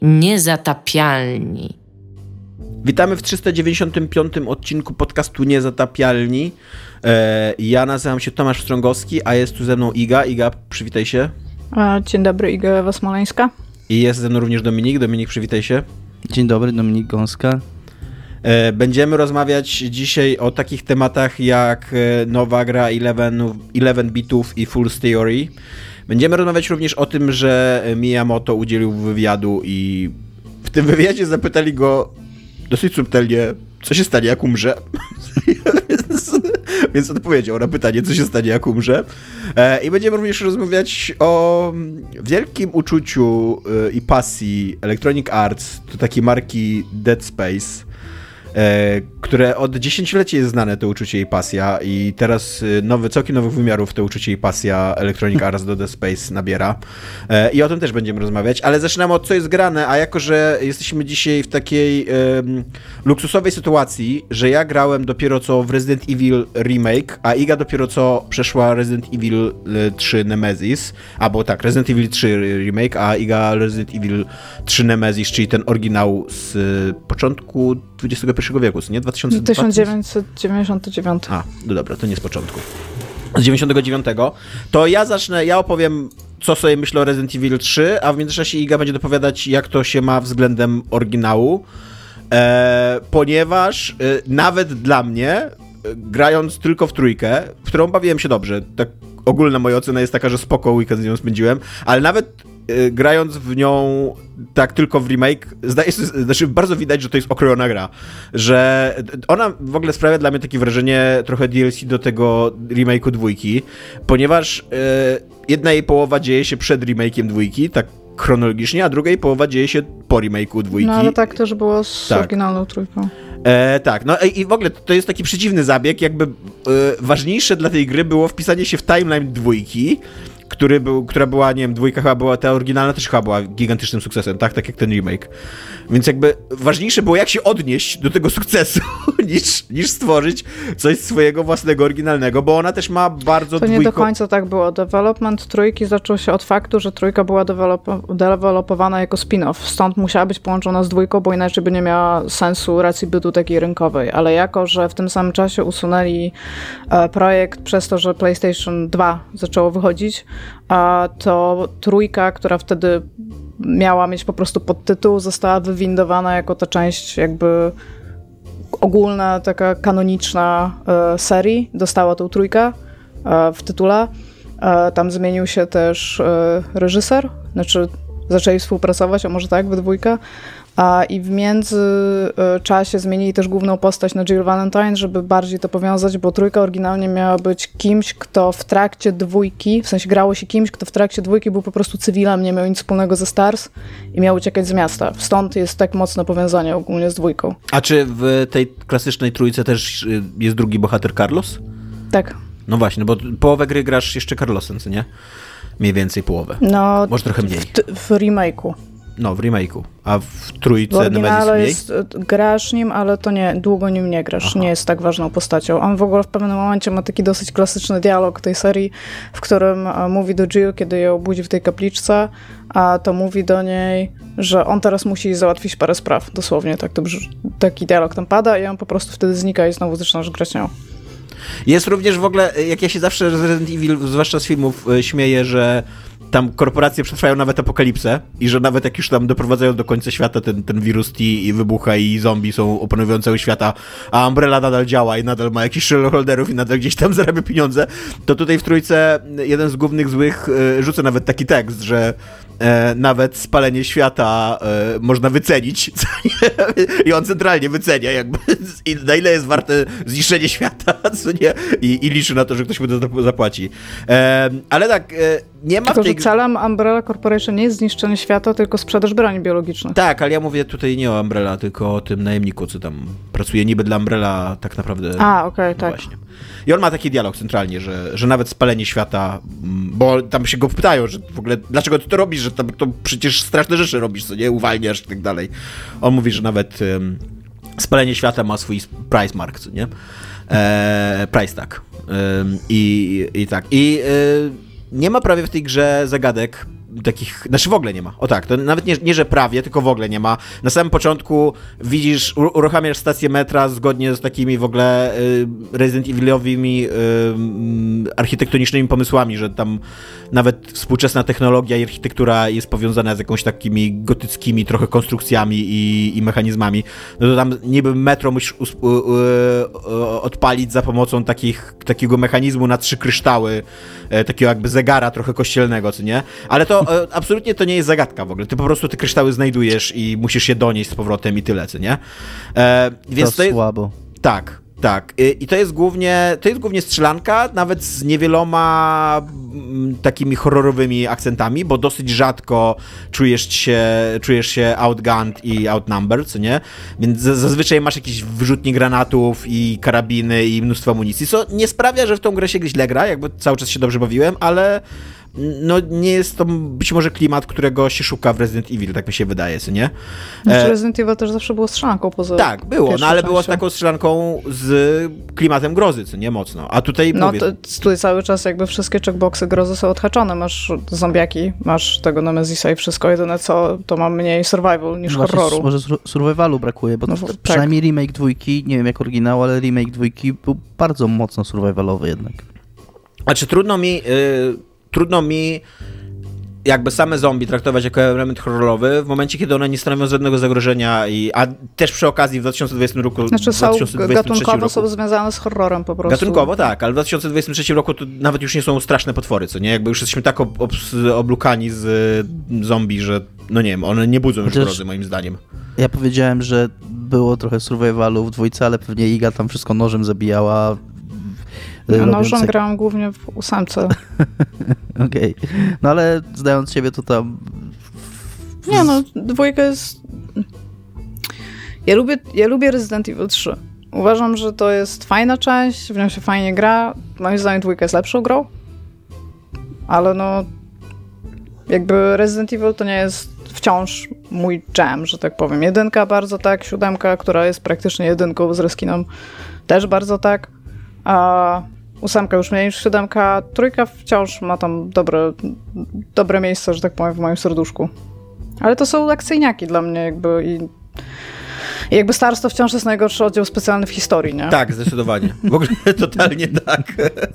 Niezatapialni. Witamy w 395. odcinku podcastu Niezatapialni. Ja nazywam się Tomasz Strągowski, a jest tu ze mną Iga. Iga, przywitaj się. Dzień dobry, Iga Ewa Smoleńska. I jest ze mną również Dominik. Dominik, przywitaj się. Dzień dobry, Dominik Gąska. Będziemy rozmawiać dzisiaj o takich tematach jak nowa gra 11 bitów i Fool's Theory. Będziemy rozmawiać również o tym, że Miyamoto udzielił wywiadu i w tym wywiadzie zapytali go dosyć subtelnie, co się stanie, jak umrze. Więc odpowiedział na pytanie, co się stanie, jak umrze. I będziemy również rozmawiać o wielkim uczuciu i pasji Electronic Arts do takiej marki Dead Space, które od dziesięcioleci jest znane, to uczucie i pasja, i teraz całkiem nowych wymiarów to uczucie i pasja Electronic Arts do Dead Space nabiera. I o tym też będziemy rozmawiać, ale zaczynamy od co jest grane, a jako, że jesteśmy dzisiaj w takiej luksusowej sytuacji, że ja grałem dopiero co w Resident Evil Remake, a Iga dopiero co przeszła Resident Evil 3 Nemesis, Resident Evil 3 Remake, a Iga Resident Evil 3 Nemesis, czyli ten oryginał z początku XXI wieku, nie? 1999. No dobra, to nie z początku. Z 99. To ja opowiem, co sobie myślę o Resident Evil 3, a w międzyczasie Iga będzie dopowiadać, jak to się ma względem oryginału, ponieważ nawet dla mnie, grając tylko w trójkę, w którą bawiłem się dobrze, tak ogólna moja ocena jest taka, że spoko weekend z nią spędziłem, ale nawet grając w nią tak tylko w remake, bardzo widać, że to jest okrojona gra, że ona w ogóle sprawia dla mnie takie wrażenie trochę DLC do tego remake'u dwójki, ponieważ jedna jej połowa dzieje się przed remake'iem dwójki, tak chronologicznie, a druga jej połowa dzieje się po remake'u dwójki. No ale tak też było z oryginalną trójką. Tak, no i w ogóle to jest taki przeciwny zabieg, jakby ważniejsze dla tej gry było wpisanie się w timeline dwójki, która była, nie wiem, dwójka chyba była, ta oryginalna też chyba była gigantycznym sukcesem, tak jak ten remake. Więc jakby ważniejsze było, jak się odnieść do tego sukcesu, niż stworzyć coś swojego własnego, oryginalnego, bo ona też ma bardzo To nie do końca tak było. Development trójki zaczął się od faktu, że trójka była dewelopowana jako spin-off, stąd musiała być połączona z dwójką, bo inaczej by nie miała sensu racji bytu takiej rynkowej. Ale jako, że w tym samym czasie usunęli projekt przez to, że PlayStation 2 zaczęło wychodzić, to trójka, która wtedy miała mieć po prostu podtytuł, została wywindowana jako ta część jakby ogólna, taka kanoniczna serii. Dostała tą trójkę w tytule. Tam zmienił się też reżyser, znaczy zaczęli współpracować, a może tak, we dwójkę. I w międzyczasie zmienili też główną postać na Jill Valentine, żeby bardziej to powiązać, bo trójka oryginalnie miała być kimś, kto w trakcie dwójki, w sensie grało się kimś, kto w trakcie dwójki był po prostu cywilem, nie miał nic wspólnego ze Stars i miał uciekać z miasta. Stąd jest tak mocne powiązanie ogólnie z dwójką. A czy w tej klasycznej trójce też jest drugi bohater Carlos? Tak. No właśnie, bo połowę gry grasz jeszcze Carlosem, co nie? Mniej więcej połowę. No, może trochę mniej. W remake'u. No, w remake'u. A w trójce w oryginale Nemesis mniej? Grasz nim, ale to nie, długo nim nie grasz. Aha. Nie jest tak ważną postacią. On w ogóle w pewnym momencie ma taki dosyć klasyczny dialog tej serii, w którym mówi do Jill, kiedy ją budzi w tej kapliczce, a to mówi do niej, że on teraz musi załatwić parę spraw. Dosłownie tak, taki dialog tam pada i on po prostu wtedy znika i znowu zaczynasz grać nią. Jest również w ogóle, jak ja się zawsze z Resident Evil, zwłaszcza z filmów, śmieję, że tam korporacje przetrwają nawet apokalipsę i że nawet jak już tam doprowadzają do końca świata ten wirus T i wybucha i zombie są opanują cały świata, a Umbrella nadal działa i nadal ma jakichś shareholderów i nadal gdzieś tam zarabia pieniądze, to tutaj w trójce jeden z głównych złych rzuca nawet taki tekst, że nawet spalenie świata można wycenić i on centralnie wycenia jakby na ile jest warte zniszczenie świata, co nie? I liczy na to, że ktoś mu to zapłaci. Ale tak, nie ma tylko, w tej... że celem Umbrella Corporation nie jest zniszczenie świata, tylko sprzedaż broni biologicznych. Tak, ale ja mówię tutaj nie o Umbrella, tylko o tym najemniku, co tam pracuje niby dla Umbrella tak naprawdę. Okej, tak. Właśnie. I on ma taki dialog centralnie, że nawet spalenie świata, bo tam się go pytają, że w ogóle dlaczego ty to robisz, że tam to przecież straszne rzeczy robisz, co nie, uwalniasz i tak dalej. On mówi, że nawet spalenie świata ma swój price mark, co nie? Price tag. I tak. I nie ma prawie w tej grze zagadek, takich, znaczy w ogóle nie ma. O tak, to nawet nie że prawie, tylko w ogóle nie ma. Na samym początku widzisz, uruchamiasz stację metra zgodnie z takimi w ogóle Resident Evilowymi architektonicznymi pomysłami, że tam nawet współczesna technologia i architektura jest powiązana z jakąś takimi gotyckimi trochę konstrukcjami i mechanizmami. No to tam niby metro musisz odpalić za pomocą takiego mechanizmu na 3 kryształy, takiego jakby zegara trochę kościelnego, co nie? Ale to absolutnie to nie jest zagadka w ogóle. Ty po prostu te kryształy znajdujesz i musisz je donieść z powrotem i tyle, co nie? Więc to słabo. Tak. I to jest głównie strzelanka, nawet z niewieloma takimi horrorowymi akcentami, bo dosyć rzadko czujesz się outgunned i outnumbered, co nie? Więc zazwyczaj masz jakieś wyrzutnie granatów i karabiny i mnóstwo amunicji, co nie sprawia, że w tą grę się źle gra, jakby cały czas się dobrze bawiłem, ale no nie jest to być może klimat, którego się szuka w Resident Evil, tak mi się wydaje, co nie? Znaczy Resident Evil też zawsze było strzelanką poza tak, było, no ale częścią. było z taką strzelanką z klimatem grozy, co nie mocno. A tutaj no mówię... to tutaj cały czas jakby wszystkie checkboxy grozy są odhaczone. Masz zombiaki, masz tego Nemezisa i wszystko. Jedyne co, to ma mniej survival niż horroru. Może survivalu brakuje, bo tak. przynajmniej remake 2, nie wiem jak oryginał, ale remake 2 był bardzo mocno survivalowy jednak. Znaczy trudno mi jakby same zombie traktować jako element horrorowy w momencie, kiedy one nie stanowią żadnego zagrożenia, a też przy okazji w 2020 roku... Znaczy są 2023 gatunkowo roku, są związane z horrorem po prostu. gatunkowo tak, ale w 2023 roku to nawet już nie są straszne potwory, co nie? Jakby już jesteśmy tak oblukani z zombie, że no nie wiem, one nie budzą już grozy moim zdaniem. Ja powiedziałem, że było trochę survivalu w 2, ale pewnie Iga tam wszystko nożem zabijała. Nożem grałam głównie w 8. Okej. No ale znając ciebie to tam... Nie no, 2 jest... Ja lubię Resident Evil 3. Uważam, że to jest fajna część, w nią się fajnie gra. Moim zdaniem 2 jest lepszą grą. Ale no... Jakby Resident Evil to nie jest wciąż mój jam, że tak powiem. 1 bardzo tak, 7, która jest praktycznie 1 z reskiną, też bardzo tak. A 8 już mniej niż 7, 3 wciąż ma tam dobre miejsce, że tak powiem, w moim serduszku. Ale to są akcyjniaki dla mnie jakby i jakby Stars to wciąż jest najgorszy oddział specjalny w historii, nie? Tak, zdecydowanie. W ogóle totalnie tak.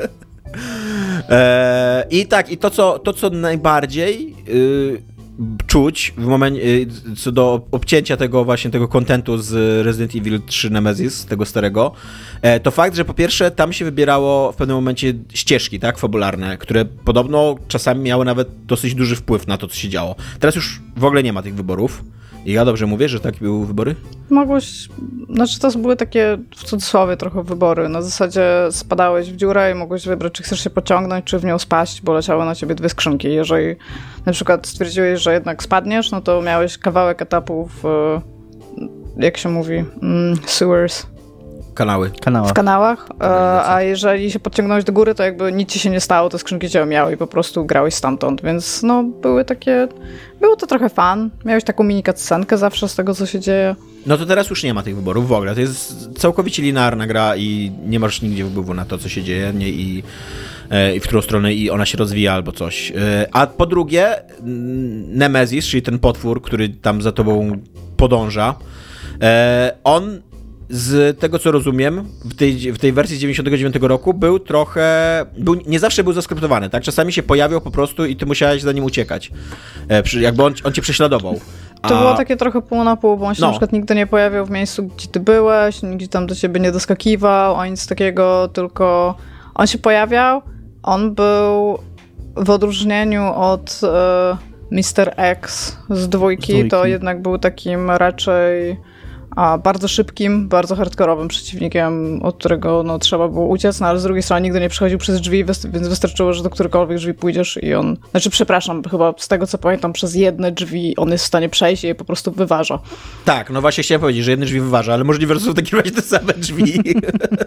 I to co najbardziej czuć w momencie, co do obcięcia tego kontentu z Resident Evil 3 Nemesis, tego starego, to fakt, że po pierwsze tam się wybierało w pewnym momencie ścieżki, tak, fabularne, które podobno czasami miały nawet dosyć duży wpływ na to, co się działo. Teraz już w ogóle nie ma tych wyborów. I ja dobrze mówię, że takie były wybory? Znaczy to były takie w cudzysłowie trochę wybory. Na zasadzie spadałeś w dziurę i mogłeś wybrać, czy chcesz się pociągnąć, czy w nią spaść, bo leciały na ciebie 2 skrzynki. Jeżeli na przykład stwierdziłeś, że jednak spadniesz, no to miałeś kawałek etapu w, jak się mówi, sewers. W kanałach, a jeżeli się podciągnąłeś do góry, to jakby nic ci się nie stało, te skrzynki cię miały i po prostu grałeś stamtąd, więc no było to trochę fan, miałeś taką mini cutscenkę zawsze z tego, co się dzieje. No to teraz już nie ma tych wyborów w ogóle, to jest całkowicie linearna gra i nie masz nigdzie wpływu na to, co się dzieje, nie? I w którą stronę i ona się rozwija albo coś. A po drugie, Nemesis, czyli ten potwór, który tam za tobą podąża, on z tego, co rozumiem, w tej wersji z 99 roku nie zawsze był zaskryptowany, tak? Czasami się pojawiał po prostu i ty musiałeś za nim uciekać. Jakby on cię prześladował. To było takie trochę pół na pół, bo on się na przykład nigdy nie pojawiał w miejscu, gdzie ty byłeś, nigdzie tam do ciebie nie doskakiwał, a nic takiego, tylko on się pojawiał, on był w odróżnieniu od Mr. X z 2, to jednak był takim raczej bardzo szybkim, bardzo hardkorowym przeciwnikiem, od którego trzeba było uciec, no ale z drugiej strony nigdy nie przechodził przez drzwi, więc wystarczyło, że do którykolwiek drzwi pójdziesz i on... chyba z tego co pamiętam, przez jedne drzwi on jest w stanie przejść i je po prostu wyważa. Tak, no właśnie chciałem powiedzieć, że jedne drzwi wyważa, ale możliwe, że są takie właśnie te same drzwi.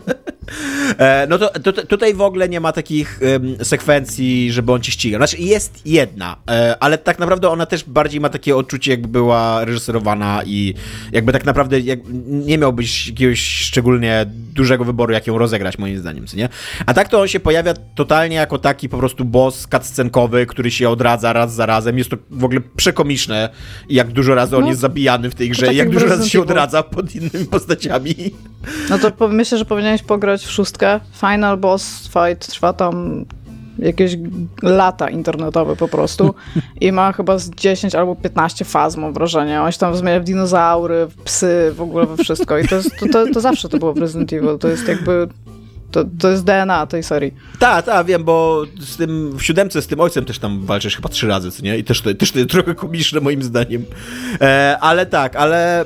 No to tutaj w ogóle nie ma takich sekwencji, żeby on cię ścigał. Znaczy jest jedna, ale tak naprawdę ona też bardziej ma takie odczucie, jakby była reżyserowana i jakby tak naprawdę nie miałbyś jakiegoś szczególnie dużego wyboru, jak ją rozegrać, moim zdaniem, co nie? A tak to on się pojawia totalnie jako taki po prostu boss cutscenkowy, który się odradza raz za razem. Jest to w ogóle przekomiczne, jak dużo razy on jest zabijany w tej grze, jak dużo razy się odradza pod innymi postaciami. No to myślę, że powinieneś pograć w 6. Final boss fight trwa tam jakieś lata internetowe po prostu i ma chyba z 10 albo 15 faz, mam wrażenie. On się tam zmienia w dinozaury, w psy, w ogóle we wszystko i to zawsze to było w Resident Evil. To jest jakby... To jest DNA tej serii. Tak, wiem, bo w 7 z tym ojcem też tam walczysz chyba 3 razy, co nie? I też to jest trochę komiczne moim zdaniem. Ale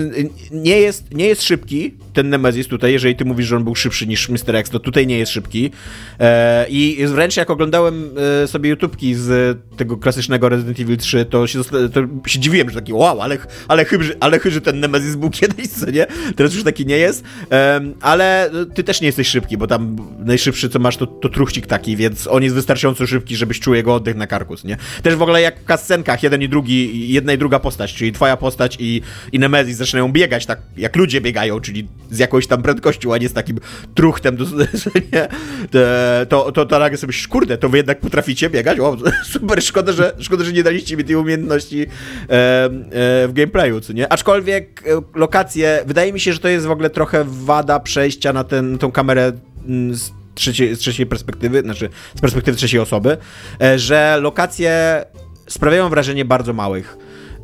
nie jest szybki ten Nemesis tutaj, jeżeli ty mówisz, że on był szybszy niż Mr. X, to tutaj nie jest szybki. I wręcz jak oglądałem sobie YouTubki z tego klasycznego Resident Evil 3, to się dziwiłem, że taki wow, ale chyży ten Nemesis był kiedyś, co nie? Teraz już taki nie jest. Ale ty też nie jesteś szybki, bo tam najszybszy co masz to truchcik taki, więc on jest wystarczająco szybki, żebyś czuł jego oddech na karku, nie? Też w ogóle jak w cutscenkach jedna i druga postać, czyli twoja postać i Nemesis zaczynają biegać tak, jak ludzie biegają, czyli z jakąś tam prędkością, a nie z takim truchtem, nie? To nagle sobie kurde, to wy jednak potraficie biegać? O, super, szkoda, że nie daliście mi tej umiejętności w gameplayu, co nie? Aczkolwiek lokacje, wydaje mi się, że to jest w ogóle trochę wada przejścia na tą kamerę z trzeciej perspektywy, znaczy z perspektywy trzeciej osoby, że lokacje sprawiają wrażenie bardzo małych.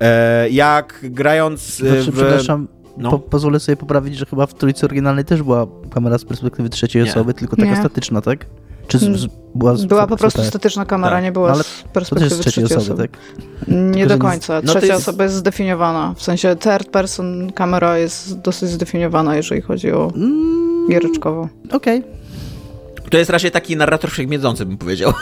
Jak grając przepraszam, pozwolę sobie poprawić, że chyba w trójce oryginalnej też była kamera z perspektywy trzeciej osoby, tylko taka statyczna, tak? Czy była po prostu statyczna kamera, nie była z perspektywy trzeciej osoby. Tak? Nie do końca. Trzecia osoba jest zdefiniowana. W sensie third person kamera jest dosyć zdefiniowana, jeżeli chodzi o giereczkową. Okej. To jest raczej taki narrator wszechwiedzący, bym powiedział.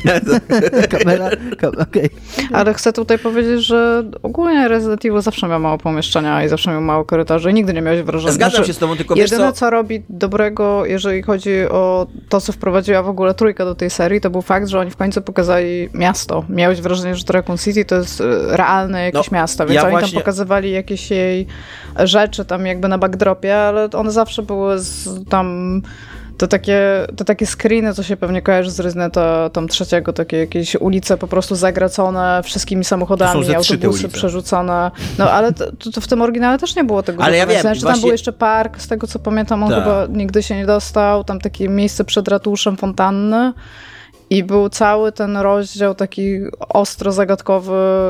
Kamera, okej. Ale chcę tutaj powiedzieć, że ogólnie Resident Evil zawsze miał mało pomieszczenia i zawsze miał mało korytarzy i nigdy nie miałeś wrażenia. Zgadzam się z tobą, tylko wiesz jedyne, co robi dobrego, jeżeli chodzi o to, co wprowadziła w ogóle trójka do tej serii, to był fakt, że oni w końcu pokazali miasto. Miałeś wrażenie, że to Raccoon City to jest realne jakieś miasto, więc oni tam pokazywali jakieś jej rzeczy tam jakby na backdropie, ale one zawsze były tam... To takie screeny, co się pewnie kojarzy z Residenta tam trzeciego, takie jakieś ulice po prostu zagracone wszystkimi samochodami, autobusy przerzucone. No ale to w tym oryginale też nie było tego. Ale ja wiem, znaczy, tam był jeszcze park, z tego co pamiętam, on chyba nigdy się nie dostał, tam takie miejsce przed ratuszem, fontanny. I był cały ten rozdział taki ostro zagadkowy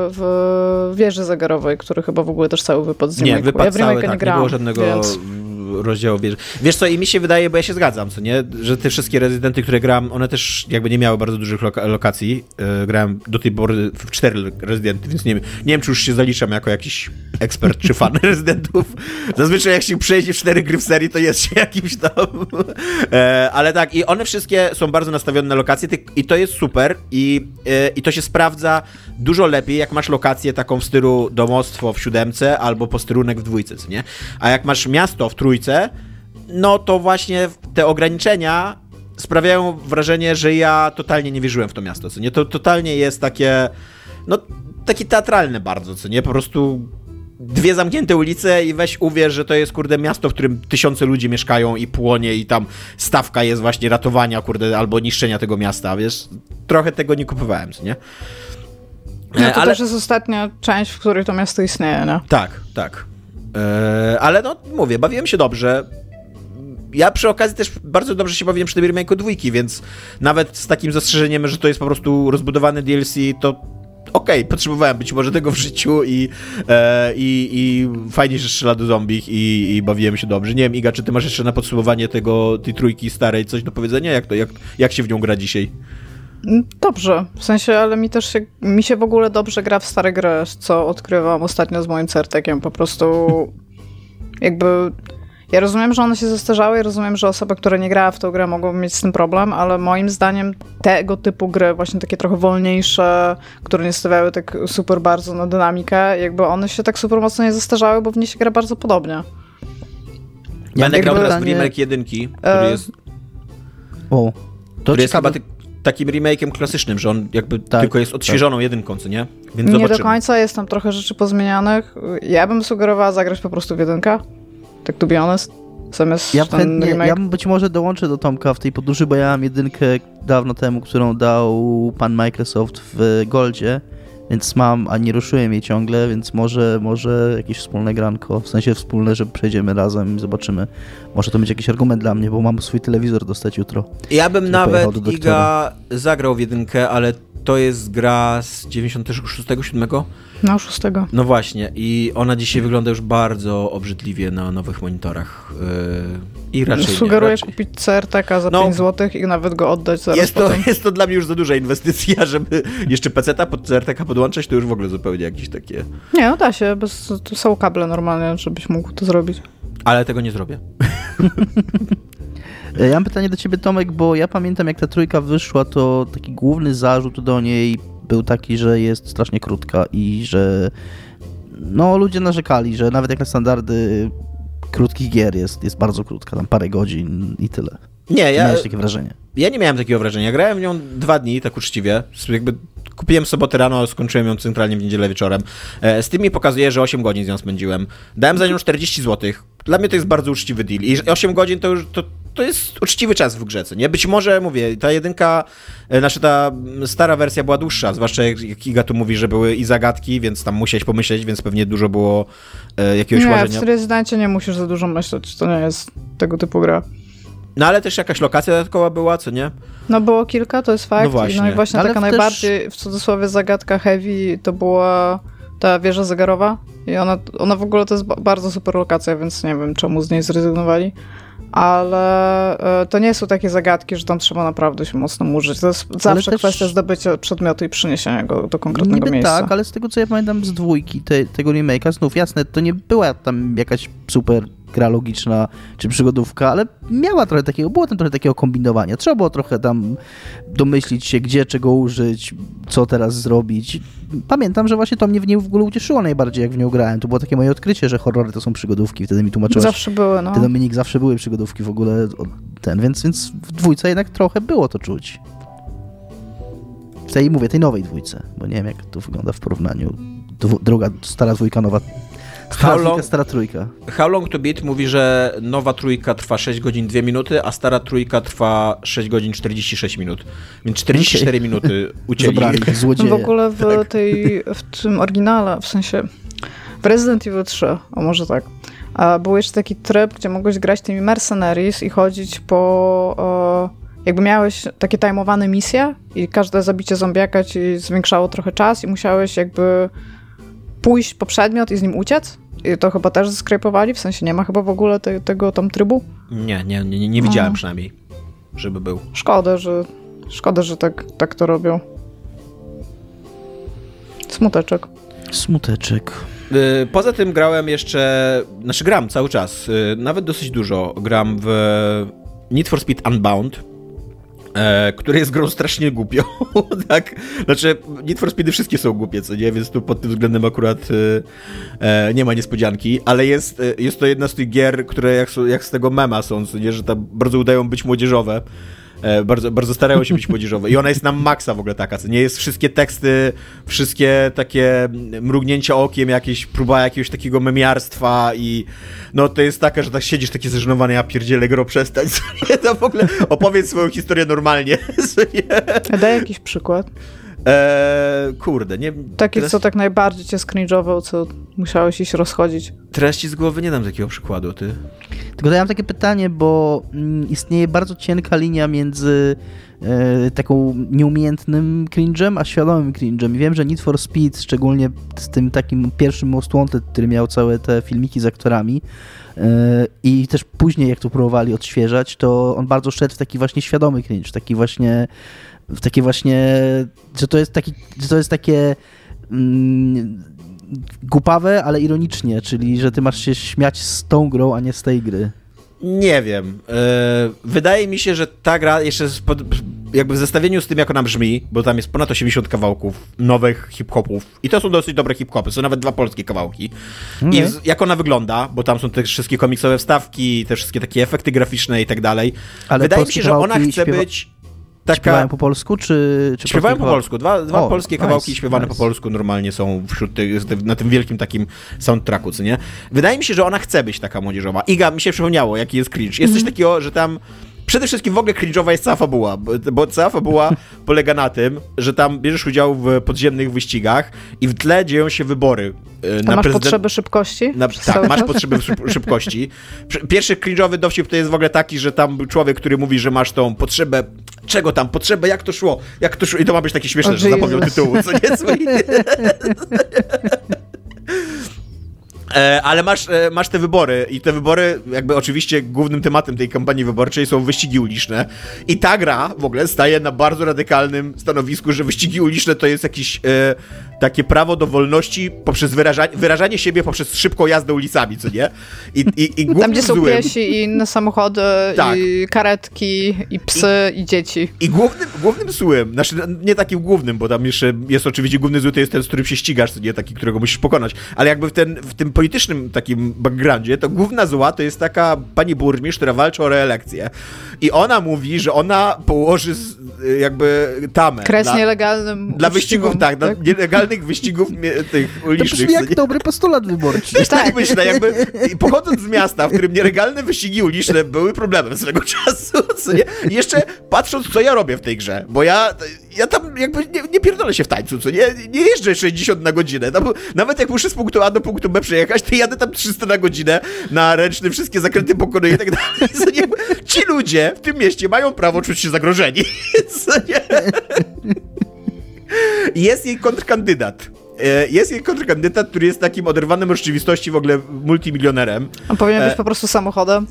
w wieży zegarowej, który chyba w ogóle też cały wypadł z remake'u. Nie, wypadł cały, nie grałem, nie było żadnego rozdziału wieży. Wiesz co, i mi się wydaje, bo ja się zgadzam, co nie, że te wszystkie Rezydenty, które grałem, one też jakby nie miały bardzo dużych lokacji. Grałem do tej pory w 4 Rezydenty, więc nie wiem, czy już się zaliczam jako jakiś ekspert czy fan Rezydentów. Zazwyczaj jak się przejdzie w 4 gry w serii, to jest się jakimś tam. Ale tak, i one wszystkie są bardzo nastawione na lokacje i to jest super i to się sprawdza dużo lepiej, jak masz lokację taką w stylu domostwo w 7 albo posterunek w 2, co nie? A jak masz miasto w 3, no to właśnie te ograniczenia sprawiają wrażenie, że ja totalnie nie wierzyłem w to miasto, co nie? To totalnie jest takie, no takie teatralne bardzo, co nie? Po prostu 2 zamknięte ulice i weź uwierz, że to jest, kurde, miasto, w którym tysiące ludzi mieszkają i płonie i tam stawka jest właśnie ratowania, kurde, albo niszczenia tego miasta, wiesz? Trochę tego nie kupowałem, co nie? No to też jest ostatnia część, w której to miasto istnieje, nie? Tak. Ale no, mówię, bawiłem się dobrze. Ja przy okazji też bardzo dobrze się bawiłem przy tym remake'u 2, więc nawet z takim zastrzeżeniem, że to jest po prostu rozbudowany DLC, to okej, potrzebowałem być może tego w życiu i fajnie, że strzela do zombie i bawiłem się dobrze. Nie wiem, Iga, czy ty masz jeszcze na podsumowanie tej trójki starej coś do powiedzenia? Jak się w nią gra dzisiaj? Dobrze, w sensie, ale mi się w ogóle dobrze gra w stare gry, co odkrywam ostatnio z moim Certekiem. Po prostu jakby... Ja rozumiem, że one się zestarzały, ja rozumiem, że osoby, które nie grały w tą grę, mogą mieć z tym problem, ale moim zdaniem tego typu gry, właśnie takie trochę wolniejsze, które nie stawiały tak super bardzo na dynamikę, jakby one się tak super mocno nie zestarzały, bo w nie się gra bardzo podobnie. Będę grał teraz remake 1, który jest... który jest chyba takim remake'iem klasycznym, że on jakby tylko jest odświeżoną jedynką, co nie? Więc nie zobaczymy. do końca, jest tam trochę rzeczy pozmienianych. Ja bym sugerowała zagrać po prostu w jedynkę, tak to be honest, zamiast ten remake. Ja bym być może dołączę do Tomka w tej podróży, bo ja mam jedynkę dawno temu, którą dał pan Microsoft w Goldzie, więc mam, a nie ruszyłem jej ciągle, więc może jakieś wspólne granko, w sensie wspólne, że przejdziemy razem i zobaczymy. Może to będzie jakiś argument dla mnie, bo mam swój telewizor dostać jutro. Ja bym nawet Iga zagrał w jedynkę, ale to jest gra z 96, 7? No, 6. No właśnie, i ona dzisiaj wygląda już bardzo obrzydliwie na nowych monitorach. I raczej sugeruję kupić CRT-ka za 5 zł i nawet go oddać zaraz jest to dla mnie już za duża inwestycja, żeby jeszcze PC-ta pod CRT-ka podłączać, to już w ogóle zupełnie jakieś takie... Nie, no da się, to są kable normalnie, żebyś mógł to zrobić. Ale tego nie zrobię. Ja mam pytanie do ciebie, Tomek, bo ja pamiętam, jak ta trójka wyszła, to taki główny zarzut do niej był taki, że jest strasznie krótka i że ludzie narzekali, że nawet jak na standardy krótkich gier jest bardzo krótka, tam parę godzin i tyle. Nie, miałeś takie wrażenie? Ja nie miałem takiego wrażenia. Grałem w nią 2 dni, tak uczciwie. Jakby kupiłem w sobotę rano, a skończyłem ją centralnie w niedzielę wieczorem. Steam mi pokazuje, że 8 godzin z nią spędziłem. Dałem za nią 40 zł. Dla mnie to jest bardzo uczciwy deal. I 8 godzin to już to jest uczciwy czas w grze, co nie? Być może, mówię, ta jedynka, ta stara wersja była dłuższa, zwłaszcza jak Iga tu mówi, że były i zagadki, więc tam musiałeś pomyśleć, więc pewnie dużo było jakiegoś łażenia. Nie, w Rezydencie nie musisz za dużo myśleć, to nie jest tego typu gra. No ale też jakaś lokacja dodatkowa była, co nie? No było kilka, to jest fakt. No właśnie. No i właśnie ale taka najbardziej, w cudzysłowie, zagadka heavy to była ta wieża zegarowa i ona w ogóle to jest bardzo super lokacja, więc nie wiem, czemu z niej zrezygnowali. Ale to nie są takie zagadki, że tam trzeba naprawdę się mocno murzyć. To jest zawsze kwestia zdobycia przedmiotu i przyniesienia go do konkretnego miejsca. Tak, ale z tego, co ja pamiętam z 2, tego remake'a, znów jasne, to nie była tam jakaś super gra logiczna czy przygodówka, ale było tam trochę takiego kombinowania. Trzeba było trochę tam domyślić się, gdzie czego użyć, co teraz zrobić. Pamiętam, że właśnie to mnie w niej w ogóle ucieszyło najbardziej, jak w nią grałem. To było takie moje odkrycie, że horrory to są przygodówki. Wtedy mi tłumaczyłaś. Zawsze były, no. Ty, Dominik, zawsze były przygodówki w ogóle. Więc w 2 jednak trochę było to czuć. Tej nowej 2, bo nie wiem, jak to wygląda w porównaniu. Druga, stara 2, nowa. Stara 3. How Long to Beat mówi, że nowa 3 trwa 6 godzin 2 minuty, a stara 3 trwa 6 godzin 46 minut. Więc 44 minuty ucięli. Złodzieje. W ogóle w tym oryginale, w sensie w Resident Evil 3, o może tak, był jeszcze taki tryb, gdzie mogłeś grać tymi mercenaries i chodzić po... jakby miałeś takie tajmowane misje i każde zabicie zombiaka ci zwiększało trochę czas i musiałeś jakby pójść po przedmiot i z nim uciec. I to chyba też zeskrajpowali, w sensie nie ma chyba w ogóle tego tam trybu. Nie widziałem przynajmniej, żeby był. Szkoda, że tak to robią. Smuteczek. Poza tym grałem jeszcze, gram cały czas, nawet dosyć dużo. Gram w Need for Speed Unbound, który jest grą strasznie głupią, tak? Znaczy, Need for Speedy wszystkie są głupie, co nie? Więc tu pod tym względem akurat nie ma niespodzianki, ale jest to jedna z tych gier, które jak z tego mema są, co nie? Że tam bardzo udają być młodzieżowe. Bardzo, bardzo starają się być młodzieżowe. I ona jest na maksa w ogóle taka, co nie? Jest wszystkie teksty, wszystkie takie mrugnięcia okiem, próba jakiegoś takiego memiarstwa i no to jest taka, że tak siedzisz taki zażenowany, ja pierdzielę, gro, przestań, co nie? To w ogóle opowiedz swoją historię normalnie, co nie? Daj jakiś przykład. Kurde, nie... Taki, co tak najbardziej cię skringe'ował, co musiałeś iść rozchodzić. Teraz ci z głowy nie dam takiego przykładu, ty. Tylko ja mam takie pytanie, bo istnieje bardzo cienka linia między taką nieumiejętnym cringe'em, a świadomym cringe'em. I wiem, że Need for Speed, szczególnie z tym takim pierwszym Most Wanted, który miał całe te filmiki z aktorami i też później, jak to próbowali odświeżać, to on bardzo szedł w taki właśnie świadomy cringe, takie właśnie, że to jest takie głupawe, ale ironicznie, czyli że ty masz się śmiać z tą grą, a nie z tej gry. Nie wiem. Wydaje mi się, że ta gra jeszcze jakby w zestawieniu z tym, jak ona brzmi, bo tam jest ponad 80 kawałków nowych hip-hopów i to są dosyć dobre hip-hopy, są nawet 2 polskie kawałki. I jak ona wygląda, bo tam są te wszystkie komiksowe wstawki, te wszystkie takie efekty graficzne i tak dalej. Ale wydaje mi się, że ona chce być taka... Śpiewają po polsku, czy Śpiewają po polsku. Dwa polskie kawałki nice, śpiewane po polsku normalnie są wśród na tym wielkim takim soundtracku, co nie? Wydaje mi się, że ona chce być taka młodzieżowa. Iga, mi się przypomniało, jaki jest cringe. Jest coś takiego, że tam przede wszystkim w ogóle cringe'owa jest cała fabuła, bo cała fabuła polega na tym, że tam bierzesz udział w podziemnych wyścigach i w tle dzieją się wybory. Masz potrzeby szybkości? Tak, masz potrzeby szybkości. Pierwszy cringe'owy dowcip to jest w ogóle taki, że tam człowiek, który mówi, że masz tą potrzebę, czego tam, potrzebę, jak to szło, i to ma być takie śmieszne, że zapomniał tytułu, co nie? Ale masz te wybory i te wybory, jakby oczywiście głównym tematem tej kampanii wyborczej są wyścigi uliczne i ta gra w ogóle staje na bardzo radykalnym stanowisku, że wyścigi uliczne to jest jakieś takie prawo do wolności poprzez wyrażanie siebie poprzez szybką jazdę ulicami, co nie? I tam, gdzie są piesi i inne samochody, tak. I karetki, i psy, i dzieci. I głównym złym, znaczy nie takim głównym, bo tam jeszcze jest oczywiście główny zły, to jest ten, z którym się ścigasz, co nie? Taki, którego musisz pokonać, ale jakby w tym politycznym takim backgroundzie, to główna zła to jest taka pani burmistrz, która walczy o reelekcję. I ona mówi, że ona położy jakby tamę. Kres nielegalnym dla wyścigów, tak, dla nielegalnych wyścigów tych ulicznych. To brzmi jak dobry postulat wyborczy. Też tak myślę, jakby pochodząc z miasta, w którym nielegalne wyścigi uliczne były problemem swego czasu, co nie? I jeszcze patrząc, co ja robię w tej grze, bo ja tam jakby nie pierdolę się w tańcu, co nie jeżdżę 60 na godzinę. Nawet jak muszę z punktu A do punktu B przejechać, to jadę tam 300 na godzinę na ręcznym, wszystkie zakręty pokonuję i tak dalej. Ci ludzie w tym mieście mają prawo czuć się zagrożeni. Co nie? Jest jej kontrkandydat. Który jest takim oderwanym od rzeczywistości w ogóle multimilionerem. On powinien być po prostu samochodem.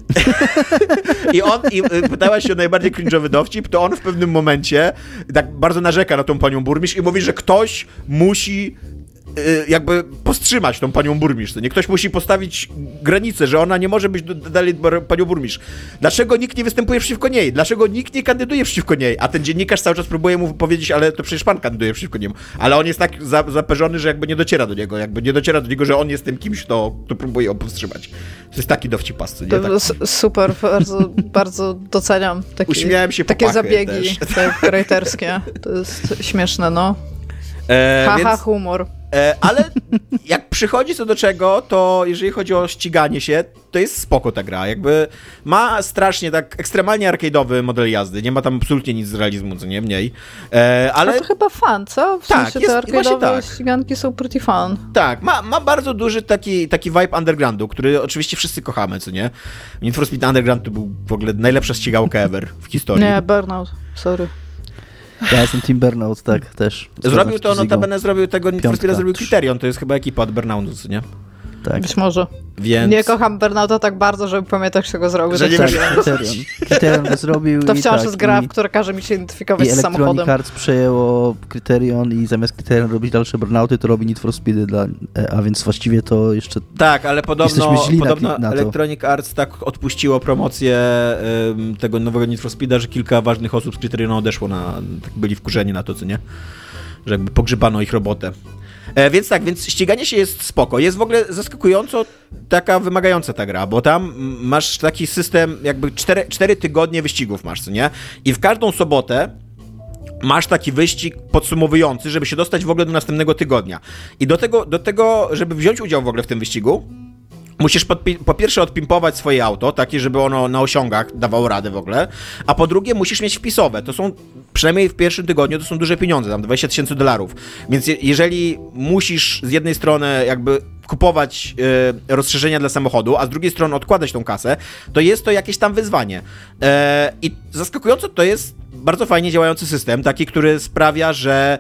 I pytała się o najbardziej cringe'owy dowcip, to on w pewnym momencie tak bardzo narzeka na tą panią burmistrz i mówi, że ktoś musi jakby powstrzymać tą panią burmistrz. Nie? Ktoś musi postawić granicę, że ona nie może być dalej panią burmistrz. Dlaczego nikt nie występuje przeciwko niej? Dlaczego nikt nie kandyduje przeciwko niej? A ten dziennikarz cały czas próbuje mu powiedzieć, ale to przecież pan kandyduje przeciwko niemu. Ale on jest tak zaperzony, że jakby nie dociera do niego, że on jest tym kimś, kto próbuje ją powstrzymać. To jest taki dowcipasty, nie? Tak. Super, bardzo, bardzo doceniam uśmiałem się takie zabiegi writerskie. To jest śmieszne, no. Haha, humor. Ale jak przychodzi co do czego, to jeżeli chodzi o ściganie się, to jest spoko ta gra. Jakby ma strasznie tak ekstremalnie arcade'owy model jazdy. Nie ma tam absolutnie nic z realizmu, co nie? Mniej. Ale to chyba fun, co? W sensie te arcade'owe ściganki są pretty fun. Tak, ma bardzo duży taki vibe undergroundu, który oczywiście wszyscy kochamy, co nie? Need for Speed Underground to był w ogóle najlepsza ścigałka ever w historii. Nie, Burnout, sorry. Ja jestem Team Burnout, tak, też. Zrobił to, notabene zrobił tego, zrobił Criterion, to jest chyba ekipa od Burnoutu, co nie? Tak. Być może. Więc... Nie kocham Burnouta tak bardzo, żeby pamiętać, kto go zrobił. Że nie tak, Criterion go zrobił. To wciąż jest gra, w która każe mi się identyfikować z samochodem. Electronic Arts przejęło Criterion i zamiast Criterion robić dalsze Burnouty, to robi Need for Speedy, a więc właściwie to jeszcze... Tak, ale podobno na Electronic Arts tak odpuściło promocję tego nowego Need for Speeda, że kilka ważnych osób z Criterionu odeszło tak byli wkurzeni na to, co nie? Że jakby pogrzebano ich robotę. Więc ściganie się jest spoko. Jest w ogóle zaskakująco taka wymagająca ta gra, bo tam masz taki system, jakby 4 tygodnie wyścigów masz, co nie? I w każdą sobotę masz taki wyścig podsumowujący, żeby się dostać w ogóle do następnego tygodnia. I do tego, żeby wziąć udział w ogóle w tym wyścigu, musisz po pierwsze odpimpować swoje auto, takie, żeby ono na osiągach dawało radę w ogóle, a po drugie musisz mieć wpisowe. To są, przynajmniej w pierwszym tygodniu, to są duże pieniądze, tam $20,000. Więc jeżeli musisz z jednej strony jakby kupować rozszerzenia dla samochodu, a z drugiej strony odkładać tą kasę, to jest to jakieś tam wyzwanie. I zaskakująco to jest bardzo fajnie działający system, taki, który sprawia, że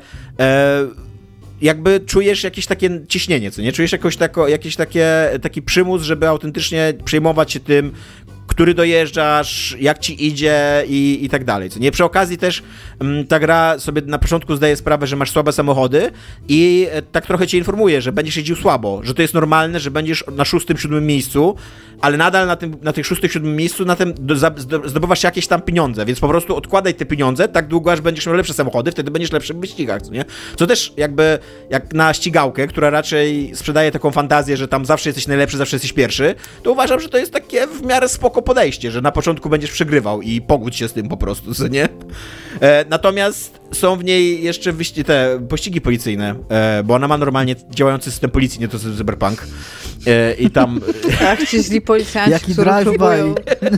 jakby czujesz jakieś takie ciśnienie, co nie? Czujesz jakiś taki przymus, żeby autentycznie przejmować się tym, który dojeżdżasz, jak ci idzie i tak dalej. Co nie? Przy okazji też ta gra sobie na początku zdaje sprawę, że masz słabe samochody i tak trochę cię informuje, że będziesz jeździł słabo, że to jest normalne, że będziesz na 6-7 miejscu, ale nadal na tych 6-7 miejscu na tym zdobywasz jakieś tam pieniądze, więc po prostu odkładaj te pieniądze tak długo, aż będziesz miał lepsze samochody, wtedy będziesz lepszy w wyścigach, co nie? Co też jakby, jak na ścigałkę, która raczej sprzedaje taką fantazję, że tam zawsze jesteś najlepszy, zawsze jesteś pierwszy, to uważam, że to jest takie w miarę spoko podejście, że na początku będziesz przegrywał i pogódź się z tym po prostu, co nie? Natomiast są w niej jeszcze te pościgi policyjne, bo ona ma normalnie działający system policji, nie to Cyberpunk. I tam... Tak, ci źli policjanci, jaki którzy próbują...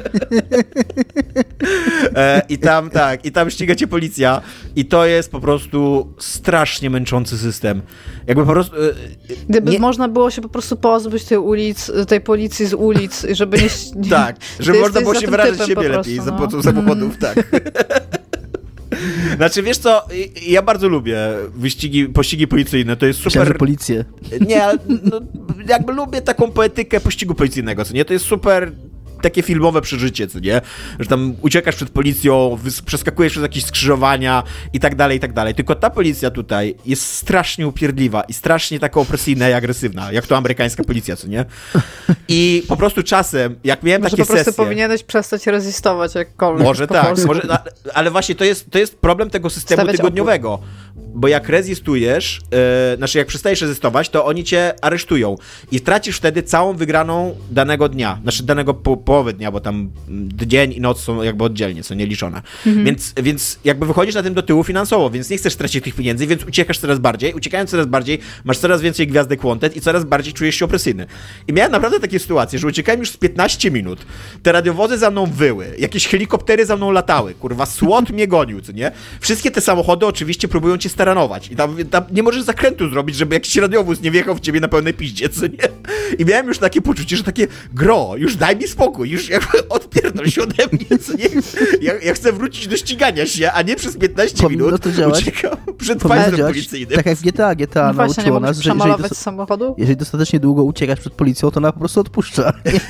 I tam ściga cię policja i to jest po prostu strasznie męczący system. Jakby po prostu... Gdyby można było się po prostu pozbyć tej policji z ulic, żeby nie... Tak, żeby można było się wyrażać siebie lepiej za pomocą samochodów, tak. Znaczy, wiesz co, ja bardzo lubię pościgi policyjne, to jest super... Myślałem, że policję. Nie, no, jakby lubię taką poetykę pościgu policyjnego, co nie? To jest super takie filmowe przeżycie, co nie? Że tam uciekasz przed policją, przeskakujesz przez jakieś skrzyżowania i tak dalej, i tak dalej. Tylko ta policja tutaj jest strasznie upierdliwa i strasznie taka opresyjna i agresywna, jak to amerykańska policja, co nie? I po prostu czasem, jak miałem takie sesje... po prostu powinieneś przestać rezystować jakkolwiek. Może tak, ale właśnie to jest problem tego systemu Stawiać tygodniowego. Bo jak rezystujesz, znaczy jak przestajesz rezystować, to oni cię aresztują i tracisz wtedy całą wygraną danego dnia, znaczy danego połowy dnia, bo tam dzień i noc są jakby oddzielnie, są nieliczone. Więc jakby wychodzisz na tym do tyłu finansowo, więc nie chcesz stracić tych pieniędzy, więc uciekasz coraz bardziej, uciekając coraz bardziej, masz coraz więcej gwiazdek wanted i coraz bardziej czujesz się opresyjny. I miałem naprawdę takie sytuacje, że uciekałem już z 15 minut, te radiowozy za mną wyły, jakieś helikoptery za mną latały, kurwa, SWAT mnie gonił, co nie? Wszystkie te samochody oczywiście próbują cię staranować i tam nie możesz zakrętu zrobić, żeby jakiś radiowóz nie wjechał w ciebie na pełnej piździe, co nie? I miałem już takie poczucie, że takie już daj mi spokój, już jakby odpierdol się ode mnie, co nie? Ja chcę wrócić do ścigania się, a nie przez 15 minut uciekam przed państwem policyjnym. Tak jak GTA no nauczyło nas, że jeżeli dostatecznie długo uciekasz przed policją, to ona po prostu odpuszcza.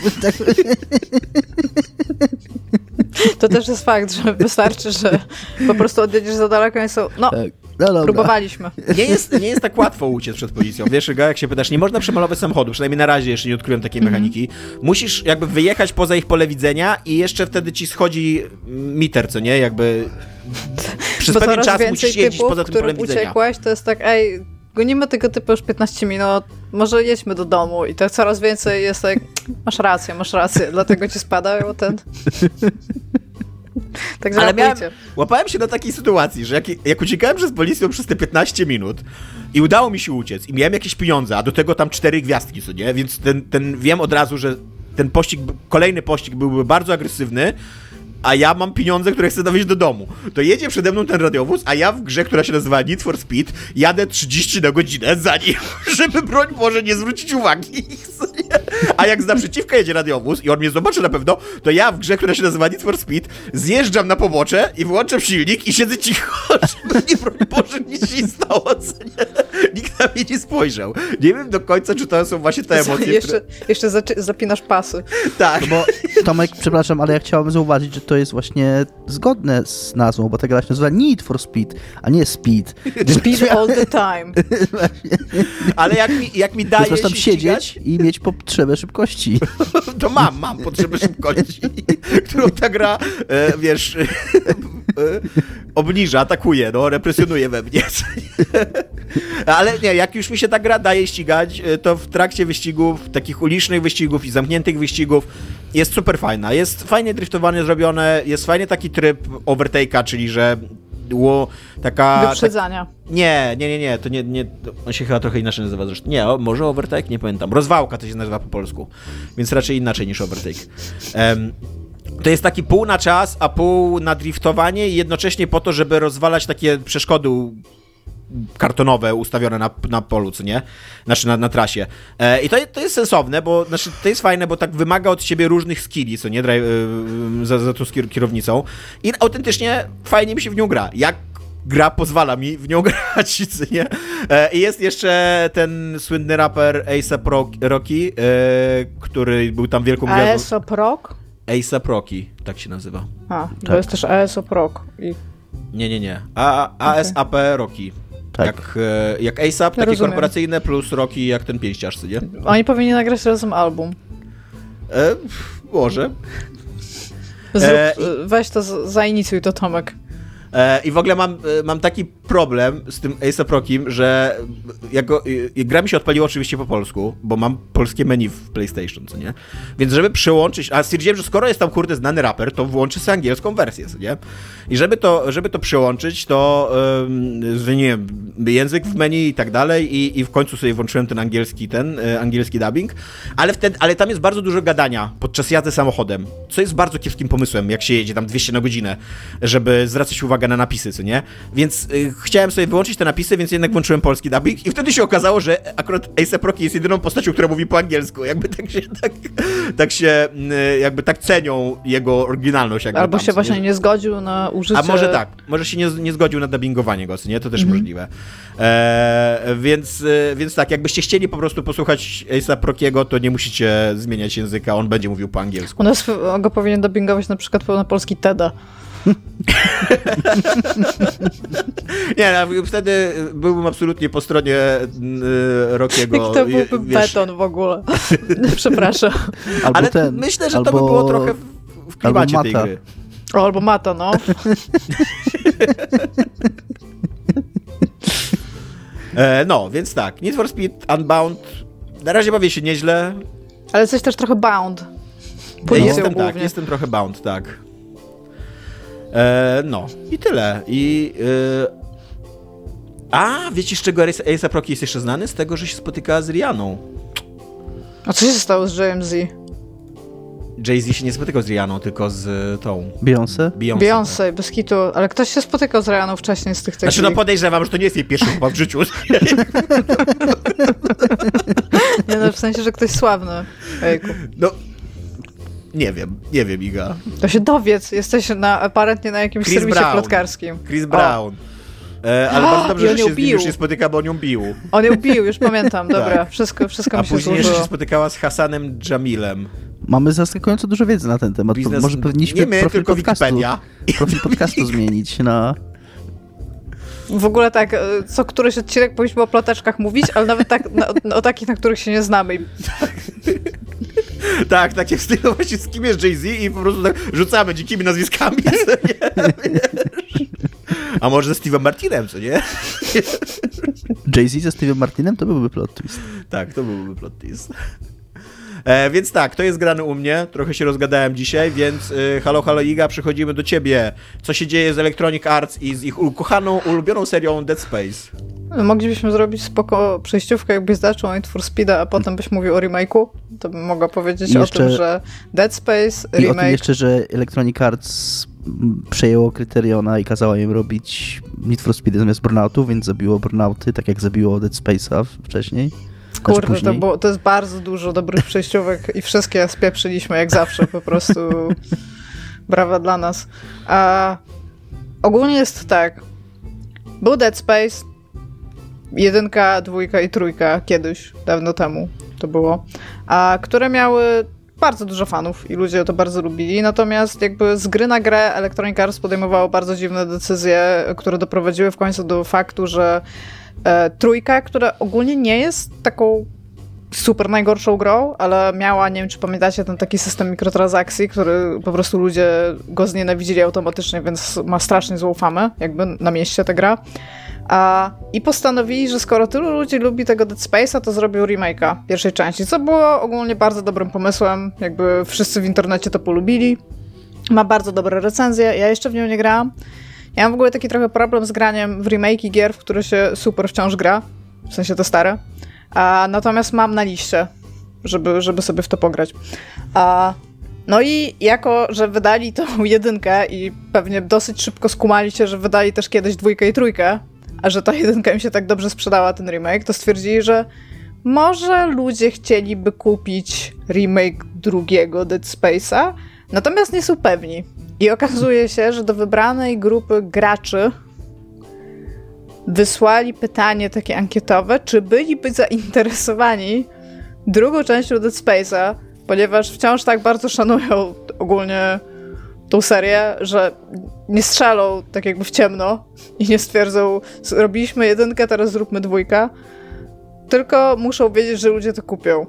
To też jest fakt, że wystarczy, że po prostu odjedziesz za daleko i są... No, próbowaliśmy. Nie jest tak łatwo uciec przed policją. Wiesz, jak się pytasz, nie można przemalować samochodu, przynajmniej na razie jeszcze nie odkryłem takiej mechaniki. Musisz jakby wyjechać poza ich pole widzenia i jeszcze wtedy ci schodzi meter, co nie? Jakby przez pewien czas musisz jeździć poza tym polem widzenia. Uciekłeś, to jest tak, gonimy tego typu już 15 minut, może jedźmy do domu i tak coraz więcej jest tak, masz rację, dlatego ci spadają ten... Także ale łapałem się na takiej sytuacji, że jak uciekałem przez policję przez te 15 minut i udało mi się uciec i miałem jakieś pieniądze, a do tego tam 4 gwiazdki, co nie? Więc wiem od razu, że ten kolejny pościg byłby bardzo agresywny, a ja mam pieniądze, które chcę dowieźć do domu. To jedzie przede mną ten radiowóz, a ja w grze, która się nazywa Need for Speed, jadę 30 na godzinę za nim, żeby broń Boże nie zwrócić uwagi. A jak z naprzeciwka jedzie radiowóz i on mnie zobaczy na pewno, to ja w grze, która się nazywa Need for Speed, zjeżdżam na pobocze i wyłączam silnik i siedzę cicho, żeby nie, broń Boże, nic się nie stało, co nie? Nikt na mnie nie spojrzał. Nie wiem do końca, czy to są właśnie te emocje, Jeszcze zapinasz pasy. Tak. No bo, Tomek, przepraszam, ale ja chciałbym zauważyć, że to jest właśnie zgodne z nazwą, bo ta gra się nazywa Need for Speed, a nie Speed. Speed all the time. Ale jak mi daje możesz tam się siedzieć ścigać, i mieć potrzebę szybkości. To mam potrzebę szybkości, którą ta gra, obniża, atakuje, represjonuje we mnie. Ale nie, jak już mi się ta gra daje ścigać, to w trakcie wyścigów, takich ulicznych wyścigów i zamkniętych wyścigów jest super fajna. Jest fajnie driftowanie zrobione, jest fajnie taki tryb overtake'a, czyli że taka... Wyprzedzania. Nie, to nie, on się chyba trochę inaczej nazywa zresztą. Nie, może overtake? Nie pamiętam. Rozwałka to się nazywa po polsku, więc raczej inaczej niż overtake. To jest taki pół na czas, a pół na driftowanie i jednocześnie po to, żeby rozwalać takie przeszkody kartonowe ustawione na polu, co nie? Znaczy na trasie. I to jest sensowne, bo znaczy, to jest fajne, bo tak wymaga od ciebie różnych skilli, co nie? Za tą kierownicą. I autentycznie fajnie mi się w nią gra. Jak gra pozwala mi w nią grać, co nie? I jest jeszcze ten słynny raper A$AP Rocky, który był tam wielką gwiazdą. A$AP Rock? A$AP Rocky, tak się nazywa. To jest też A$AP Rock. Nie. ASAP Rocky. Tak. Jak A$AP, takie korporacyjne, plus Rocky jak ten pięściarz, nie? Oni powinni nagrać razem album. Może. Weź to, zainicjuj to, Tomek. I w ogóle mam taki problem z tym A$AP Rockim, że gra mi się odpaliła oczywiście po polsku, bo mam polskie menu w PlayStation, co nie? Więc żeby przełączyć, a stwierdziłem, że skoro jest tam kurde znany raper, to włączę sobie angielską wersję, co nie? I żeby to przełączyć, to zmieniłem język w menu i tak dalej i w końcu sobie włączyłem ten angielski dubbing, ale tam jest bardzo dużo gadania podczas jazdy samochodem, co jest bardzo kiepskim pomysłem, jak się jedzie tam 200 na godzinę, żeby zwracać uwagę na napisy, co nie? Więc chciałem sobie wyłączyć te napisy, więc jednak włączyłem polski dubbing i wtedy się okazało, że akurat A$AP Rocky jest jedyną postacią, która mówi po angielsku. Jakby tak cenią jego oryginalność. Jakby albo tam, się właśnie nie zgodził na użycie... A może tak, może się nie zgodził na dubbingowanie go, co nie? To też możliwe. Więc tak, jakbyście chcieli po prostu posłuchać A$AP Rockiego, to nie musicie zmieniać języka, on będzie mówił po angielsku. U nas go powinien dubbingować na przykład na polski Teda. Nie, wtedy byłbym absolutnie po stronie Rockiego. To byłby beton w ogóle. Przepraszam. Ale myślę, że to by było trochę w klimacie tej gry. Albo Mata, no. No, więc tak. Need for Speed Unbound na razie bawię się nieźle. Ale jesteś też trochę bound. Jestem trochę bound, tak. No, i tyle. Wiecie, z czego A$AP Rocky jest jeszcze znany? Z tego, że się spotyka z Rihanną. A co się stało z JMZ? Jay-Z się nie spotykał z Rihanną, tylko z tą... Beyoncé, bez kitu. Ale ktoś się spotykał z Rihanną wcześniej z tych Znaczy, podejrzewam, że to nie jest jej pierwszy chłopak w życiu. Nie no, w sensie, że ktoś sławny. Ejku. No... Nie wiem, Iga. To się dowiedz, jesteś aparentnie na jakimś serwisie plotkarskim. Chris Brown. Ale bardzo dobrze, że się z nim już nie spotyka, bo on ją bił. On ją bił, już pamiętam, dobra, tak. Wszystko mi się złożyło. A później jeszcze się spotykała z Hassanem Jamilem. Mamy zaskakująco dużo wiedzy na ten temat. Może powinniśmy nie my, tylko Wikipedia. Profil podcastu zmienić na... W ogóle tak, co któryś odcinek powinniśmy o ploteczkach mówić, ale nawet tak o takich, na których się nie znamy. Tak, takie w stylu właśnie z kim jest Jay-Z i po prostu tak rzucamy dzikimi nazwiskami, co nie? A może ze Steve'em Martinem, co nie? Jay-Z ze Steve'em Martinem? To byłby plot twist. Tak, to byłby plot twist. Więc tak, to jest grane u mnie, trochę się rozgadałem dzisiaj, więc halo Iga, przechodzimy do ciebie. Co się dzieje z Electronic Arts i z ich ukochaną, ulubioną serią Dead Space? Moglibyśmy zrobić spoko przejściówkę, jakbyś zaczął Need for Speeda, a potem byś mówił o remake'u. To bym mogła powiedzieć o tym, że Dead Space, remake... I o tym jeszcze, że Electronic Arts przejęło Kryteriona i kazało im robić Need for Speed zamiast Burnoutu, więc zabiło Burnouty, tak jak zabiło Dead Space'a wcześniej. Kurde, to jest bardzo dużo dobrych przejściówek i wszystkie spieprzyliśmy jak zawsze, po prostu brawa dla nas. A ogólnie jest tak, był Dead Space, 1, 2 i 3 kiedyś, dawno temu to było, a które miały bardzo dużo fanów i ludzie to bardzo lubili, natomiast jakby z gry na grę Electronic Arts podejmowało bardzo dziwne decyzje, które doprowadziły w końcu do faktu, że 3, która ogólnie nie jest taką super najgorszą grą, ale miała, nie wiem czy pamiętacie, ten taki system mikrotransakcji, który po prostu ludzie go znienawidzili automatycznie, więc ma strasznie złą famę, jakby na mieście ta gra. I postanowili, że skoro tylu ludzi lubi tego Dead Space'a, to zrobił remake'a pierwszej części, co było ogólnie bardzo dobrym pomysłem, jakby wszyscy w internecie to polubili. Ma bardzo dobre recenzje, ja jeszcze w nią nie grałam. Ja mam w ogóle taki trochę problem z graniem w remake'i gier, w które się super wciąż gra, w sensie te stare. Natomiast mam na liście, żeby sobie w to pograć. No i jako, że wydali tą 1 i pewnie dosyć szybko skumali się, że wydali też kiedyś 2 i 3, a że ta 1 im się tak dobrze sprzedała, ten remake, to stwierdzili, że może ludzie chcieliby kupić remake drugiego Dead Space'a, natomiast nie są pewni. I okazuje się, że do wybranej grupy graczy wysłali pytanie takie ankietowe, czy byliby zainteresowani drugą częścią Dead Space'a ponieważ wciąż tak bardzo szanują ogólnie tą serię, że nie strzelą tak jakby w ciemno i nie stwierdzą, robiliśmy 1, teraz zróbmy 2, tylko muszą wiedzieć, że ludzie to kupią.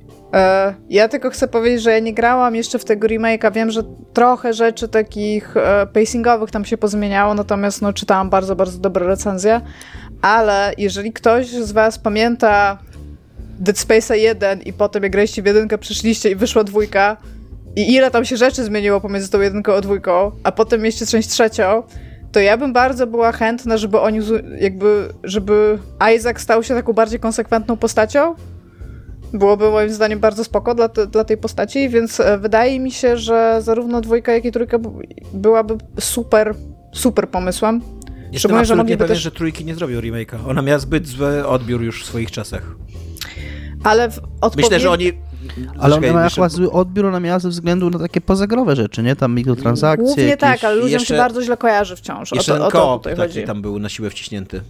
Ja tylko chcę powiedzieć, że ja nie grałam jeszcze w tego remake'a, wiem, że trochę rzeczy takich pacingowych tam się pozmieniało, natomiast no, czytałam bardzo, bardzo dobre recenzje, ale jeżeli ktoś z was pamięta Dead Space'a 1 i potem jak graliście w 1, przyszliście i wyszła 2 i ile tam się rzeczy zmieniło pomiędzy tą 1 a 2, a potem mieliście część 3, to ja bym bardzo była chętna, żeby oni żeby Isaac stał się taką bardziej konsekwentną postacią. Byłoby moim zdaniem bardzo spoko dla tej postaci, więc wydaje mi się, że zarówno 2, jak i 3 byłaby super pomysłem. Jestem absolutnie pewien, że 3 nie zrobił remake'a. Ona miała zbyt zły odbiór już w swoich czasach. Ale myślę, że oni... Ale ona miała chyba zły odbiór, ona miała ze względu na takie pozagrowe rzeczy, nie? Tam mikrotransakcje. Głównie jakieś... tak, ale ludziom się bardzo źle kojarzy wciąż. Jeszcze o to tutaj taki chodzi. tam był na siłę wciśnięty.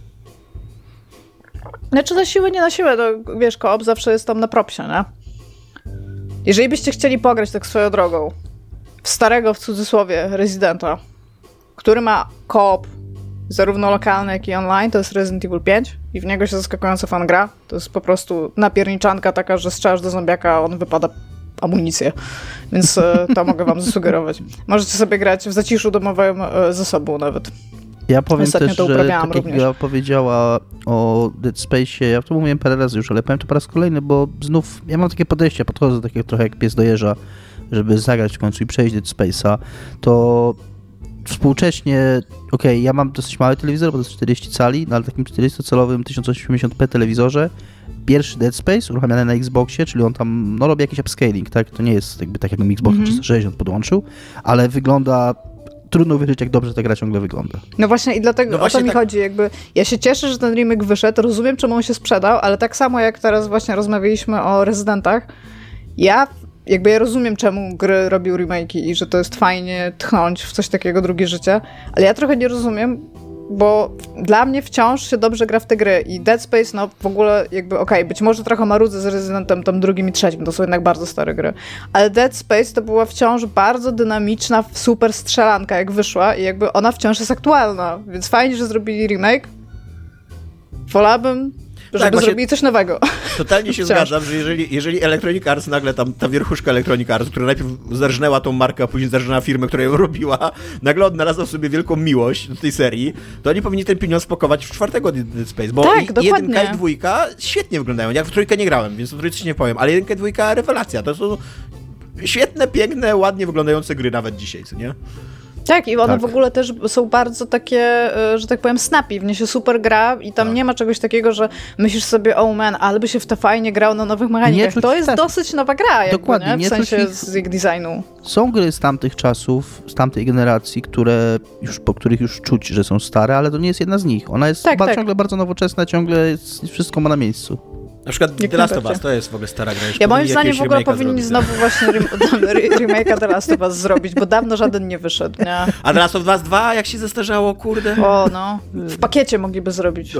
Znaczy na siłę, nie na siłę, to wiesz, koop zawsze jest tam na propsie, nie? Jeżeli byście chcieli pograć tak swoją drogą w starego, w cudzysłowie, Residenta, który ma koop zarówno lokalny, jak i online, to jest Resident Evil 5 i w niego się zaskakująco fan gra. To jest po prostu napierniczanka taka, że strzelasz do zombiaka, a on wypada amunicję. Więc to mogę wam zasugerować. Możecie sobie grać w zaciszu domowym ze sobą nawet. Ja powiem Ostatnio też, to że tak również. jak ja powiedziała o Dead Space'ie, ja to mówiłem parę razy już, ale powiem to po raz kolejny, bo znów ja mam takie podejście, podchodzę takie trochę jak pies do jeża, żeby zagrać w końcu i przejść Dead Space'a, to współcześnie, ja mam dosyć mały telewizor, bo to jest 40 cali, no ale takim 40-calowym 1080p telewizorze pierwszy Dead Space uruchamiany na Xboxie, czyli on tam robi jakiś upscaling, tak? To nie jest jakby tak, jakbym Xbox 360 podłączył, ale wygląda trudno uwierzyć, jak dobrze ta gra ciągle wygląda. No właśnie i dlatego o to mi chodzi, jakby ja się cieszę, że ten remake wyszedł, rozumiem, czemu on się sprzedał, ale tak samo jak teraz właśnie rozmawialiśmy o Residentach, ja rozumiem, czemu gry robił remake'i i że to jest fajnie tchnąć w coś takiego drugie życie, ale ja trochę nie rozumiem, bo dla mnie wciąż się dobrze gra w te gry i Dead Space, no w ogóle jakby być może trochę marudzę z Residentem tam 2 i 3, to są jednak bardzo stare gry, ale Dead Space to była wciąż bardzo dynamiczna, super strzelanka jak wyszła i jakby ona wciąż jest aktualna, więc fajnie, że zrobili remake. Wolałabym, żeby zrobili coś nowego. Totalnie się zgadzam, że jeżeli Electronic Arts nagle tam, ta wierchuszka Electronic Arts, która najpierw zarżnęła tą markę, a później zarżnęła firmę, która ją robiła, nagle odnalazła w sobie wielką miłość do tej serii, to oni powinni ten pieniądz spakować w 4 Dead Space, bo tak, 1 i 2 świetnie wyglądają. Ja w 3 nie grałem, więc o 3 nie powiem, ale 1 i 2 rewelacja. To są świetne, piękne, ładnie wyglądające gry nawet dzisiaj, co nie? Tak, i one w ogóle też są bardzo takie, że tak powiem, snappy. W nie się super gra i tam nie ma czegoś takiego, że myślisz sobie, oh man, ale by się w to fajnie grało na nowych mechanikach. To jest dosyć nowa gra, jakby, dokładnie, nie? W sensie z ich designu. Są gry z tamtych czasów, z tamtej generacji, po których już czuć, że są stare, ale to nie jest jedna z nich. Ona jest ciągle bardzo nowoczesna, ciągle wszystko ma na miejscu. Na przykład The Last of Us to jest w ogóle stara gra. Ja moim zdaniem w ogóle powinni znowu właśnie remake'a The Last of Us zrobić, bo dawno żaden nie wyszedł, nie? A The Last of Us 2 jak się zestarzało, kurde? O, no. W pakiecie mogliby zrobić.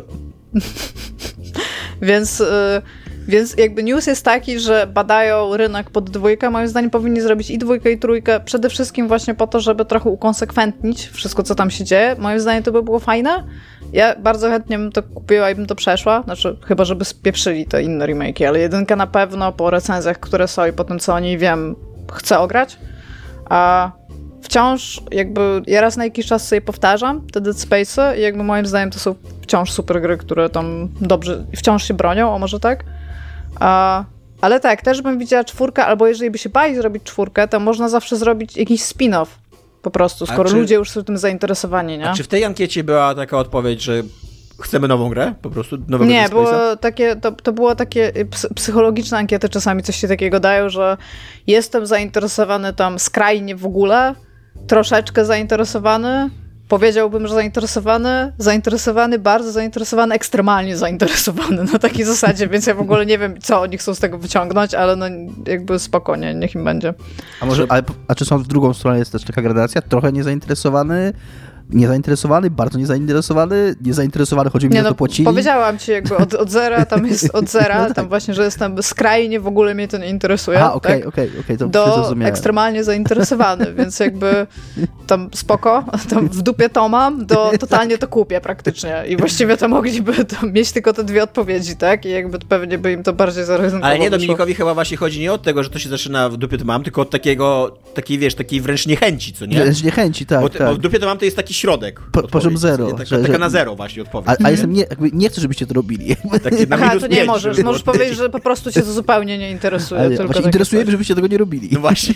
Więc jakby news jest taki, że badają rynek pod 2, moim zdaniem powinni zrobić i 2 i 3, przede wszystkim właśnie po to, żeby trochę ukonsekwentnić wszystko, co tam się dzieje. Moim zdaniem to by było fajne. Ja bardzo chętnie bym to kupiła i bym to przeszła, znaczy chyba, żeby spieprzyli te inne remake'i, ale 1 na pewno po recenzjach, które są i po tym, co o niej wiem, chcę ograć. A wciąż jakby ja raz na jakiś czas sobie powtarzam te Dead Space'y i jakby moim zdaniem to są wciąż super gry, które tam dobrze, wciąż się bronią, o może tak. Ale tak, też bym widziała 4, albo jeżeli by się bali zrobić 4, to można zawsze zrobić jakiś spin-off po prostu, skoro ludzie już są tym zainteresowani, nie? A czy w tej ankiecie była taka odpowiedź, że chcemy nową grę? Po prostu nowego Nie, było takie, to było takie psychologiczne ankiety, czasami coś się takiego dają, że jestem zainteresowany tam skrajnie w ogóle, troszeczkę zainteresowany, powiedziałbym, że zainteresowany, bardzo zainteresowany, ekstremalnie zainteresowany na takiej zasadzie, więc ja w ogóle nie wiem, co oni chcą z tego wyciągnąć, ale no jakby spokojnie, niech im będzie. A czy są w drugą stronę jest też taka gradacja? Trochę niezainteresowany, Niezainteresowany, bardzo niezainteresowany, chodzi mi o to płacili. Powiedziałam ci jakby od zera, tam jest od zera, no tam właśnie, że jestem skrajnie, w ogóle mnie to nie interesuje. Okej, to do ekstremalnie zainteresowany, więc jakby tam spoko, tam w dupie to mam, do totalnie to kupię praktycznie i właściwie to mogliby mieć tylko te dwie odpowiedzi, tak? I jakby pewnie by im to bardziej zarezonkowało. Ale nie, Dominikowi chyba właśnie chodzi nie od tego, że to się zaczyna w dupie to mam, tylko od takiej wręcz niechęci, co nie? Wręcz niechęci, tak. Bo w dupie to mam to jest taki środek. Poziom zero. Taka na zero właśnie odpowiedź. A jestem nie chcę, żebyście to robili. To nie możesz. Możesz powiedzieć, że po prostu cię to zupełnie nie interesuje. Ale tylko interesuje mnie, żebyście tego nie robili. No właśnie.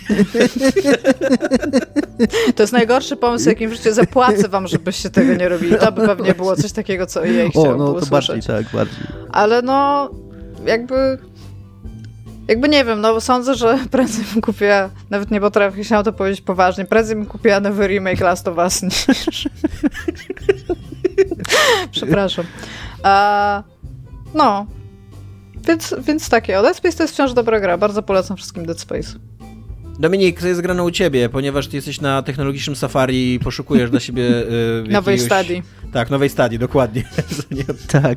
To jest najgorszy pomysł, jakim w życiu zapłacę wam, żebyście tego nie robili. To by pewnie było coś takiego, co jej chciałam było to słyszeć. bardziej. Ale no, jakby nie wiem, no sądzę, że prędzej bym kupiła, nawet nie potrafię, chciałam to powiedzieć poważnie, prędzej bym kupiła nowy remake Last of Us niż... Przepraszam. No, więc takie. Dead Space to jest wciąż dobra gra, bardzo polecam wszystkim Dead Space. Dominik, to jest grane u ciebie, ponieważ ty jesteś na technologicznym safari i poszukujesz dla siebie nowej stadii. Tak, nowej stadii, dokładnie. Tak.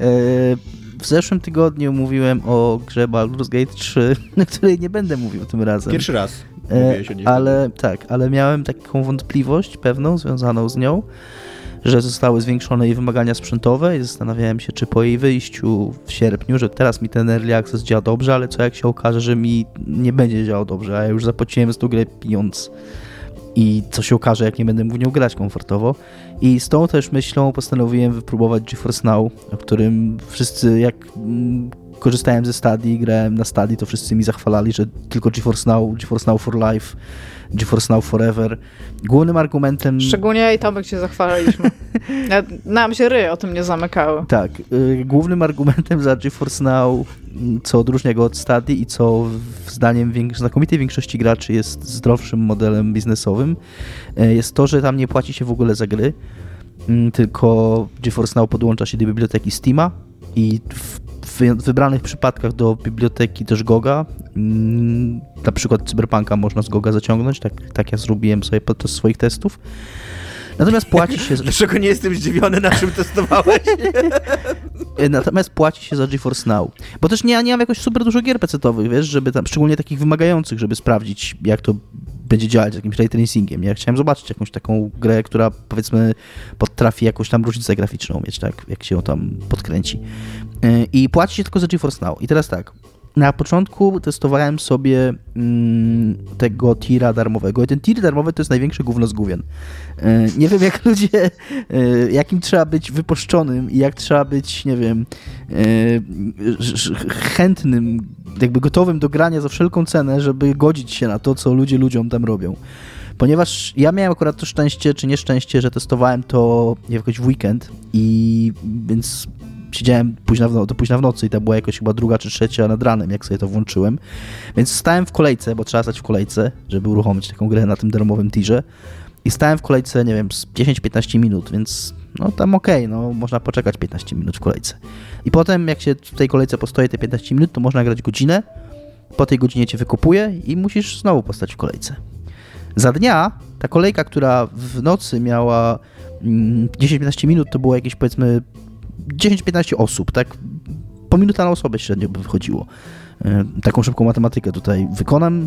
W zeszłym tygodniu mówiłem o grze Baldur's Gate 3, na której nie będę mówił tym razem. Pierwszy raz mówiłeś o niej. Ale miałem taką wątpliwość pewną związaną z nią, że zostały zwiększone jej wymagania sprzętowe i zastanawiałem się, czy po jej wyjściu w sierpniu, że teraz mi ten Early Access działa dobrze, ale co jak się okaże, że mi nie będzie działał dobrze, a ja już zapłaciłem za tą grę pieniądz i co się okaże, jak nie będę mógł w nią grać komfortowo. I z tą też myślą postanowiłem wypróbować GeForce Now, o którym wszyscy, jak korzystałem ze Stadia, grałem na Stadia, to wszyscy mi zachwalali, że tylko GeForce Now for Life, GeForce Now Forever. Głównym argumentem... Szczególnie ja i Tomek cię zachwalaliśmy. Nam się o tym nie zamykały. Tak. Głównym argumentem za GeForce Now, co odróżnia go od Stadia i co zdaniem znakomitej większości graczy jest zdrowszym modelem biznesowym, jest to, że tam nie płaci się w ogóle za gry, tylko GeForce Now podłącza się do biblioteki Steama i w wybranych przypadkach do biblioteki też GOGa. Na przykład Cyberpunka można z GOGa zaciągnąć, tak ja zrobiłem sobie podczas swoich testów. Natomiast płaci się... Dlaczego nie jestem zdziwiony, na czym testowałeś? Natomiast płaci się za GeForce Now. Bo też nie mam jakoś super dużo gier PC-towych, wiesz, żeby tam, szczególnie takich wymagających, żeby sprawdzić, jak to będzie działać z jakimś ray tracingiem. Ja chciałem zobaczyć jakąś taką grę, która powiedzmy potrafi jakąś tam różnicę graficzną mieć, tak, jak się ją tam podkręci. I płaci się tylko za GeForce Now. I teraz tak, na początku testowałem sobie tego tira darmowego i ten tir darmowy to jest największe gówno z gówien. Nie wiem jak ludzie, jakim trzeba być wypuszczonym i jak trzeba być, nie wiem, chętnym, jakby gotowym do grania za wszelką cenę, żeby godzić się na to, co ludzie ludziom tam robią. Ponieważ ja miałem akurat to szczęście, czy nieszczęście, że testowałem to jakoś w weekend i więc siedziałem do późna w nocy i to była jakoś chyba 2 czy 3 nad ranem, jak sobie to włączyłem. Więc stałem w kolejce, bo trzeba stać w kolejce, żeby uruchomić taką grę na tym darmowym tirze. I stałem w kolejce, nie wiem, z 10-15 minut, więc no tam okej, no można poczekać 15 minut w kolejce. I potem jak się w tej kolejce postoję te 15 minut, to można grać godzinę, po tej godzinie cię wykupuje i musisz znowu postać w kolejce. Za dnia ta kolejka, która w nocy miała 10-15 minut, to było jakieś powiedzmy 10-15 osób, tak? Po minuta na osobę średnio by wychodziło. Taką szybką matematykę tutaj wykonam.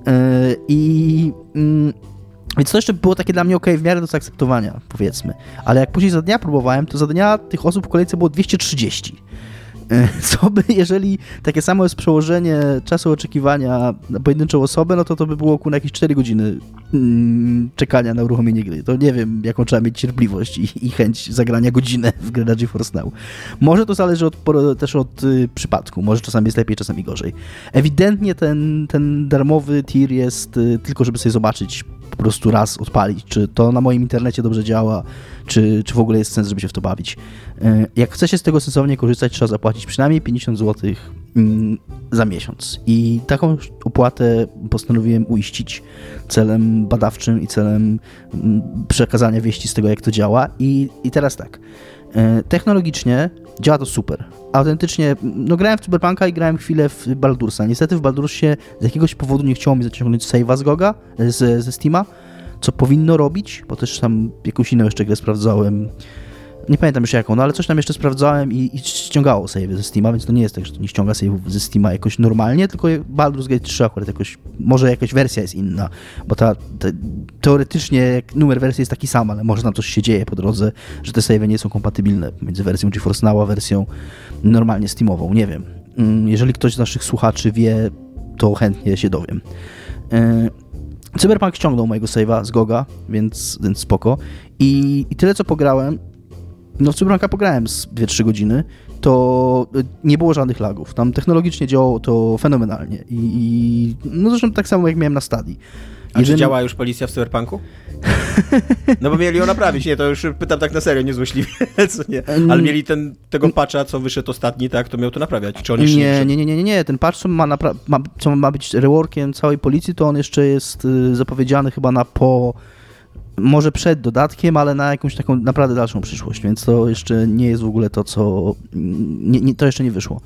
Więc to jeszcze było takie dla mnie okej, w miarę do zaakceptowania, powiedzmy. Ale jak później za dnia próbowałem, to za dnia tych osób w kolejce było 230. Co by, jeżeli takie samo jest przełożenie czasu oczekiwania na pojedynczą osobę, no to by było na jakieś 4 godziny czekania na uruchomienie gry. To nie wiem, jaką trzeba mieć cierpliwość i chęć zagrania godzinę w grę na GeForce Now. Może to zależy też od przypadku. Może czasami jest lepiej, czasami gorzej. Ewidentnie ten darmowy tier jest tylko, żeby sobie zobaczyć, po prostu raz odpalić, czy to na moim internecie dobrze działa, czy w ogóle jest sens, żeby się w to bawić. Jak chce się z tego sensownie korzystać, trzeba zapłacić przynajmniej 50 zł za miesiąc. I taką opłatę postanowiłem uiścić celem badawczym i celem przekazania wieści z tego, jak to działa. I teraz tak, technologicznie działa to super. Autentycznie, no grałem w Cyberpunka i grałem chwilę w Baldursa. Niestety w Baldursie z jakiegoś powodu nie chciało mi zaciągnąć save'a z GOGa, ze Steama. co powinno robić, bo też tam jakąś inną jeszcze grę sprawdzałem. Nie pamiętam już jaką, no ale coś tam jeszcze sprawdzałem i ściągało save ze Steama, więc to nie jest tak, że to nie ściąga save'ów ze Steama jakoś normalnie, tylko Baldur's Gate 3 akurat jakoś, może jakaś wersja jest inna, bo teoretycznie numer wersji jest taki sam, ale może tam coś się dzieje po drodze, że te save'y nie są kompatybilne między wersją GeForce Now a wersją normalnie Steamową, nie wiem. Jeżeli ktoś z naszych słuchaczy wie, to chętnie się dowiem. Cyberpunk ściągnął mojego save'a z GOG'a, więc spoko. I tyle co pograłem, no w Cyberpunka pograłem z 2-3 godziny, to nie było żadnych lagów. Tam technologicznie działało to fenomenalnie. No zresztą tak samo jak miałem na Stadii. A czy działa już policja w Cyberpunku? No bo mieli ją naprawić, nie, to już pytam tak na serio, nie złośliwie, co nie. Ale mieli tego patcha, co wyszedł ostatni, tak, to miał to naprawiać. Czy on jeszcze nie. Ten patch, co ma być reworkiem całej policji, to on jeszcze jest zapowiedziany chyba może przed dodatkiem, ale na jakąś taką naprawdę dalszą przyszłość, więc to jeszcze nie jest w ogóle to, co... to jeszcze nie wyszło.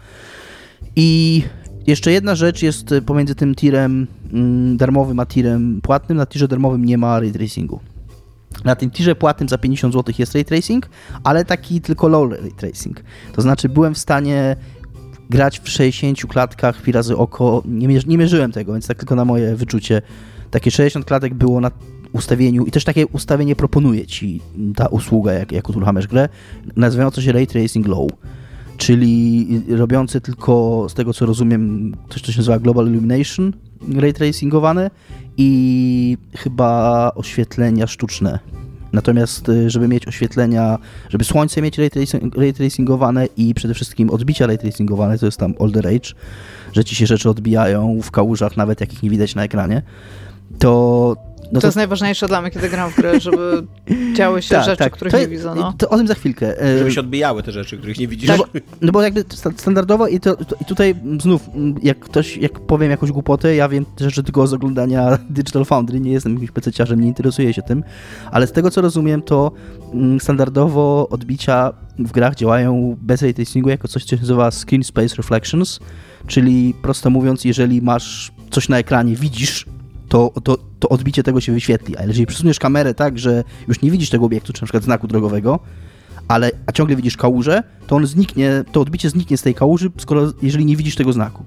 I jeszcze jedna rzecz jest pomiędzy tym tirem darmowym a tirem płatnym. Na tirze darmowym nie ma ray tracingu. Na tym tirze płatnym za 50 zł jest ray tracing, ale taki tylko low ray tracing. To znaczy byłem w stanie grać w 60 klatkach pi razy oko. Nie mierzyłem tego, więc tak tylko na moje wyczucie. Takie 60 klatek było na ustawieniu i też takie ustawienie proponuje ci ta usługa, jak uruchamiasz grę, nazywająca się Ray Tracing Low, czyli robiące tylko, z tego co rozumiem, coś co się nazywa Global Illumination, Ray Tracingowane i chyba oświetlenia sztuczne. Natomiast, żeby mieć oświetlenia, żeby słońce mieć ray tracingowane i przede wszystkim odbicia ray tracingowane, to jest tam all the rage, że ci się rzeczy odbijają w kałużach, nawet jak ich nie widać na ekranie, to jest najważniejsze dla mnie, kiedy gram w grę, żeby działy się rzeczy, których nie widzę. No. To o tym za chwilkę. Żeby się odbijały te rzeczy, których nie widzisz. No bo jakby standardowo i tutaj znów, jak powiem jakąś głupotę, ja wiem te rzeczy tylko z oglądania Digital Foundry, nie jestem jakimś pececiarzem, nie interesuję się tym, ale z tego co rozumiem, to standardowo odbicia w grach działają bez ray tracingu jako coś, co się nazywa Screen Space Reflections, czyli prosto mówiąc, jeżeli masz coś na ekranie, widzisz, to odbicie tego się wyświetli. A jeżeli przesuniesz kamerę tak, że już nie widzisz tego obiektu, czy na przykład znaku drogowego, a ciągle widzisz kałużę, to to odbicie zniknie z tej kałuży, jeżeli nie widzisz tego znaku.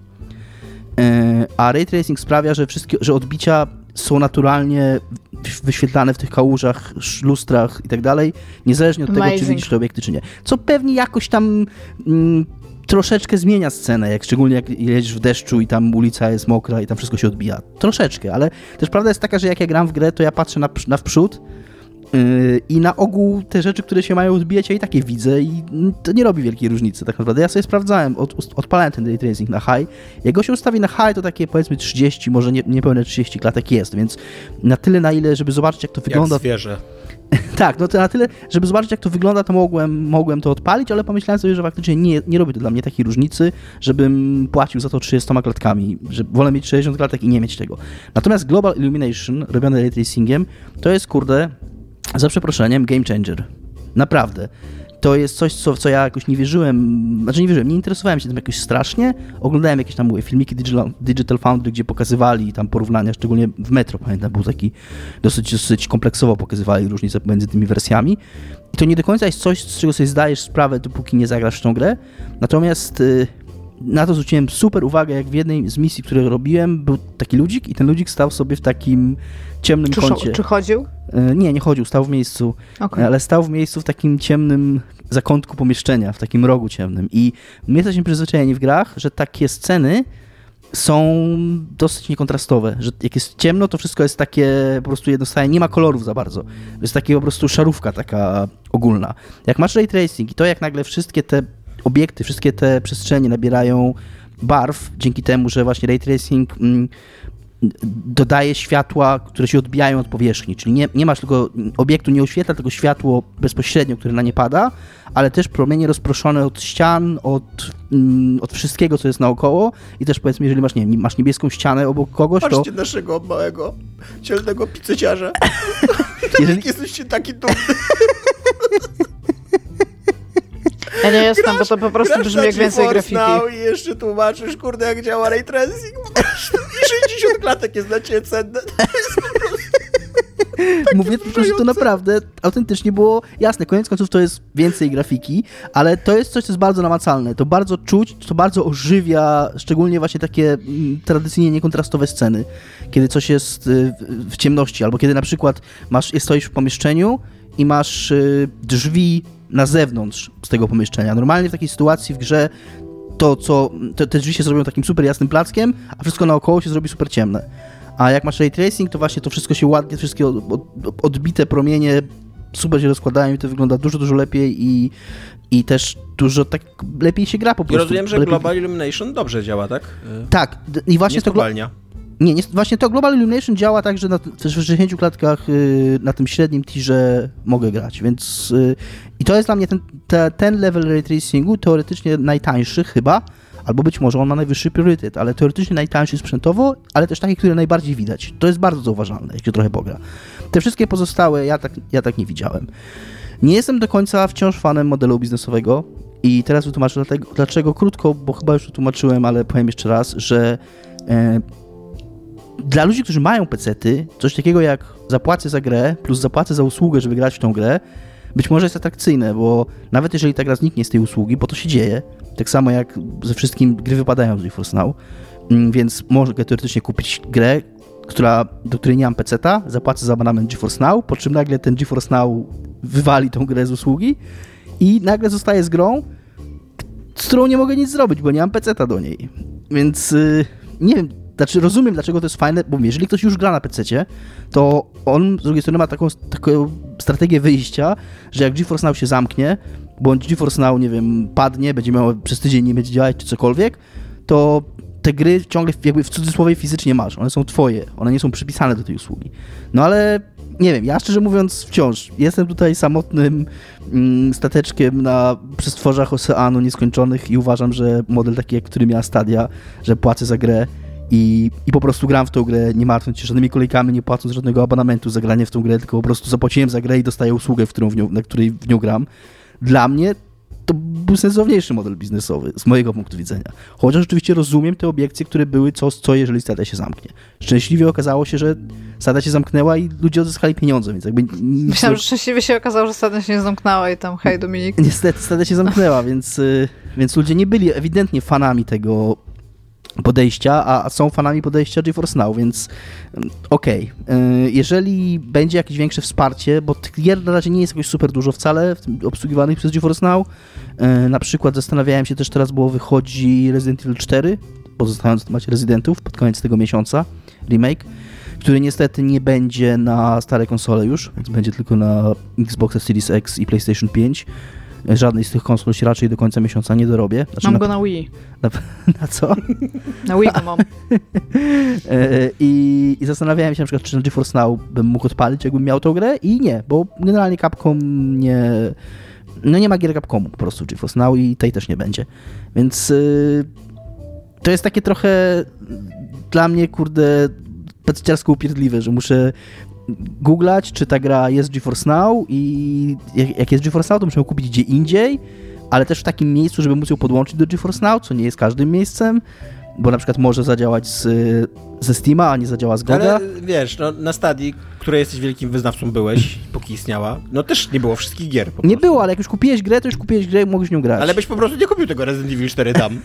A ray tracing sprawia, że odbicia są naturalnie wyświetlane w tych kałużach, lustrach i tak dalej, niezależnie od tego, czy widzisz te obiekty, czy nie. Co pewnie jakoś tam troszeczkę zmienia scenę, szczególnie jak jedziesz w deszczu i tam ulica jest mokra i tam wszystko się odbija. Troszeczkę, ale też prawda jest taka, że jak ja gram w grę, to ja patrzę na wprzód i na ogół te rzeczy, które się mają odbijać, ja i takie widzę i to nie robi wielkiej różnicy tak naprawdę. Ja sobie sprawdzałem, odpalałem ten ray tracing na high. Jak go się ustawi na high, to takie powiedzmy 30, może niepełne 30 klatek jest, więc na tyle, na ile, żeby zobaczyć jak to wygląda. Jak zwierzę. Tak, no to na tyle, żeby zobaczyć jak to wygląda, to mogłem to odpalić, ale pomyślałem sobie, że faktycznie nie robi to dla mnie takiej różnicy, żebym płacił za to 30 klatkami, że wolę mieć 60 klatek i nie mieć tego. Natomiast Global Illumination, robione ray tracingiem, to jest za przeproszeniem, game changer. Naprawdę. To jest coś, co ja jakoś nie nie interesowałem się tym jakoś strasznie. Oglądałem jakieś tam filmiki Digital Foundry, gdzie pokazywali tam porównania, szczególnie w Metro, pamiętam, był taki dosyć kompleksowo pokazywali różnice pomiędzy tymi wersjami. I to nie do końca jest coś, z czego sobie zdajesz sprawę, dopóki nie zagrasz w tą grę. Natomiast na to zwróciłem super uwagę, jak w jednej z misji, które robiłem, był taki ludzik i ten ludzik stał sobie w takim ciemnym kącie. Czy chodził? Nie chodził, stał w miejscu, ale stał w miejscu w takim ciemnym zakątku pomieszczenia, w takim rogu ciemnym. I my jesteśmy przyzwyczajeni w grach, że takie sceny są dosyć niekontrastowe, że jak jest ciemno, to wszystko jest takie po prostu jednostronne, nie ma kolorów za bardzo. To jest takie po prostu szarówka taka ogólna. Jak masz ray tracing i to jak nagle wszystkie te obiekty, wszystkie te przestrzenie nabierają barw, dzięki temu, że właśnie ray tracing dodaje światła, które się odbijają od powierzchni, czyli nie masz tylko obiektu, nie oświetla tylko światło bezpośrednio, które na nie pada, ale też promienie rozproszone od ścian, od wszystkiego, co jest naokoło i też powiedzmy, jeżeli masz niebieską ścianę obok kogoś, to... Patrzcie naszego małego, cielnego pizzeciarza. Jeżeli jesteście taki dumny. Ja nie jestem, bo to po prostu brzmi jak więcej grafiki. I jeszcze tłumaczysz, kurde, jak działa ray tracing. I 60 klatek jest dla ciebie cenne. To jest po prostu... Mówię tylko, że to naprawdę autentycznie było jasne. Koniec końców to jest więcej grafiki, ale to jest coś, co jest bardzo namacalne. To bardzo czuć, to bardzo ożywia, szczególnie właśnie takie tradycyjnie niekontrastowe sceny, kiedy coś jest w ciemności, albo kiedy na przykład stoisz w pomieszczeniu i masz drzwi na zewnątrz z tego pomieszczenia. Normalnie w takiej sytuacji w grze te drzwi się zrobią takim super jasnym plackiem, a wszystko naokoło się zrobi super ciemne. A jak masz ray tracing, to właśnie to wszystko się ładnie, wszystkie odbite promienie super się rozkładają i to wygląda dużo, dużo lepiej i też dużo tak lepiej się gra po prostu. I rozumiem, że Global Illumination dobrze działa, tak? Tak. I właśnie nie spowalnia. Właśnie to Global Illumination działa tak, że w 60 klatkach na tym średnim tirze mogę grać, więc i to jest dla mnie ten level ray tracingu teoretycznie najtańszy chyba, albo być może on ma najwyższy priorytet, ale teoretycznie najtańszy sprzętowo, ale też taki, który najbardziej widać. To jest bardzo zauważalne, jak się trochę pogra. Te wszystkie pozostałe ja tak nie widziałem. Nie jestem do końca wciąż fanem modelu biznesowego i teraz wytłumaczę dlaczego krótko, bo chyba już to tłumaczyłem, ale powiem jeszcze raz, że dla ludzi, którzy mają pecety, coś takiego jak zapłacę za grę plus zapłacę za usługę, żeby grać w tą grę, być może jest atrakcyjne, bo nawet jeżeli ta gra zniknie z tej usługi, bo to się dzieje, tak samo jak ze wszystkim gry wypadają z GeForce Now, więc mogę teoretycznie kupić grę, do której nie mam peceta, zapłacę za abonament GeForce Now, po czym nagle ten GeForce Now wywali tą grę z usługi i nagle zostaję z grą, z którą nie mogę nic zrobić, bo nie mam peceta do niej. Więc nie wiem, znaczy rozumiem, dlaczego to jest fajne, bo jeżeli ktoś już gra na pececie, to on z drugiej strony ma taką strategię wyjścia, że jak GeForce Now się zamknie, bądź GeForce Now, nie wiem, padnie, będzie miał przez tydzień nie będzie działać, czy cokolwiek, to te gry ciągle jakby w cudzysłowie fizycznie masz. One są twoje, one nie są przypisane do tej usługi. No ale nie wiem, ja szczerze mówiąc wciąż jestem tutaj samotnym stateczkiem na przestworzach oceanu nieskończonych i uważam, że model taki, jak który miała Stadia, że płacę za grę i po prostu gram w tą grę, nie martwiąc się żadnymi kolejkami, nie płacąc żadnego abonamentu za granie w tą grę, tylko po prostu zapłaciłem za grę i dostaję usługę, na której w nią gram. Dla mnie to był sensowniejszy model biznesowy, z mojego punktu widzenia. Chociaż oczywiście rozumiem te obiekcje, które były, co jeżeli Stadia się zamknie. Szczęśliwie okazało się, że Stadia się zamknęła i ludzie odzyskali pieniądze, więc jakby... Myślałem, że szczęśliwie się okazało, że Stadia się nie zamknęła i tam hej Dominik. Niestety Stadia się zamknęła, więc ludzie nie byli ewidentnie fanami tego podejścia, a są fanami podejścia GeForce Now, więc okej. Jeżeli będzie jakieś większe wsparcie, bo tych gier na razie nie jest jakoś super dużo wcale obsługiwanych przez GeForce Now. Na przykład zastanawiałem się też teraz, bo wychodzi Resident Evil 4, pozostając w temacie Residentów pod koniec tego miesiąca, remake, który niestety nie będzie na stare konsole już, więc będzie tylko na Xbox Series X i PlayStation 5. Żadnej z tych konsol się raczej do końca miesiąca nie dorobię. Znaczy mam go na Wii. Na co? Na Wii go mam. I zastanawiałem się na przykład, czy na GeForce Now bym mógł odpalić, jakbym miał tą grę i nie, bo generalnie Capcom nie ma gier Capcomu po prostu w GeForce Now i tej też nie będzie. Więc to jest takie trochę dla mnie, kurde, pececiarsko upierdliwe, że muszę googlać, czy ta gra jest GeForce Now i jak jest GeForce Now, to muszę ją kupić gdzie indziej, ale też w takim miejscu, żeby móc ją podłączyć do GeForce Now, co nie jest każdym miejscem, bo na przykład może zadziałać ze Steama, a nie zadziała z Goga. Ale wiesz, no, na Stadii, której jesteś wielkim wyznawcą byłeś, póki istniała, no też nie było wszystkich gier. Nie było, ale jak już kupiłeś grę, to już kupiłeś grę i mogłeś nią grać. Ale byś po prostu nie kupił tego Resident Evil 4 tam.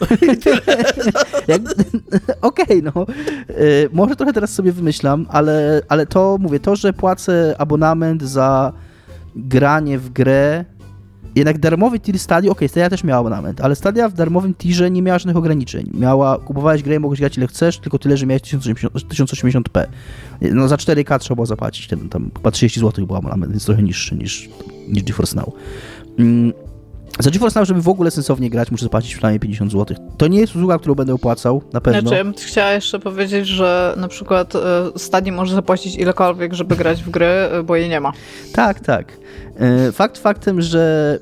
Okej, no. Może trochę teraz sobie wymyślam, ale to, mówię, to, że płacę abonament za granie w grę, jednak darmowy tier Stadia, Stadia też miała abonament, ale Stadia w darmowym tierze nie miała żadnych ograniczeń. Kupowałeś grę i mogłeś grać ile chcesz, tylko tyle, że miałeś 1080p. No za 4K trzeba było zapłacić, tam chyba 30 zł był abonament, więc trochę niższy niż GeForce Now. Za GeForce Now, żeby w ogóle sensownie grać, muszę zapłacić przynajmniej 50 zł. To nie jest usługa, którą będę opłacał, na pewno. Znaczy, ja bym chciała jeszcze powiedzieć, że na przykład Stadii może zapłacić ilekolwiek, żeby grać w gry, bo jej nie ma. Tak. Fakt faktem, że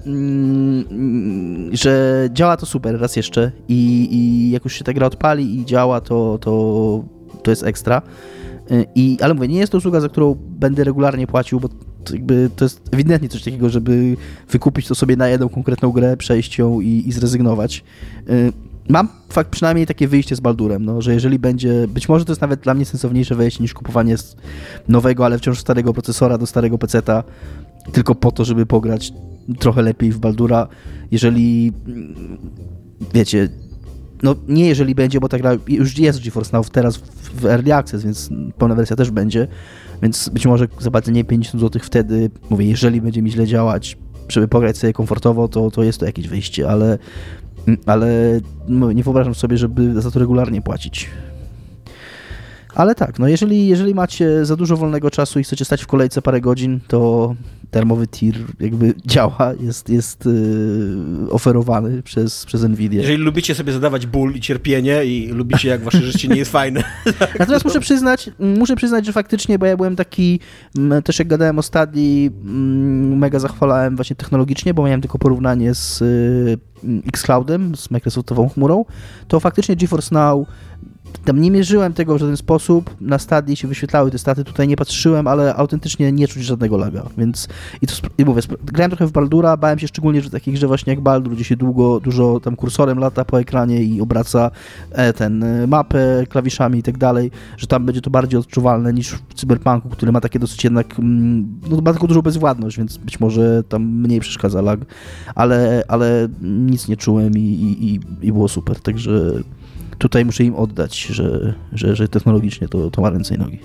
działa to super, raz jeszcze i jak już się ta gra odpali i działa, to jest ekstra. Ale mówię, nie jest to usługa, za którą będę regularnie płacił, bo to jest ewidentnie coś takiego, żeby wykupić to sobie na jedną konkretną grę, przejść ją i zrezygnować. Mam fakt przynajmniej takie wyjście z Baldurem, no, że jeżeli będzie, być może to jest nawet dla mnie sensowniejsze wejście niż kupowanie nowego, ale wciąż starego procesora do starego peceta, tylko po to, żeby pograć trochę lepiej w Baldura. Jeżeli, wiecie, no nie jeżeli będzie, bo ta gra już jest GeForce Now teraz w Early Access, więc pełna wersja też będzie, więc być może zapłacenie 50 zł wtedy, mówię, jeżeli będzie mi źle działać, żeby pograć sobie komfortowo, to jest to jakieś wyjście, ale no, nie wyobrażam sobie, żeby za to regularnie płacić. Ale tak, no jeżeli macie za dużo wolnego czasu i chcecie stać w kolejce parę godzin, to darmowy tier jakby działa, jest oferowany przez Nvidia. Jeżeli lubicie sobie zadawać ból i cierpienie i lubicie, jak wasze życie nie jest fajne. Natomiast muszę przyznać, że faktycznie, bo ja byłem taki, też jak gadałem o Stadia, mega zachwalałem właśnie technologicznie, bo miałem tylko porównanie z xCloudem, z Microsoftową chmurą, to faktycznie GeForce Now, tam nie mierzyłem tego w żaden sposób, na Stadii się wyświetlały te staty, tutaj nie patrzyłem, ale autentycznie nie czuć żadnego laga, więc i mówię, grałem trochę w Baldura, bałem się szczególnie, że takich grze właśnie jak Baldur, gdzie się dużo tam kursorem lata po ekranie i obraca mapę klawiszami i tak dalej, że tam będzie to bardziej odczuwalne niż w Cyberpunku, który ma takie dosyć jednak, no ma taką dużą bezwładność, więc być może tam mniej przeszkadza lag, ale nic nie czułem i było super, także tutaj muszę im oddać, że technologicznie to ma ręce i nogi.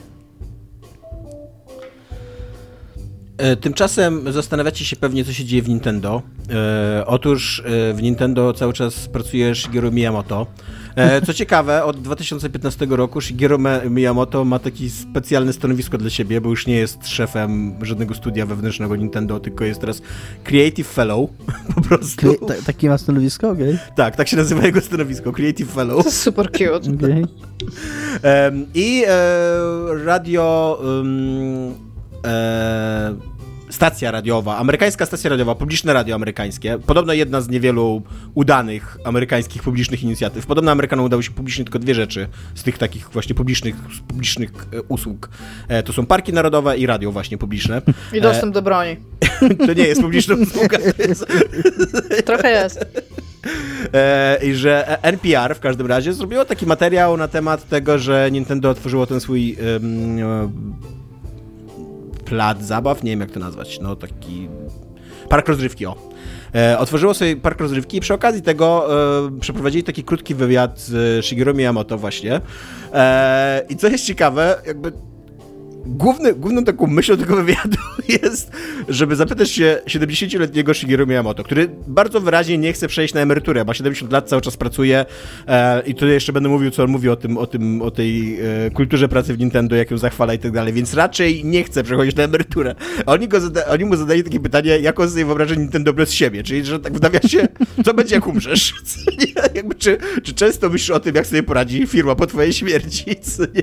Tymczasem zastanawiacie się pewnie, co się dzieje w Nintendo. Otóż w Nintendo cały czas pracuje Shigeru Miyamoto. Co ciekawe, od 2015 roku Shigeru Miyamoto ma takie specjalne stanowisko dla siebie, bo już nie jest szefem żadnego studia wewnętrznego Nintendo, tylko jest teraz Creative Fellow, po prostu. Takie ma stanowisko? Okay. Tak się nazywa jego stanowisko, Creative Fellow. To jest super cute. Okay. I radio... stacja radiowa, amerykańska stacja radiowa, publiczne radio amerykańskie, podobno jedna z niewielu udanych amerykańskich publicznych inicjatyw. Podobno Amerykanom udało się publicznie tylko dwie rzeczy z tych takich właśnie publicznych usług. To są parki narodowe i radio właśnie publiczne. I dostęp do broni. To nie jest publiczna usługa. Trochę jest. I że NPR w każdym razie zrobiło taki materiał na temat tego, że Nintendo otworzyło ten swój plac zabaw, nie wiem jak to nazwać, no taki park rozrywki, otworzyło sobie park rozrywki i przy okazji tego przeprowadzili taki krótki wywiad z Shigeru Miyamoto właśnie. I co jest ciekawe, jakby główną taką myślą tego wywiadu jest, żeby zapytać się 70-letniego Shigeru Miyamoto, który bardzo wyraźnie nie chce przejść na emeryturę, ma 70 lat, cały czas pracuje i tutaj jeszcze będę mówił, co on mówi o tej kulturze pracy w Nintendo, jak ją zachwala i tak dalej, więc raczej nie chce przechodzić na emeryturę. Oni mu zadali takie pytanie, jak on sobie wyobraża Nintendo bez siebie, czyli że tak w nawiasie, co będzie jak umrzesz? Jakby, czy często myślisz o tym, jak sobie poradzi firma po twojej śmierci?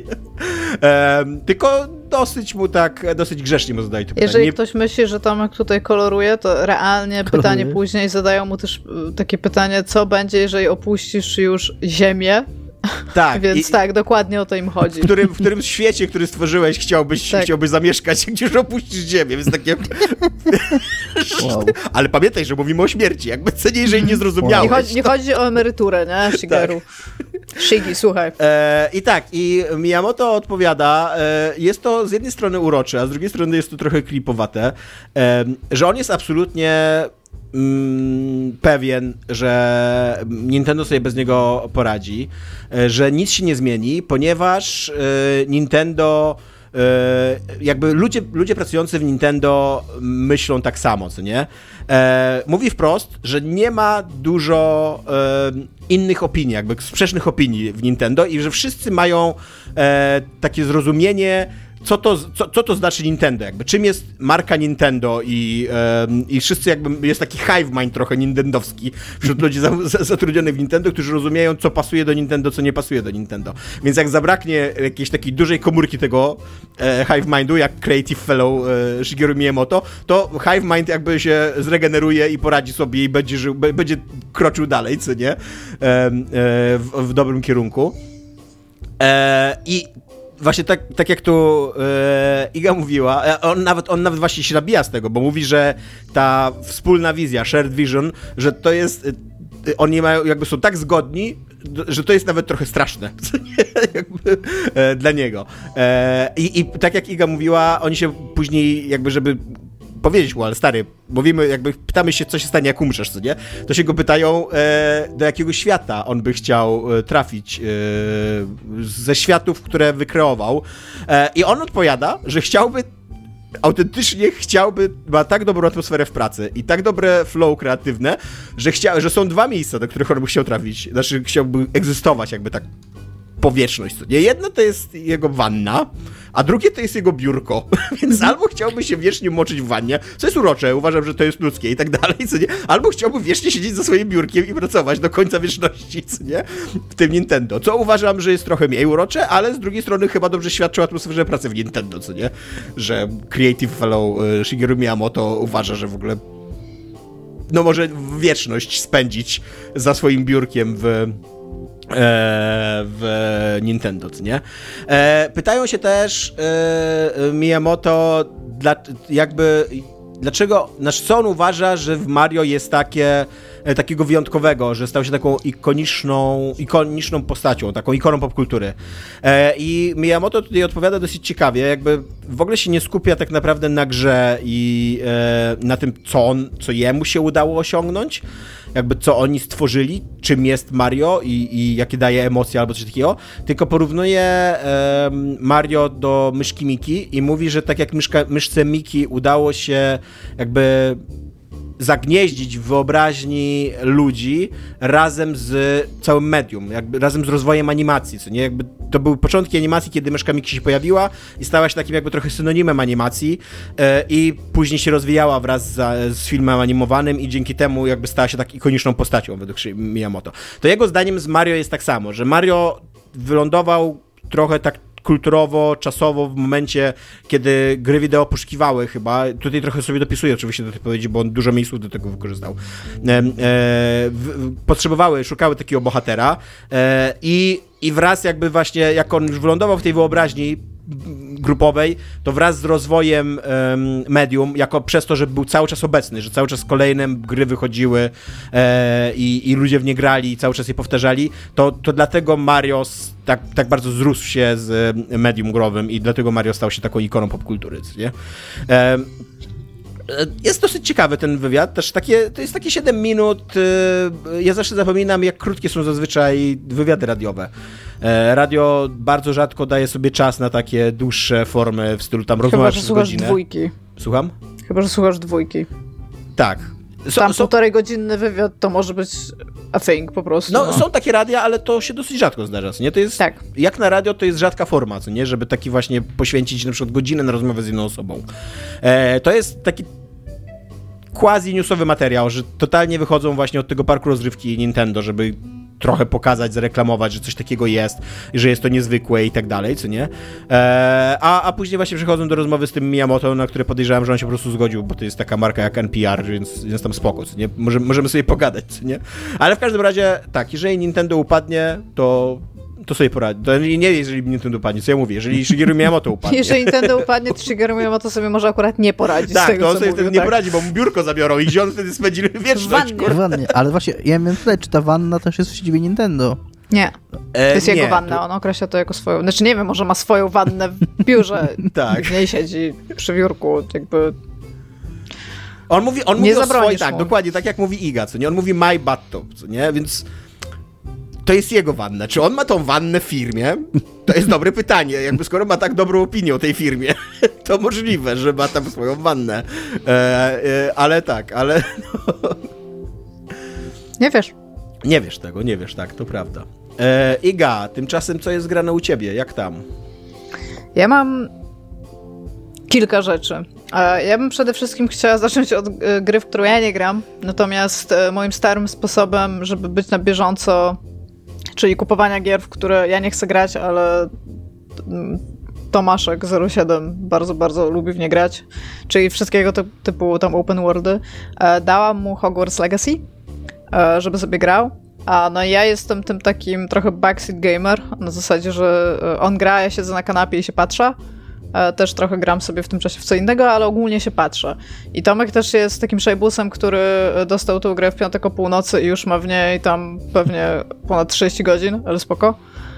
Tylko dosyć grzecznie mu zadali to pytanie. Jeżeli ktoś myśli, że Tomek tutaj koloruje, to realnie pytanie później zadają mu też takie pytanie, co będzie, jeżeli opuścisz już Ziemię. Tak. Więc tak, dokładnie o to im chodzi. W którym świecie, który stworzyłeś, chciałbyś zamieszkać, jak już opuścisz Ziemię, więc takie... Wow. Ale pamiętaj, że mówimy o śmierci, jakby co nie, jeżeli nie zrozumiałeś. Nie chodzi o emeryturę, nie, Shigeru? Tak. Shigi, słuchaj. I Miyamoto odpowiada, jest to z jednej strony urocze, a z drugiej strony jest to trochę klipowate, że on jest absolutnie pewien, że Nintendo sobie bez niego poradzi, że nic się nie zmieni, ponieważ Nintendo, jakby ludzie pracujący w Nintendo myślą tak samo, co nie? Mówi wprost, że nie ma dużo innych opinii, jakby sprzecznych opinii w Nintendo i że wszyscy mają takie zrozumienie, co to znaczy Nintendo, jakby czym jest marka Nintendo i wszyscy jakby, jest taki hive mind trochę nintendowski wśród ludzi zatrudnionych w Nintendo, którzy rozumieją, co pasuje do Nintendo, co nie pasuje do Nintendo. Więc jak zabraknie jakiejś takiej dużej komórki tego hive mindu, jak Creative Fellow Shigeru Miyamoto, to hive mind jakby się zregeneruje i poradzi sobie i będzie kroczył dalej, co nie? W dobrym kierunku. I właśnie tak jak tu Iga mówiła, on nawet właśnie się nabija z tego, bo mówi, że ta wspólna wizja, shared vision, że to jest, oni mają, jakby są tak zgodni, że to jest nawet trochę straszne jakby, dla niego. I tak jak Iga mówiła, oni się później jakby, żeby powiedzieć mu, ale stary, mówimy, jakby pytamy się, co się stanie, jak umrzesz, co nie? To się go pytają, do jakiego świata on by chciał trafić ze światów, które wykreował. I on odpowiada, że autentycznie ma tak dobrą atmosferę w pracy i tak dobre flow kreatywne, że są 2 miejsca, do których on by chciał trafić. Znaczy, chciałby egzystować jakby tak powietrzność. Nie? Jedno to jest jego wanna, a drugie to jest jego biurko. Więc albo chciałby się wiecznie moczyć w wannie, co jest urocze, uważam, że to jest ludzkie i tak dalej, co nie? Albo chciałby wiecznie siedzieć za swoim biurkiem i pracować do końca wieczności, co nie? W tym Nintendo. Co uważam, że jest trochę mniej urocze, ale z drugiej strony chyba dobrze świadczy o atmosferze pracy w Nintendo, co nie? Że Creative Fellow Shigeru Miyamoto uważa, że w ogóle może wieczność spędzić za swoim biurkiem w Nintendo, nie? Pytają się też Miyamoto, dlaczego, co on uważa, że w Mario jest takiego wyjątkowego, że stał się taką ikoniczną postacią, taką ikoną popkultury. I Miyamoto tutaj odpowiada dosyć ciekawie, jakby w ogóle się nie skupia tak naprawdę na grze i na tym, co jemu się udało osiągnąć, jakby co oni stworzyli, czym jest Mario i jakie daje emocje albo coś takiego, tylko porównuje Mario do myszki Miki i mówi, że tak jak myszce Miki udało się jakby zagnieździć w wyobraźni ludzi razem z całym medium, jakby razem z rozwojem animacji, co nie? Jakby to były początki animacji, kiedy myszka Miki się pojawiła i stała się takim jakby trochę synonimem animacji i później się rozwijała wraz z filmem animowanym i dzięki temu jakby stała się tak ikoniczną postacią według Miyamoto. To jego zdaniem z Mario jest tak samo, że Mario wylądował trochę tak kulturowo, czasowo w momencie, kiedy gry wideo poszukiwały chyba, tutaj trochę sobie dopisuję oczywiście do tej powiedzi, bo on dużo miejsców do tego wykorzystał, szukały takiego bohatera i wraz jakby właśnie, jak on już wylądował w tej wyobraźni grupowej, to wraz z rozwojem medium, przez to, że był cały czas obecny, że cały czas kolejne gry wychodziły i ludzie w nie grali i cały czas je powtarzali, to dlatego Mario tak bardzo zrósł się z medium growym i dlatego Mario stał się taką ikoną popkultury, nie? Jest dosyć ciekawy ten wywiad, też to jest takie 7 minut, ja zawsze zapominam, jak krótkie są zazwyczaj wywiady radiowe. Radio bardzo rzadko daje sobie czas na takie dłuższe formy w stylu tam rozmowa przez godzinę. Chyba, że słuchasz 2. Słucham? Chyba, że słuchasz 2. Tak. Tam 1,5-godzinny wywiad to może być a thing po prostu. No, są takie radia, ale to się dosyć rzadko zdarza, nie? To jest, tak. Jak na radio, to jest rzadka forma, co nie? Żeby taki właśnie poświęcić na przykład godzinę na rozmowę z jedną osobą. To jest taki quasi-newsowy materiał, że totalnie wychodzą właśnie od tego parku rozrywki Nintendo, żeby trochę pokazać, zareklamować, że coś takiego jest, że jest to niezwykłe i tak dalej, co nie? A później właśnie przechodzą do rozmowy z tym Miyamoto, na które podejrzewam, że on się po prostu zgodził, bo to jest taka marka jak NPR, więc tam spoko, co nie? Możemy sobie pogadać, co nie? Ale w każdym razie, tak, jeżeli Nintendo upadnie, to sobie poradzi. To nie jeżeli Nintendo upadnie, co ja mówię, jeżeli Shigeru Miyamoto upadnie. Jeżeli Nintendo upadnie, to Shigeru Miyamoto sobie może akurat nie poradzić. Tak, z tego, to on sobie wtedy nie tak. poradzi, bo mu biurko zabiorą i gdzie on wtedy spędzi wieczność. W wannie. Ale właśnie, ja miałem pytać, czy ta wanna też jest w siedzibie Nintendo? Nie. To jest jego wanna, on określa to jako swoją. Znaczy nie wiem, może ma swoją wannę w biurze. Tak. W niej siedzi przy biurku, jakby... On mówi o swojej, tak, mu. dokładnie, tak jak mówi Iga, co nie? On mówi my bathtub, co nie? Więc to jest jego wanna. Czy on ma tą wannę w firmie? To jest dobre pytanie. Jakby skoro ma tak dobrą opinię o tej firmie, to możliwe, że ma tam swoją wannę. Ale tak, ale... No. Nie wiesz. Nie wiesz, tak, to prawda. Iga, tymczasem co jest grane u ciebie? Jak tam? Ja mam kilka rzeczy. Ja bym przede wszystkim chciała zacząć od gry, w którą ja nie gram, natomiast moim starym sposobem, żeby być na bieżąco, czyli kupowania gier, w które ja nie chcę grać, ale Tomaszek 07 bardzo, bardzo lubi w nie grać, czyli wszystkiego typu tam open worldy, dałam mu Hogwarts Legacy, żeby sobie grał. No ja jestem tym takim trochę backseat gamer, na zasadzie, że on gra, ja siedzę na kanapie i się patrzę. Też trochę gram sobie w tym czasie w co innego, ale ogólnie się patrzę. I Tomek też jest takim szajbusem, który dostał tę grę w piątek o północy i już ma w niej tam pewnie ponad 30 godzin, ale spoko.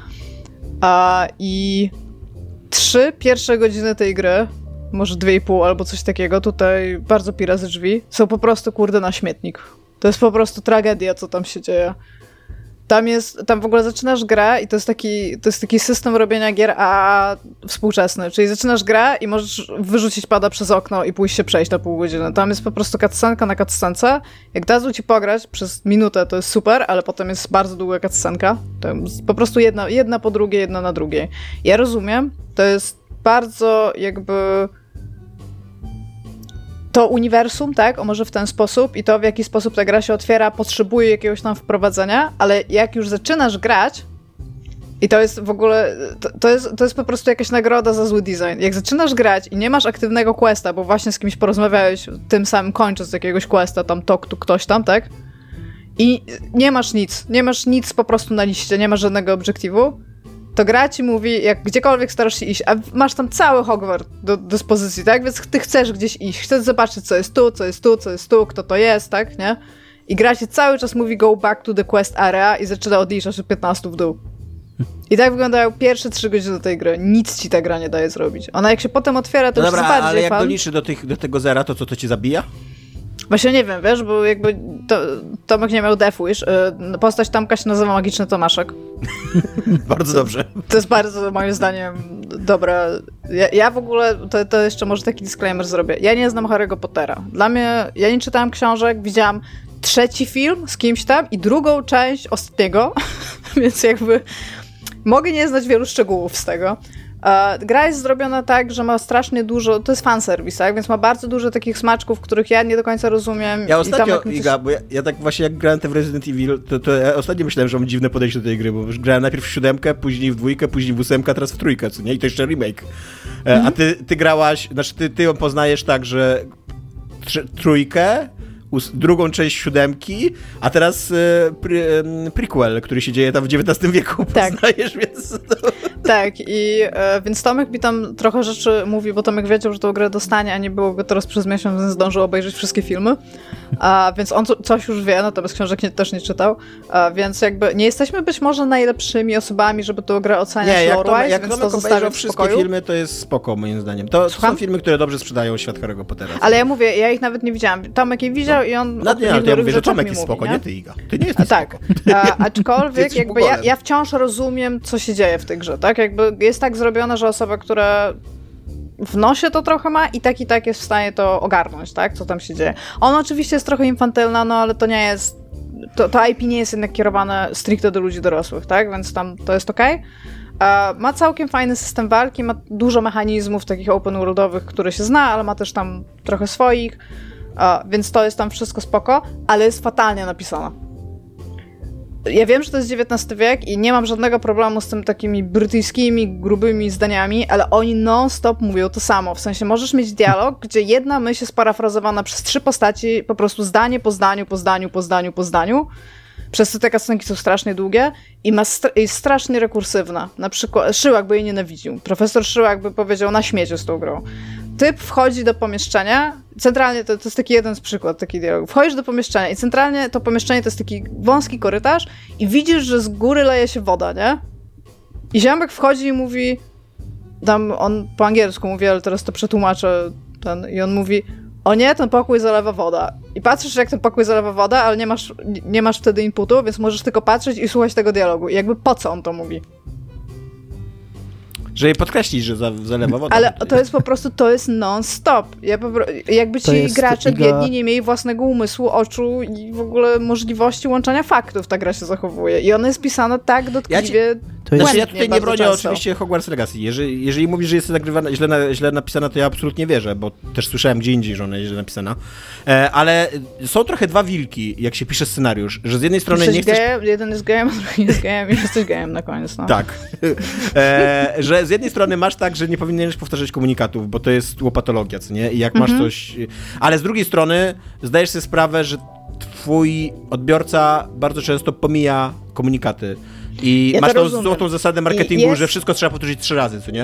I 3 pierwsze godziny tej gry, może 2,5 albo coś takiego, tutaj bardzo pira ze drzwi, są po prostu kurde na śmietnik. To jest po prostu tragedia, co tam się dzieje. Tam w ogóle zaczynasz grę i to jest taki system robienia gier współczesny, czyli zaczynasz grę i możesz wyrzucić pada przez okno i pójść się przejść na pół godziny. Tam jest po prostu cutscenka na cutscence. Jak dadzą ci pograć przez minutę, to jest super, ale potem jest bardzo długa cutscenka. To jest po prostu jedna po drugiej, jedna na drugiej. Ja rozumiem, to jest bardzo jakby... To uniwersum, tak, o może w ten sposób i to, w jaki sposób ta gra się otwiera, potrzebuje jakiegoś tam wprowadzenia, ale jak już zaczynasz grać i to jest w ogóle, to jest po prostu jakaś nagroda za zły design. Jak zaczynasz grać i nie masz aktywnego questa, bo właśnie z kimś porozmawiałeś, tym samym kończąc jakiegoś questa, tam talk to ktoś tam, tak? I nie masz nic po prostu na liście, nie masz żadnego obiektywu, to gra ci mówi, jak gdziekolwiek starasz się iść, a masz tam cały Hogwart do dyspozycji, tak? Więc ty chcesz gdzieś iść, chcesz zobaczyć, co jest tu, co jest tu, co jest tu, kto to jest, tak? Nie? I gra ci cały czas mówi go back to the quest area i zaczyna odliczać od 15 w dół. I tak wyglądają pierwsze 3 godziny tej gry. Nic ci ta gra nie daje zrobić. Ona jak się potem otwiera, to no już dobra, jest bardziej ale jak fan. doliczy do tego zera, to co, to cię zabija? Właśnie nie wiem, wiesz, bo jakby Tomek nie miał Death Wish. Postać Tomka się nazywa Magiczny Tomaszek. Bardzo dobrze. To jest bardzo, moim zdaniem, dobra. Ja w ogóle, to jeszcze może taki disclaimer zrobię. Ja nie znam Harry'ego Pottera. Dla mnie, ja nie czytałam książek, widziałam 3. film z kimś tam i 2. część ostatniego, więc jakby mogę nie znać wielu szczegółów z tego. Gra jest zrobiona tak, że ma strasznie dużo, to jest fanservice, tak? Więc ma bardzo dużo takich smaczków, których ja nie do końca rozumiem. Ja ostatnio, Iga, bo ja tak właśnie jak grałem w Resident Evil, to ja ostatnio myślałem, że mam dziwne podejście do tej gry, bo już grałem najpierw w 7, później w 2, później w 8, a teraz w 3, co nie? I to jeszcze remake. A ty grałaś, znaczy ty ją poznajesz tak, że 3, 2. część 7, a teraz prequel, który się dzieje tam w XIX wieku, poznajesz, więc... Tak, i więc Tomek mi tam trochę rzeczy mówi, bo Tomek wiedział, że tą grę dostanie, a nie było go teraz przez miesiąc, więc zdążył obejrzeć wszystkie filmy, więc on coś już wie, natomiast książek też nie czytał, więc jakby nie jesteśmy być może najlepszymi osobami, żeby tę grę oceniać lore-wise, jak więc to Tomek zostawiam w wszystkie spokoju. filmy, to jest spoko, moim zdaniem. To są filmy, które dobrze sprzedają świat Harry'ego Pottera. Ale ja mówię, ja ich nawet nie widziałam. Tomek je widział i on... No nie, ale ja mówię, że Tomek jest spoko, nie ty, Iga. Ty nie jesteś tak. Aczkolwiek jakby ja wciąż rozumiem, co się dzieje w tej grze, tak? Jakby jest tak zrobione, że osoba, która w nosie to trochę ma i tak jest w stanie to ogarnąć, tak? Co tam się dzieje. Ona oczywiście jest trochę infantylna, no ale to nie jest... To IP nie jest jednak kierowane stricte do ludzi dorosłych, tak? Więc tam to jest okej. Ma całkiem fajny system walki, ma dużo mechanizmów takich open worldowych, które się zna, ale ma też tam trochę swoich, więc to jest tam wszystko spoko, ale jest fatalnie napisana. Ja wiem, że to jest XIX wiek i nie mam żadnego problemu z tym takimi brytyjskimi, grubymi zdaniami, ale oni non-stop mówią to samo. W sensie możesz mieć dialog, gdzie jedna myśl jest parafrazowana przez 3 postaci, po prostu zdanie po zdaniu, po zdaniu, po zdaniu, po zdaniu. Przez to te cutscenki są strasznie długie i jest strasznie rekursywna. Na przykład Szyłak by jej nienawidził. Profesor Szyłak by powiedział na śmiecie z tą grą. Typ wchodzi do pomieszczenia, centralnie to jest taki jeden z przykład, taki dialog. Wchodzisz do pomieszczenia i centralnie to pomieszczenie to jest taki wąski korytarz i widzisz, że z góry leje się woda, nie? I ziomek wchodzi i mówi, tam on po angielsku mówi, ale teraz to przetłumaczę, i on mówi, o nie, ten pokój zalewa woda. I patrzysz, jak ten pokój zalewa woda, ale nie masz wtedy inputu, więc możesz tylko patrzeć i słuchać tego dialogu. I jakby po co on to mówi? Że jej podkreślić, że zalewa wodę. Ale to jest po prostu, to jest non-stop. Jakby ci gracze biedni nie mieli własnego umysłu, oczu i w ogóle możliwości łączenia faktów, ta gra się zachowuje. I ona jest pisana tak dotkliwie. Ja tutaj nie bronię oczywiście Hogwarts Legacy. Jeżeli mówisz, że jest nagrywana źle napisana, to ja absolutnie wierzę, bo też słyszałem gdzie indziej, że ona jest źle napisana. Ale są trochę 2 wilki, jak się pisze scenariusz, że z jednej strony nie chcesz... Jeden jest gejem, a drugi jest gejem i jesteś gejem na koniec. No. Tak. Że z jednej strony masz tak, że nie powinieneś powtarzać komunikatów, bo to jest łopatologia, co nie? I jak masz coś... Ale z drugiej strony zdajesz sobie sprawę, że twój odbiorca bardzo często pomija komunikaty. I masz tą złotą zasadę marketingu, że wszystko trzeba powtórzyć 3 razy, co nie?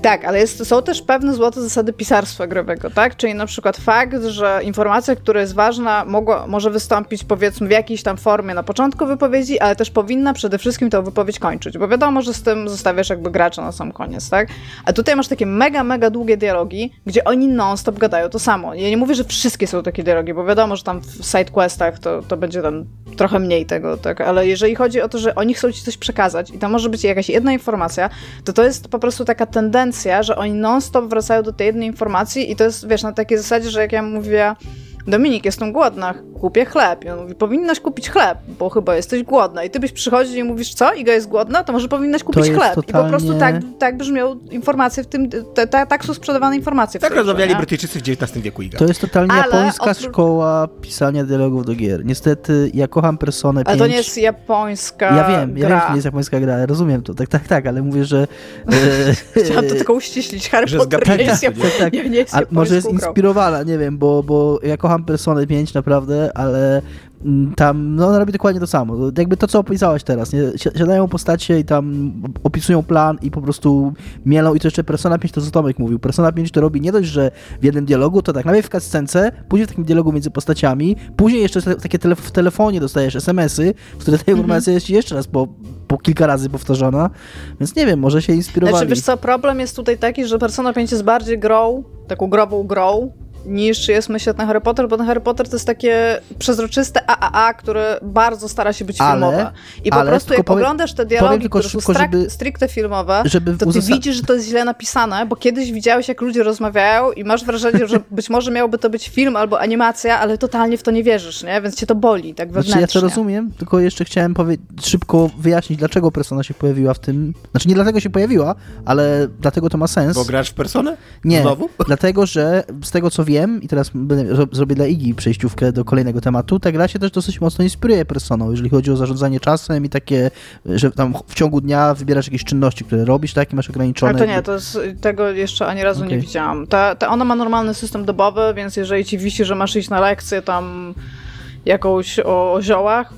Tak, ale są też pewne złote zasady pisarstwa growego, tak? Czyli na przykład fakt, że informacja, która jest ważna, może wystąpić powiedzmy w jakiejś tam formie na początku wypowiedzi, ale też powinna przede wszystkim tę wypowiedź kończyć, bo wiadomo, że z tym zostawiasz jakby gracza na sam koniec, tak? A tutaj masz takie mega, mega długie dialogi, gdzie oni non-stop gadają to samo. Ja nie mówię, że wszystkie są takie dialogi, bo wiadomo, że tam w sidequestach to będzie tam trochę mniej tego, tak? Ale jeżeli chodzi o to, że oni chcą ci coś przekazać i tam może być jakaś jedna informacja, to jest po prostu taka tendencja, że oni non-stop wracają do tej jednej informacji i to jest, wiesz, na takiej zasadzie, że jak ja mówię Dominik, jestem głodna, kupię chleb. I on mówi, powinnaś kupić chleb, bo chyba jesteś głodna. I ty byś przychodził i mówisz, co? Iga jest głodna? To może powinnaś kupić chleb. Totalnie... I po prostu tak brzmią informacje w tym, tak są sprzedawane informacje w tak tym. Tak rozmawiali Brytyjczycy w XIX wieku, Iga. To jest totalnie japońska szkoła pisania dialogów do gier. Niestety, ja kocham Personę 5. Ale to nie jest japońska Ja wiem, gra. że to nie jest japońska gra, rozumiem to, tak, ale mówię, że... Chciałam to tylko uściślić. Harry Potter nie jest japońską. Może jest inspirowana, nie wiem, bo ja kocham Personę 5 naprawdę, ale tam, no ona robi dokładnie to samo. Jakby to, co opisałaś teraz, nie? Siadają postacie i tam opisują plan i po prostu mielą i to jeszcze Persona 5, to co Tomek mówił. Persona 5 to robi nie dość, że w jednym dialogu, to tak, najpierw w cutscence, później w takim dialogu między postaciami, później jeszcze takie w telefonie dostajesz SMS-y, w które ta informacja jest jeszcze raz po kilka razy powtarzana, więc nie wiem, może się inspirowali. Znaczy, wiesz co, problem jest tutaj taki, że Persona 5 jest bardziej grą, taką grową grą, niż jest, myślę, ten Harry Potter, bo ten Harry Potter to jest takie przezroczyste AAA, które bardzo stara się być filmowe. I po prostu jak oglądasz te dialogi, które są stricte filmowe, to ty widzisz, że to jest źle napisane, bo kiedyś widziałeś, jak ludzie rozmawiają i masz wrażenie, że być może miałby to być film albo animacja, ale totalnie w to nie wierzysz, nie? Więc cię to boli, tak wewnętrznie. Znaczy, ja to rozumiem, tylko jeszcze chciałem szybko wyjaśnić, dlaczego Persona się pojawiła w tym... Znaczy, nie dlatego się pojawiła, ale dlatego to ma sens. Bo grasz w Personę? Nie, znowu? Dlatego, że z tego, co wiem, i teraz zrobię dla Igi przejściówkę do kolejnego tematu, ta gra się też dosyć mocno inspiruje Personą, jeżeli chodzi o zarządzanie czasem i takie, że tam w ciągu dnia wybierasz jakieś czynności, które robisz, tak, i masz ograniczone... Ale to nie, tego jeszcze ani razu nie widziałam. Ona ma normalny system dobowy, więc jeżeli ci wisi, że masz iść na lekcję tam jakąś o ziołach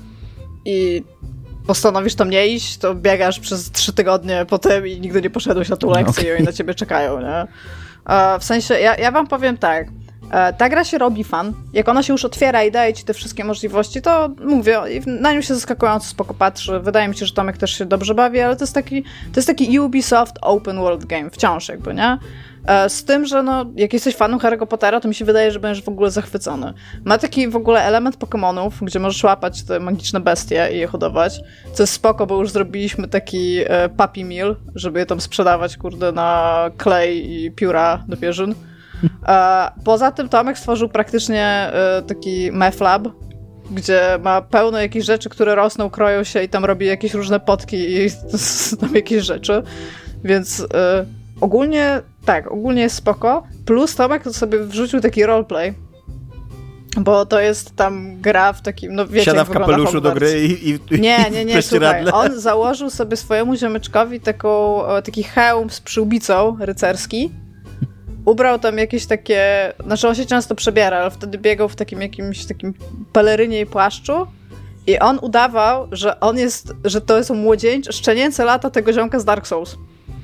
i postanowisz tam nie iść, to biegasz przez 3 tygodnie potem i nigdy nie poszedłeś na tą lekcję i oni na ciebie czekają, nie? W sensie, ja wam powiem tak, ta gra się robi fan. Jak ona się już otwiera i daje ci te wszystkie możliwości, to mówię, na nią się zaskakująco spoko patrzy. Wydaje mi się, że Tomek też się dobrze bawi, ale to jest taki Ubisoft open world game, wciąż jakby, nie? Z tym, że no, jak jesteś fanem Harry'ego Pottera, to mi się wydaje, że będziesz w ogóle zachwycony. Ma taki w ogóle element Pokemonów, gdzie możesz łapać te magiczne bestie i je hodować, co jest spoko, bo już zrobiliśmy taki puppy mill, żeby je tam sprzedawać, kurde, na klej i pióra do pierzyn. Poza tym Tomek stworzył praktycznie taki meth lab, gdzie ma pełno jakichś rzeczy, które rosną, kroją się i tam robi jakieś różne potki i tam jakieś rzeczy. Więc ogólnie jest spoko. Plus Tomek sobie wrzucił taki roleplay, bo to jest tam gra w takim, no wiecie, siada w kapeluszu do gry i Nie, słuchaj. On założył sobie swojemu ziomeczkowi taki hełm z przyłbicą rycerski. Ubrał tam jakieś takie... Znaczy on się często przebiera, ale wtedy biegał w jakimś takim pelerynie i płaszczu i on udawał, że to są szczenięce lata tego ziomka z Dark Souls.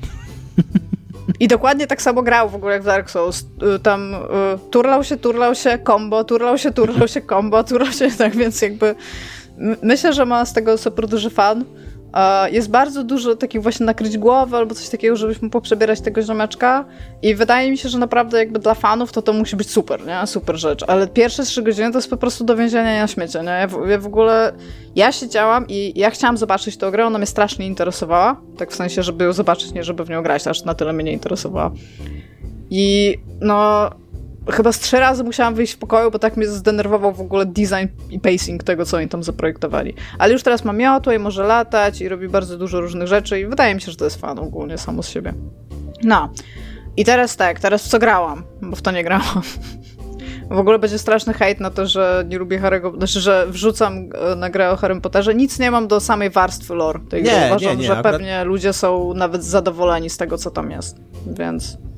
I dokładnie tak samo grał w ogóle jak w Dark Souls. Tam turlał się, combo, turlał się, combo, tak więc jakby... Myślę, że ma z tego super duży fan. Jest bardzo dużo takich właśnie nakryć głowy albo coś takiego, żebyśmy poprzebierać tego ziomeczka i wydaje mi się, że naprawdę jakby dla fanów to musi być super, nie? Super rzecz, ale pierwsze 3 godziny to jest po prostu do więzienia na śmiecie, nie? Ja w ogóle, ja siedziałam i ja chciałam zobaczyć tę grę, ona mnie strasznie interesowała, tak w sensie, żeby ją zobaczyć, nie żeby w nią grać, aż na tyle mnie nie interesowała. I no... Chyba z 3 razy musiałam wyjść w pokoju, bo tak mnie zdenerwował w ogóle design i pacing tego, co oni tam zaprojektowali. Ale już teraz ma miotło i może latać i robi bardzo dużo różnych rzeczy i wydaje mi się, że to jest fan ogólnie samo z siebie. No. I teraz w co grałam, bo w to nie grałam. W ogóle będzie straszny hejt na to, że nie lubię Harry'ego, znaczy, że wrzucam na grę o Harrym Potterze. Nic nie mam do samej warstwy lore tej gry. Uważam, że pewnie ludzie są nawet zadowoleni z tego, co tam jest. Więc...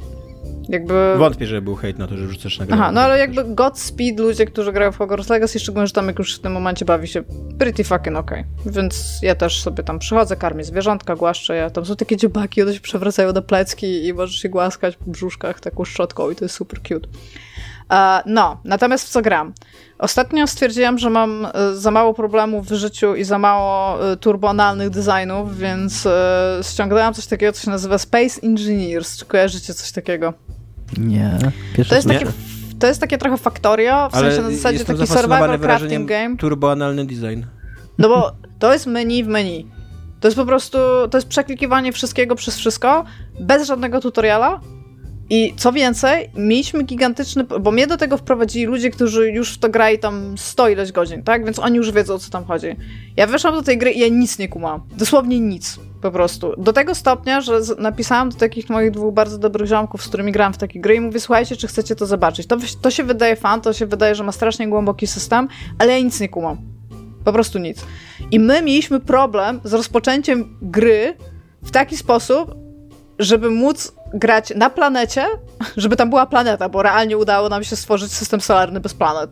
Jakby... Wątpię, że był hejt na to, że rzucasz na grę. Aha, no ale jakby Godspeed, ludzie, którzy grają w Hogwarts Legacy, szczególnie, że Tomek już w tym momencie bawi się pretty fucking okej. Więc ja też sobie tam przychodzę, karmię zwierzątka, głaszczę je. Tam są takie dziobaki, one się przewracają na plecki i możesz się głaskać po brzuszkach taką szczotką i to jest super cute. No, natomiast w co gram? Ostatnio stwierdziłam, że mam za mało problemów w życiu i za mało turboanalnych designów, więc ściągnęłam coś takiego, co się nazywa Space Engineers. Czy kojarzycie coś takiego? Nie. To jest takie trochę Factorio, w sensie na zasadzie taki survival crafting game. Turboanalny design. No bo to jest menu w menu. To jest po prostu, to jest przeklikiwanie wszystkiego przez wszystko, bez żadnego tutoriala. I co więcej, mieliśmy gigantyczny, bo mnie do tego wprowadzili ludzie, którzy już w to grali tam 100 ileś godzin, tak? Więc oni już wiedzą, o co tam chodzi. Ja weszłam do tej gry i ja nic nie kumam. Dosłownie nic. Po prostu. Do tego stopnia, że napisałam do takich moich 2 bardzo dobrych ziomków, z którymi grałam w takie gry i mówię, słuchajcie, czy chcecie to zobaczyć. To się wydaje fan, to się wydaje, że ma strasznie głęboki system, ale ja nic nie kumam. Po prostu nic. I my mieliśmy problem z rozpoczęciem gry w taki sposób, żeby móc grać na planecie, żeby tam była planeta, bo realnie udało nam się stworzyć system solarny bez planet.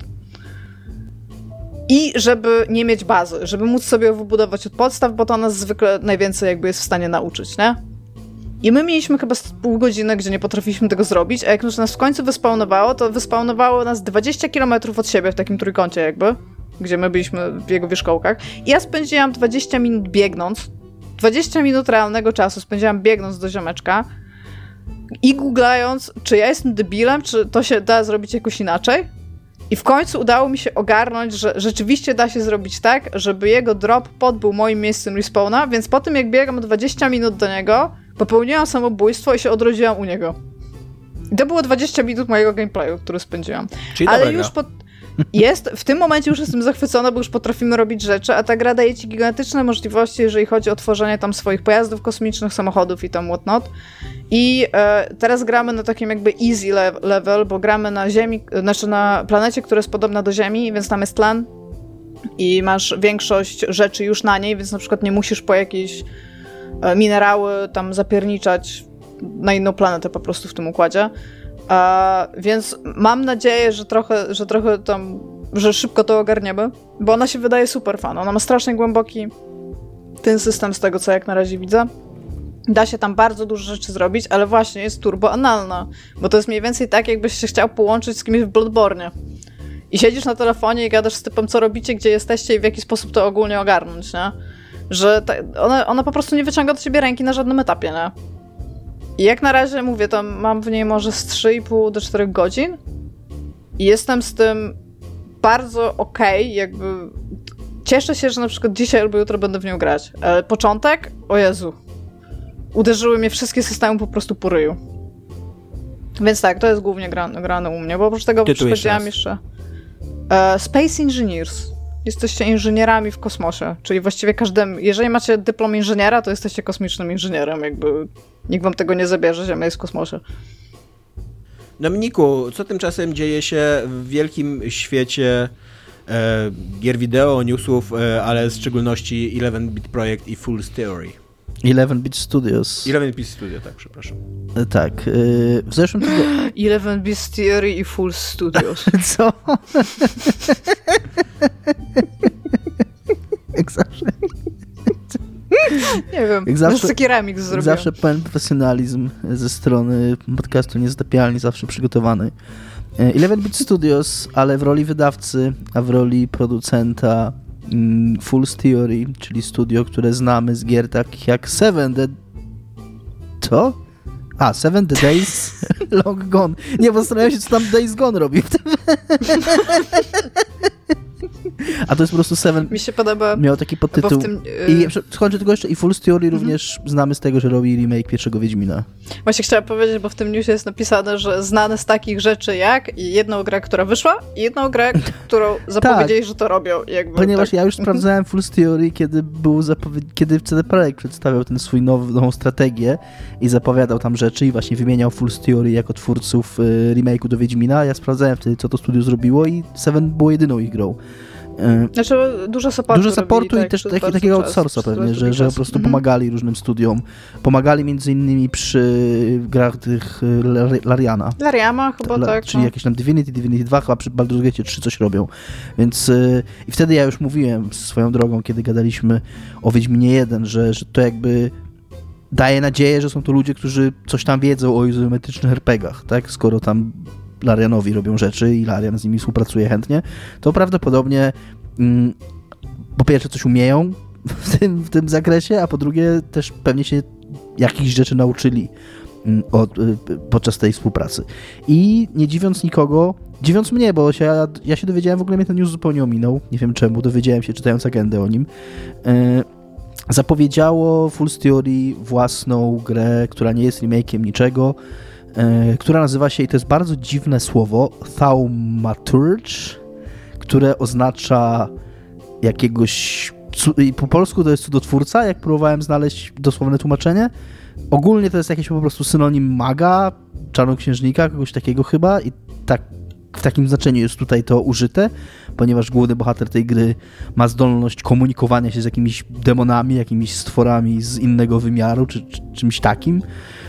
I żeby nie mieć bazy, żeby móc sobie ją wybudować od podstaw, bo to nas zwykle najwięcej jakby jest w stanie nauczyć, nie? I my mieliśmy chyba pół godziny, gdzie nie potrafiliśmy tego zrobić, a jak już nas w końcu wyspawnowało, to wyspawnowało nas 20 km od siebie w takim trójkącie jakby, gdzie my byliśmy w jego wierzchołkach. I ja spędziłam 20 minut biegnąc, 20 minut realnego czasu spędziłam biegnąc do ziomeczka i googlając, czy ja jestem debilem, czy to się da zrobić jakoś inaczej. I w końcu udało mi się ogarnąć, że rzeczywiście da się zrobić tak, żeby jego drop pod był moim miejscem respawna, więc po tym jak biegam 20 minut do niego, popełniłam samobójstwo i się odrodziłam u niego. I to było 20 minut mojego gameplayu, który spędziłam. Czyli ale już w tym momencie już jestem zachwycona, bo już potrafimy robić rzeczy, a ta gra daje ci gigantyczne możliwości, jeżeli chodzi o tworzenie tam swoich pojazdów kosmicznych, samochodów i tam whatnot. I teraz gramy na takim jakby easy level, bo gramy na Ziemi, znaczy na planecie, która jest podobna do Ziemi, więc tam jest tlen i masz większość rzeczy już na niej, więc na przykład nie musisz po jakieś minerały tam zapierniczać na inną planetę po prostu w tym układzie. Więc mam nadzieję, że trochę tam, że szybko to ogarniemy, bo ona się wydaje super fan. Ona ma strasznie głęboki ten system z tego, co jak na razie widzę. Da się tam bardzo dużo rzeczy zrobić, ale właśnie jest turboanalna, bo to jest mniej więcej tak, jakbyś się chciał połączyć z kimś w Bloodborne. I siedzisz na telefonie i gadasz z typem, co robicie, gdzie jesteście i w jaki sposób to ogólnie ogarnąć, nie? Że ona po prostu nie wyciąga do ciebie ręki na żadnym etapie, nie? I jak na razie, mówię, tam mam w niej może z 3,5 do 4 godzin i jestem z tym bardzo okej, jakby cieszę się, że na przykład dzisiaj albo jutro będę w nią grać. Ale początek, o Jezu, uderzyły mnie wszystkie systemy po prostu po ryju. Więc tak, to jest głównie grane u mnie, bo oprócz tego przechodziłam jeszcze Space Engineers. Jesteście inżynierami w kosmosie, czyli właściwie jeżeli macie dyplom inżyniera, to jesteście kosmicznym inżynierem, jakby nikt wam tego nie zabierze, Ziemia jest w kosmosie. Dominiku, co tymczasem dzieje się w wielkim świecie gier wideo, newsów, ale w szczególności 11-bit Projekt i Fool's Theory? 11-bit Studios. 11-bit Studio, tak, przepraszam. Tak. W zeszłym tygodniu... 11-bit Theory i Fool's Studios. Co? Jak zawsze. Nie wiem, jak zawsze, taki remix zrobiłem. Zawsze pełen profesjonalizm ze strony podcastu Niezatapialni, zawsze przygotowany. 11-bit Studios, ale w roli wydawcy, a w roli producenta Fool's Theory, czyli studio, które znamy z gier takich jak Seven the Days Long Gone. Nie, bo zastanawiam się, co tam Days Gone robi. A to jest po prostu Seven. Mi się podoba. Miał taki podtytuł. I skończę tylko jeszcze. I Fool's Theory również znamy z tego, że robi remake pierwszego Wiedźmina. Właśnie chciałam powiedzieć, bo w tym newsie jest napisane, że znane z takich rzeczy jak jedną grę, która wyszła i jedną grę, którą zapowiedzieli, tak, że to robią. Jakby, ponieważ tak. Ja już sprawdzałem Fool's Theory, kiedy CD Projekt przedstawiał tę swoją nową strategię i zapowiadał tam rzeczy i właśnie wymieniał Fool's Theory jako twórców remake'u do Wiedźmina. Ja sprawdzałem wtedy, co to studio zrobiło i Seven było jedyną ich grą. Znaczy dużo supportu Dużo supportu robili, i też tak, takiego outsourca pewnie, że po prostu pomagali różnym studiom. Pomagali między innymi przy grach tych Lariana. Lariama chyba tak. Czyli jakieś tam Divinity 2, chyba przy Baldur's Gate 3 coś robią. Więc i wtedy ja już mówiłem swoją drogą, kiedy gadaliśmy o Wiedźminie 1, że to jakby daje nadzieję, że są to ludzie, którzy coś tam wiedzą o izometrycznych RPG-ach, tak? Skoro tam Larianowi robią rzeczy i Larian z nimi współpracuje chętnie, to prawdopodobnie po pierwsze coś umieją w tym zakresie, a po drugie też pewnie się jakichś rzeczy nauczyli podczas tej współpracy. I nie dziwiąc nikogo, dziwiąc mnie, bo ja się dowiedziałem, w ogóle mnie ten news zupełnie ominął, nie wiem czemu, dowiedziałem się czytając agendę o nim, zapowiedziało Fool's Theory własną grę, która nie jest remake'iem niczego, która nazywa się, i to jest bardzo dziwne słowo, Thaumaturge, które oznacza jakiegoś, po polsku to jest cudotwórca, jak próbowałem znaleźć dosłowne tłumaczenie. Ogólnie to jest jakiś po prostu synonim maga, czarnoksiężnika, kogoś takiego chyba, i tak w takim znaczeniu jest tutaj to użyte, ponieważ główny bohater tej gry ma zdolność komunikowania się z jakimiś demonami, jakimiś stworami z innego wymiaru, czy czymś takim.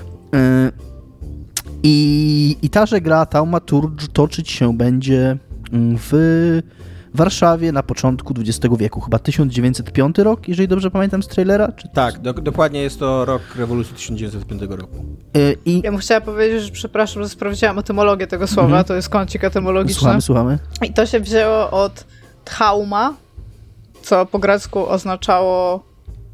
I ta gra Thaumaturge toczyć się będzie w Warszawie na początku XX wieku, chyba 1905 rok, jeżeli dobrze pamiętam z trailera. Tak, dokładnie jest to rok rewolucji 1905 roku. Ja bym chciała powiedzieć, że przepraszam, że sprawdziłam etymologię tego słowa, to jest kącik etymologiczny. Słuchamy. I to się wzięło od trauma, co po grecku oznaczało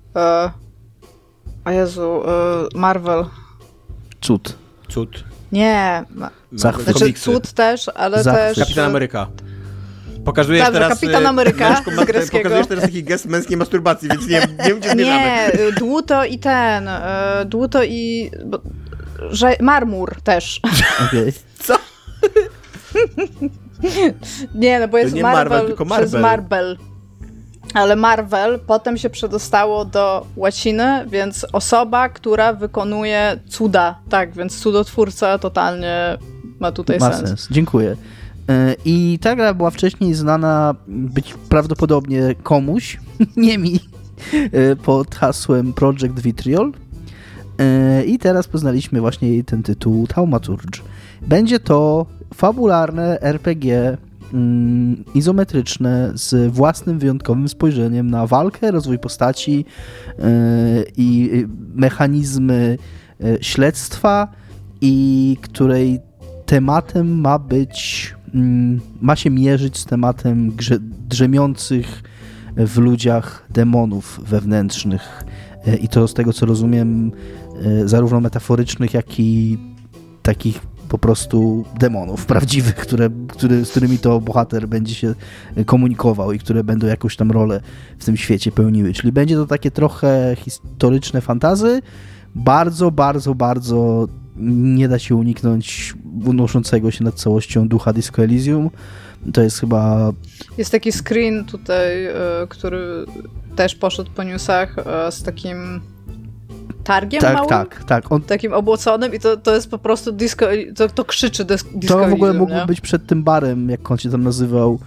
Marvel. Cud. Nie. Zachwyt. Znaczy cud też, ale Zachwyt. też... Kapitan Ameryka. Pokazujesz Dobrze, teraz... Kapitan Ameryka z greckiego. Pokazujesz teraz taki gest męskiej masturbacji, więc nie wiem, gdzie zmierzamy. Nie, dłuto i... Że marmur też. Okay. Co? Nie, no bo jest nie Marvel tylko przez Marvel. Ale Marvel potem się przedostało do łaciny, więc osoba, która wykonuje cuda. Tak, więc cudotwórca totalnie ma tutaj sens. Dziękuję. I ta gra była wcześniej znana być prawdopodobnie komuś, nie mi, pod hasłem Project Vitriol. I teraz poznaliśmy właśnie jej ten tytuł Thaumaturge. Będzie to fabularne RPG izometryczne z własnym wyjątkowym spojrzeniem na walkę, rozwój postaci i mechanizmy śledztwa, i której tematem ma się mierzyć z tematem drzemiących w ludziach demonów wewnętrznych. I to z tego, co rozumiem, zarówno metaforycznych, jak i takich po prostu demonów prawdziwych, z którymi to bohater będzie się komunikował i które będą jakąś tam rolę w tym świecie pełniły. Czyli będzie to takie trochę historyczne fantasy, bardzo, bardzo, bardzo nie da się uniknąć unoszącego się nad całością ducha Disco Elysium. To jest chyba... Jest taki screen tutaj, który też poszedł po newsach z takim targiem małym? Tak. Takim obłoconym i to jest po prostu disco, to krzyczy disco To w ogóle Elysium, mógłby być przed tym barem, jak on się tam nazywał.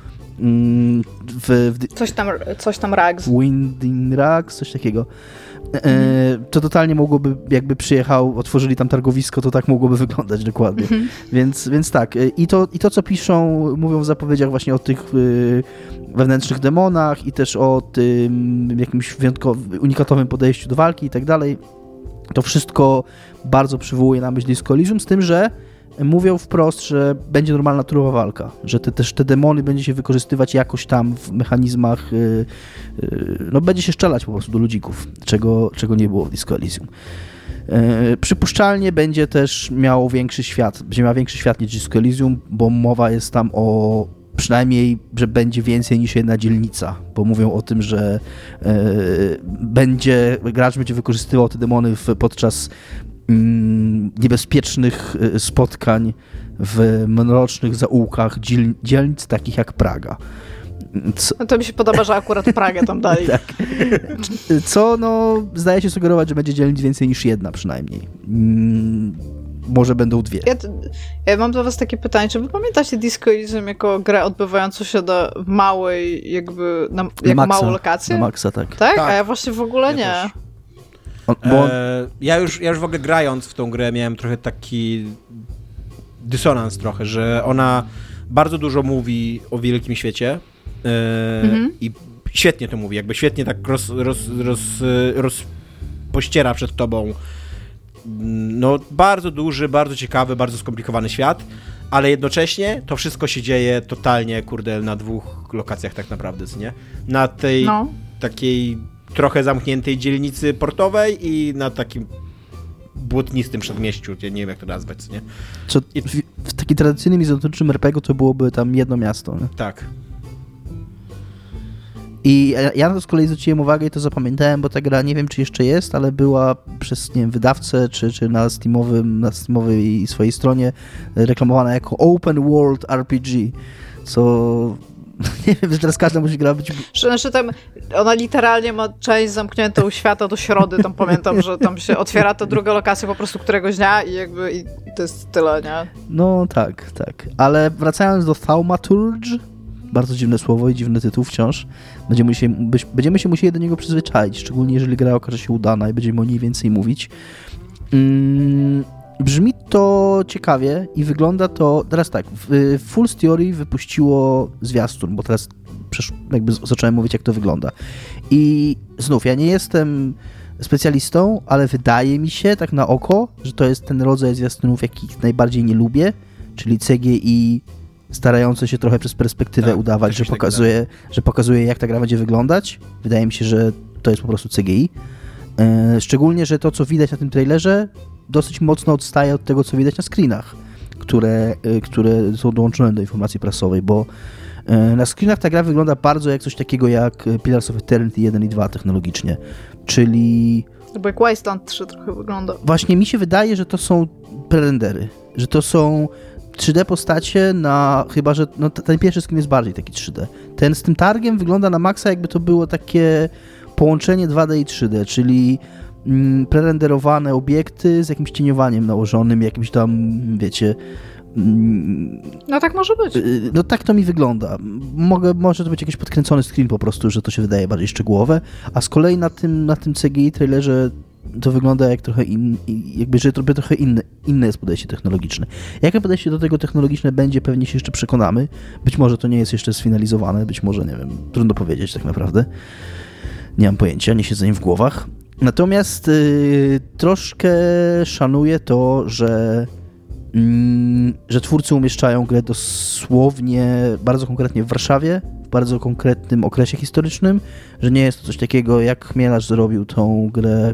Coś tam Rags. Winding Rags, coś takiego. To totalnie mogłoby, jakby przyjechał, otworzyli tam targowisko, to tak mogłoby wyglądać dokładnie. Więc tak. I to, co piszą, mówią w zapowiedziach właśnie o tych wewnętrznych demonach i też o tym jakimś unikatowym podejściu do walki i tak dalej. To wszystko bardzo przywołuje na myśl Disco Elysium, z tym, że mówią wprost, że będzie normalna turowa walka, że te demony będzie się wykorzystywać jakoś tam w mechanizmach, no będzie się strzelać po prostu do ludzików, czego nie było w Disco Elysium. Przypuszczalnie będzie też miał większy świat niż Disco Elysium, bo mowa jest tam o przynajmniej, że będzie więcej niż jedna dzielnica, bo mówią o tym, że gracz będzie wykorzystywał te demony podczas niebezpiecznych spotkań w mrocznych zaułkach dzielnic takich jak Praga. No to mi się podoba, że akurat Pragę tam dali. Tak. Co zdaje się sugerować, że będzie dzielnic więcej niż jedna przynajmniej. może będą dwie. Ja mam do was takie pytanie, czy wy pamiętacie Disco Elysium jako grę odbywającą się do małej, jakby, jako małą lokację? Na maksa, tak. Tak? Tak. A ja właśnie w ogóle nie. Ja już w ogóle grając w tą grę miałem trochę taki dysonans trochę, że ona bardzo dużo mówi o wielkim świecie i świetnie to mówi, jakby świetnie tak pościera przed tobą no bardzo duży, bardzo ciekawy, bardzo skomplikowany świat, ale jednocześnie to wszystko się dzieje totalnie, kurde, na dwóch lokacjach tak naprawdę, co nie? Na tej takiej trochę zamkniętej dzielnicy portowej i na takim błotnistym przedmieściu, ja nie wiem jak to nazwać, co nie? W takim tradycyjnym izotycznym RPG to byłoby tam jedno miasto, nie? Tak. I ja na to z kolei zwróciłem uwagę i to zapamiętałem, bo ta gra, nie wiem czy jeszcze jest, ale była przez, nie wiem, wydawcę, czy na Steamowej swojej stronie reklamowana jako Open World RPG, co nie wiem, że teraz każda musi gra być... Znaczy tam, ona literalnie ma część zamkniętą świata do środy, tam pamiętam, że tam się otwiera ta druga lokacja po prostu któregoś dnia i jakby i to jest tyle, nie? No tak. Ale wracając do Thaumaturge, bardzo dziwne słowo i dziwny tytuł wciąż. Będziemy się musieli do niego przyzwyczaić, szczególnie jeżeli gra okaże się udana i będziemy o niej więcej mówić. Brzmi to ciekawie i wygląda to... Teraz tak, Full Theory wypuściło zwiastun, bo teraz jakby zacząłem mówić, jak to wygląda. I znów, ja nie jestem specjalistą, ale wydaje mi się, tak na oko, że to jest ten rodzaj zwiastunów, jakich najbardziej nie lubię, czyli CGI starające się trochę przez perspektywę udawać, że pokazuje, jak ta gra będzie wyglądać. Wydaje mi się, że to jest po prostu CGI. Szczególnie, że to, co widać na tym trailerze, dosyć mocno odstaje od tego, co widać na screenach, które są dołączone do informacji prasowej, bo na screenach ta gra wygląda bardzo jak coś takiego jak Pillars of Eternity 1 i 2 technologicznie, czyli... Bo jak Wasteland 3 trochę wygląda. Właśnie mi się wydaje, że to są prerendery, że to są 3D postacie chyba że ten pierwszy screen jest bardziej taki 3D. Ten z tym targiem wygląda na maksa, jakby to było takie połączenie 2D i 3D, czyli prerenderowane obiekty z jakimś cieniowaniem nałożonym, jakimś tam, wiecie... No tak może być. No tak to mi wygląda. Może to być jakiś podkręcony screen po prostu, że to się wydaje bardziej szczegółowe, a z kolei na tym CGI trailerze to wygląda jak trochę jakby, że trochę inne jest podejście technologiczne. Jakie podejście do tego technologiczne będzie, pewnie się jeszcze przekonamy. Być może to nie jest jeszcze sfinalizowane, być może, nie wiem, trudno powiedzieć tak naprawdę. Nie mam pojęcia, nie siedzę im w głowach. Natomiast troszkę szanuję to, że twórcy umieszczają grę dosłownie, bardzo konkretnie w Warszawie, w bardzo konkretnym okresie historycznym, że nie jest to coś takiego, jak Chmielarz zrobił tą grę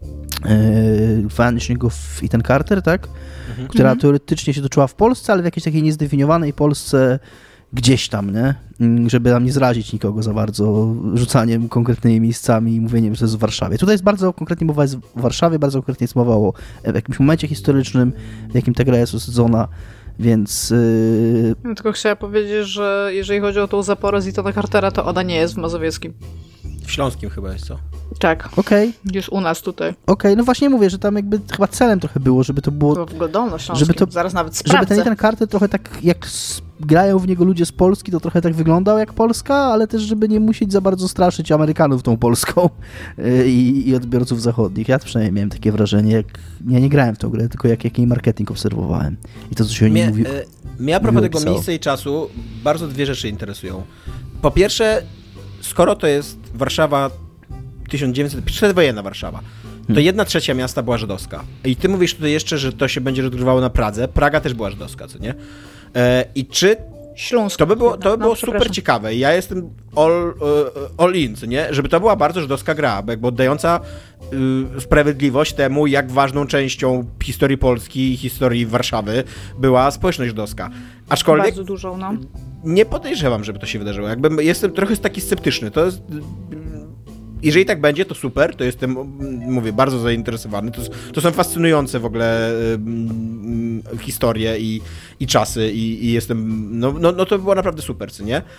Vanishing of Ethan Carter, tak? Która teoretycznie się toczyła w Polsce, ale w jakiejś takiej niezdefiniowanej Polsce gdzieś tam, nie? Żeby nam nie zrazić nikogo za bardzo rzucaniem konkretnymi miejscami i mówieniem, że to jest w Warszawie. Tutaj jest bardzo konkretnie mowa jest w Warszawie, bardzo konkretnie jest mowa o jakimś momencie historycznym, w jakim ta gra jest osadzona, więc... Ja tylko chciałam powiedzieć, że jeżeli chodzi o tą zaporę z Ethana Cartera, to ona nie jest w Mazowieckim. W Śląskim chyba jest, co? Tak. Okej. Już u nas tutaj. Okej, no właśnie mówię, że tam jakby chyba celem trochę było, żeby to było... To w ogóle Dolnośląskim, zaraz nawet sprawdzę. Żeby ten Ethan Carter trochę tak, jak grają w niego ludzie z Polski, to trochę tak wyglądał jak Polska, ale też żeby nie musieć za bardzo straszyć Amerykanów tą Polską i odbiorców zachodnich. Ja przynajmniej miałem takie wrażenie, jak... Ja nie grałem w tą grę, tylko jak jej marketing obserwowałem. I to, co się o nim mówi... Mnie a propos tego miejsca i czasu bardzo dwie rzeczy interesują. Po pierwsze, skoro to jest Warszawa przedwojenna Warszawa, to 1/3 miasta była żydowska. I ty mówisz tutaj jeszcze, że to się będzie rozgrywało na Pradze. Praga też była żydowska, co nie? I czy Śląsk. To by było super ciekawe. Ja jestem all in, co nie? Żeby to była bardzo żydowska gra, jakby oddająca sprawiedliwość temu, jak ważną częścią historii Polski i historii Warszawy była społeczność żydowska. Aczkolwiek bardzo dużą, no. Nie podejrzewam, żeby to się wydarzyło. Jakby jestem trochę taki sceptyczny. To jest... Jeżeli tak będzie, to super, to jestem, mówię, bardzo zainteresowany. To są fascynujące w ogóle historie i czasy i jestem, no to by było naprawdę super, co nie?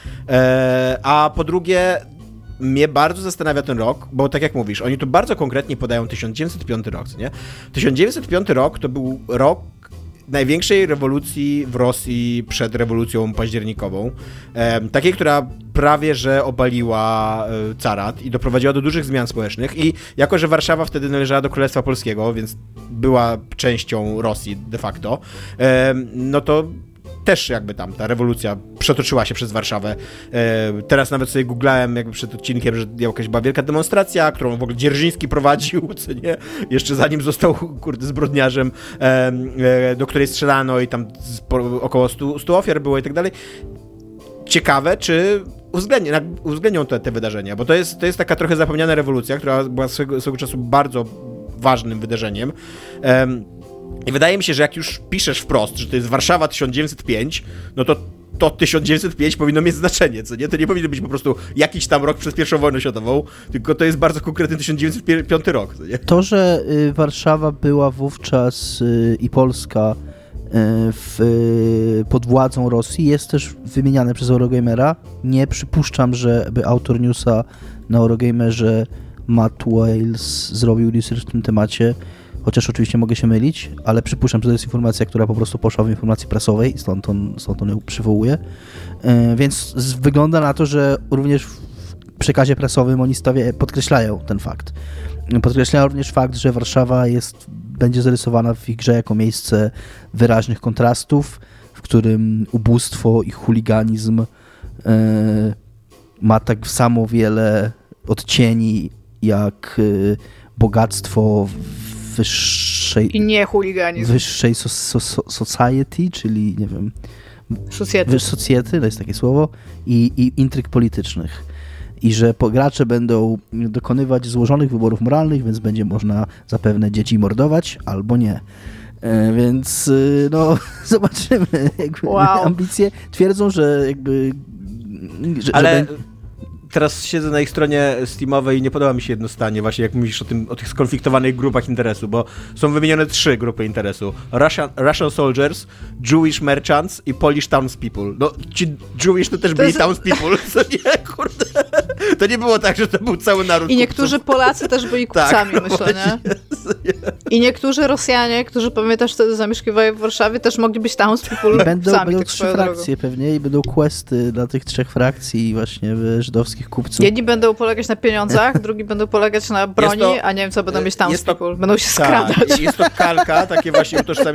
A po drugie, mnie bardzo zastanawia ten rok, bo tak jak mówisz, oni tu bardzo konkretnie podają 1905 rok, co nie? 1905 rok to był rok największej rewolucji w Rosji przed rewolucją październikową. Takiej, która prawie że obaliła carat i doprowadziła do dużych zmian społecznych i jako, że Warszawa wtedy należała do Królestwa Polskiego, więc była częścią Rosji de facto, no to też jakby tam ta rewolucja przetoczyła się przez Warszawę. Teraz nawet sobie googlałem jakby przed odcinkiem, że jakaś była wielka demonstracja, którą w ogóle Dzierżyński prowadził, co nie? Jeszcze zanim został, zbrodniarzem, do której strzelano i tam około 100 ofiar było i tak dalej. Ciekawe, czy uwzględnią te wydarzenia, bo to jest taka trochę zapomniana rewolucja, która była swego czasu bardzo ważnym wydarzeniem. I wydaje mi się, że jak już piszesz wprost, że to jest Warszawa 1905, no to 1905 powinno mieć znaczenie, co nie? To nie powinno być po prostu jakiś tam rok przed I wojną światową, tylko to jest bardzo konkretny 1905 rok, co nie? To, że Warszawa była wówczas i Polska pod władzą Rosji jest też wymieniane przez Eurogamera. Nie przypuszczam, żeby autor newsa na Eurogamerze Matt Wales zrobił research w tym temacie, chociaż oczywiście mogę się mylić, ale przypuszczam, że to jest informacja, która po prostu poszła w informacji prasowej i stąd on ją przywołuje. Więc wygląda na to, że również w przekazie prasowym oni podkreślają ten fakt. Podkreślają również fakt, że Warszawa będzie zarysowana w ich grze jako miejsce wyraźnych kontrastów, w którym ubóstwo i chuliganizm ma tak samo wiele odcieni jak bogactwo wyższej... I nie chuliganizm. Wyższej society, czyli nie wiem... Society, to jest takie słowo, i intryg politycznych. I że gracze będą dokonywać złożonych wyborów moralnych, więc będzie można zapewne dzieci mordować, albo nie. Więc no zobaczymy. Ambicje twierdzą, że jakby... Ale teraz siedzę na ich stronie Steamowej i nie podoba mi się jedno zdanie, właśnie jak mówisz o tych skonfliktowanych grupach interesu, bo są wymienione 3 grupy interesu. Russian Soldiers, Jewish Merchants i Polish Townspeople. No, ci Jewish to też byli townspeople, co nie, kurde. To nie było tak, że to był cały naród I niektórzy kupców. Polacy też byli kupcami, tak, myślę, nie? I niektórzy Rosjanie, którzy pamiętasz wtedy zamieszkiwali w Warszawie, też mogli być townspeople. Będą 3 frakcje pewnie i będą questy dla tych 3 frakcji właśnie żydowskich kupców. Jedni będą polegać na pieniądzach, drugi bęą polegać na broni, a nie wiem co będą mieć townspeople. Będą się skradać. Jest to kalka, takie właśnie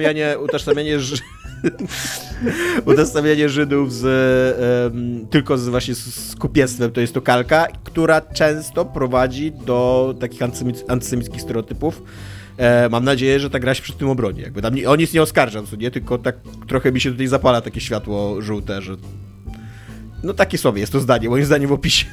utożsamianie Żydów tylko właśnie z kupiectwem, to jest to kalka, która często prowadzi do takich antysemickich stereotypów. Mam nadzieję, że ta gra się przed tym obroni. Jakby tam o nic nie oskarżam, co nie? Tylko tak trochę mi się tutaj zapala takie światło żółte, że no takie sobie jest to zdanie, moim zdaniem w opisie.